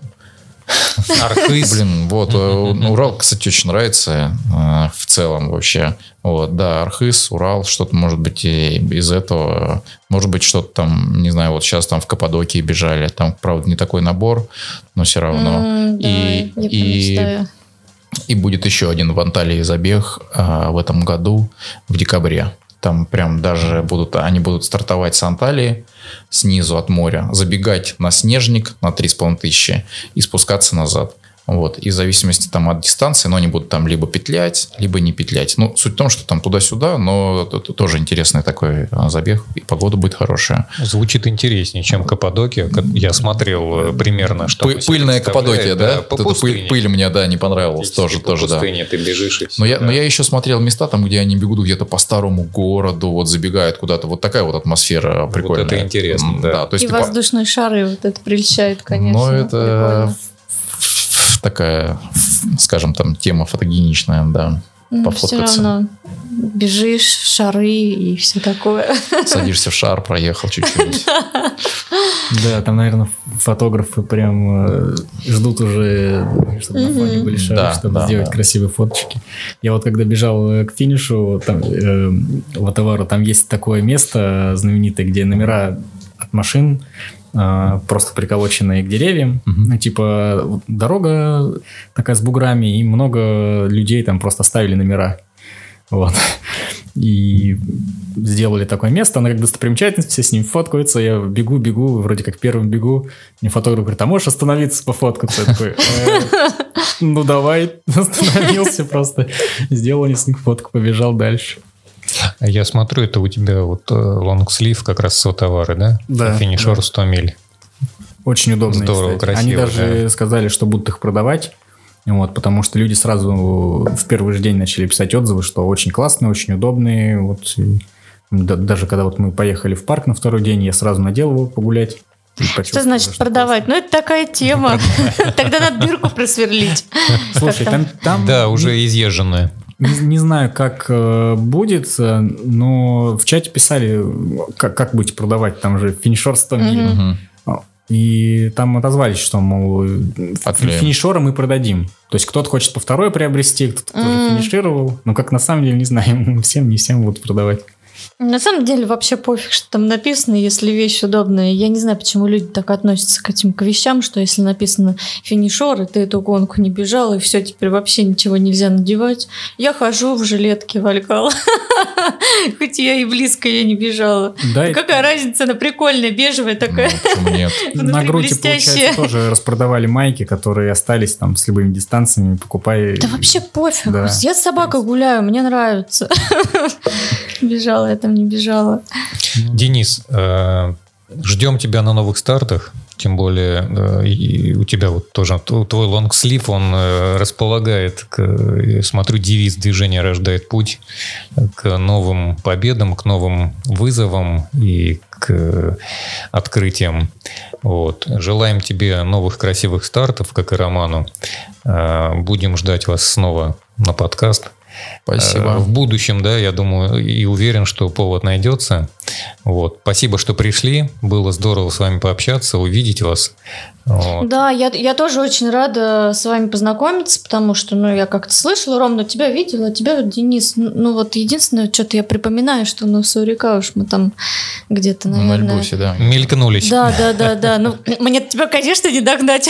Архыз. Блин, вот, Урал, кстати, очень нравится в целом вообще. Вот, да, Архыз, Урал, что-то может быть из этого. Может быть, что-то там, не знаю, вот сейчас там в Каппадокии бежали. Там, правда, не такой набор, но все равно. Mm, и, да, и, и будет еще один в Анталии забег а, в этом году, в декабре. Там прям даже будут, они будут стартовать с Анталии, снизу от моря, забегать на Снежник на три с половиной тысячи и спускаться назад. Вот. И в зависимости там от дистанции, но они будут там либо петлять, либо не петлять. Ну, суть в том, что там туда-сюда, но это тоже интересный такой забег, и погода будет хорошая. Звучит интереснее, чем Каппадокия. Я смотрел примерно, что... Пы- пыльная Каппадокия, да? да? По вот пыль, пыль мне, да, не понравилась. Тоже, по тоже, пустыне да. ты бежишь и все. Но, я, да. но я еще смотрел места, там, где они бегут где-то по старому городу, вот забегают куда-то. Вот такая вот атмосфера прикольная. Вот это интересно, да. да то есть и воздушные по... шары, вот это прельщает, конечно. Но это... такая, скажем, там, тема фотогеничная, да, ну, пофоткаться. Все равно бежишь, шары и все такое. Садишься в шар, проехал чуть-чуть. Да, там, наверное, фотографы прям ждут уже, чтобы на фоне были шары, чтобы сделать красивые фоточки. Я вот когда бежал к финишу, там, в Атавару, там есть такое место знаменитое, где номера от машин э, просто приколоченные к деревьям. Мгм. Ну, типа дорога такая с буграми, и много людей там просто ставили номера. Вот. И сделали такое место, оно как достопримечательность, все с ним фоткаются, я бегу, бегу, вроде как первым бегу, мне фотограф говорит, а можешь остановиться пофоткаться? Я такой, «Э, ну давай, остановился просто, сделал несколько фоток, побежал дальше. А я смотрю, это у тебя вот лонгслив, как раз сотовары, да? Да, Финишер да. сто миль. Очень удобные, Здорово, кстати. красиво, Они даже да. сказали, что будут их продавать. Вот, потому что люди сразу в первый же день начали писать отзывы, что очень классные, очень удобные. Вот, и да- даже когда вот мы поехали в парк на второй день, я сразу надел его погулять. и Что почувствовал, значит продавать? Ну, это такая тема. Тогда надо дырку просверлить. классно. Слушай, Как там, там Да, уже изъезженные. не, не знаю, как э, будет, э, но в чате писали, как, как будете продавать, там же финишер сто миль. Мгм. Мгм. И там отозвались, что, мол, Отклеим. финишера мы продадим. То есть кто-то хочет по второй приобрести, кто-то тоже М. финишировал. Но как на самом деле, не знаю, всем, не всем будут продавать. На самом деле вообще пофиг, что там написано, если вещь удобная. Я не знаю, почему люди так относятся к этим к вещам, что если написано финишер, и ты эту гонку не бежал, и все, теперь вообще ничего нельзя надевать. Я хожу в жилетке Валькал. Хоть я и близко я не бежала. Да, и Какая разница, она прикольная, бежевая Ну, такая. почему нет? на внутри груди, блестящая. получается, тоже распродавали майки, которые остались там с любыми дистанциями, покупай. Да вообще пофиг. Да. Я с собакой гуляю, мне нравится. Бежала я там, не бежала. Денис, э, ждем тебя на новых стартах. Тем более э, и у тебя вот тоже т- твой лонгслив, он э, располагает, к, я смотрю, девиз «Движение рождает путь» к новым победам, к новым вызовам и к э, открытиям. Вот. Желаем тебе новых красивых стартов, как и Роману. Э, Будем ждать вас снова на подкаст. Э, Спасибо. В будущем, да, я думаю и уверен, что повод найдется. Вот. Спасибо, что пришли. Было здорово с вами пообщаться, увидеть вас. Вот. Да, я, я тоже очень рада с вами познакомиться, потому что, ну, я как-то слышала, Ром, ну, тебя видела, тебя вот Денис, ну, ну, вот единственное, что-то я припоминаю, что на Сурика уж мы там где-то, На наверное... Эльбрусе, да. Мелькнулись. Да, да, да, да. Ну, мне тебя, конечно, не догнать.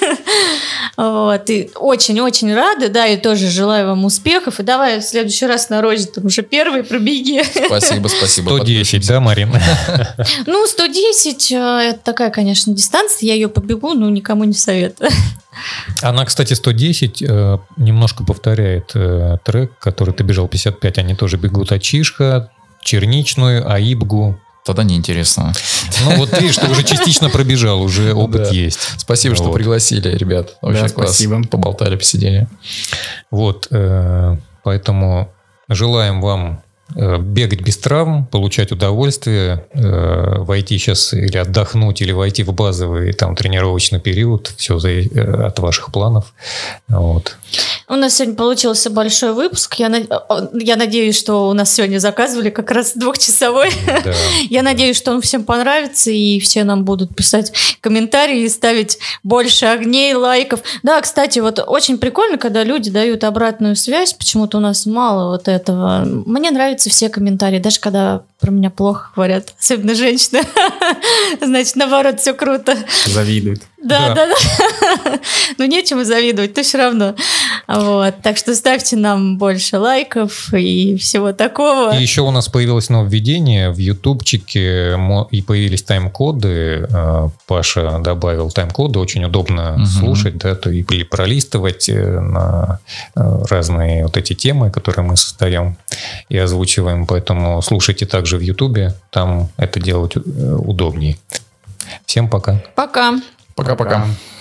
Вот. И очень-очень рада, да, и тоже желаю вам успехов. И давай в следующий раз на розе там уже первый пробеги. Спасибо, спасибо. сто десять, да, Марин? Ну, сто десять, э, это такая, конечно, дистанция, я ее побегу, но никому не советую. Она, кстати, сто десять э, немножко повторяет э, трек, который ты бежал пятьдесят пять. Они тоже бегут Ачишха, Черничную, Аибгу. Тогда неинтересно. Ну вот видишь, ты уже частично пробежал, уже опыт Да. есть. Спасибо, что Вот. пригласили, ребят. Очень Да, классно. спасибо. Поболтали, посидели. Вот, э, поэтому желаем вам э, бегать без травм, получать удовольствие, э, войти сейчас или отдохнуть, или войти в базовый там тренировочный период, все от ваших планов. Вот. У нас сегодня получился большой выпуск. Я, над- я надеюсь, что у нас сегодня заказывали как раз двухчасовой. Да. Я надеюсь, что он всем понравится, и все нам будут писать комментарии, ставить больше огней, лайков. Да, кстати, вот очень прикольно, когда люди дают обратную связь. Почему-то у нас мало вот этого. Мне нравятся все комментарии, даже когда про меня плохо говорят, особенно женщины. Значит, наоборот, все круто. Завидуют. Да, Да. да, да. Ну, нечему завидовать, но все равно. Вот. Так что ставьте нам больше лайков и всего такого. И еще у нас появилось нововведение в ютубчике, мо- и появились тайм-коды. Э, Паша добавил тайм-коды, очень удобно Мгм. слушать, да, то и- или пролистывать э, на э, разные вот эти темы, которые мы создаем и озвучиваем. Поэтому слушайте также в ютубе, там это делать э, удобнее. Всем пока. Пока. Пока-пока. Пока.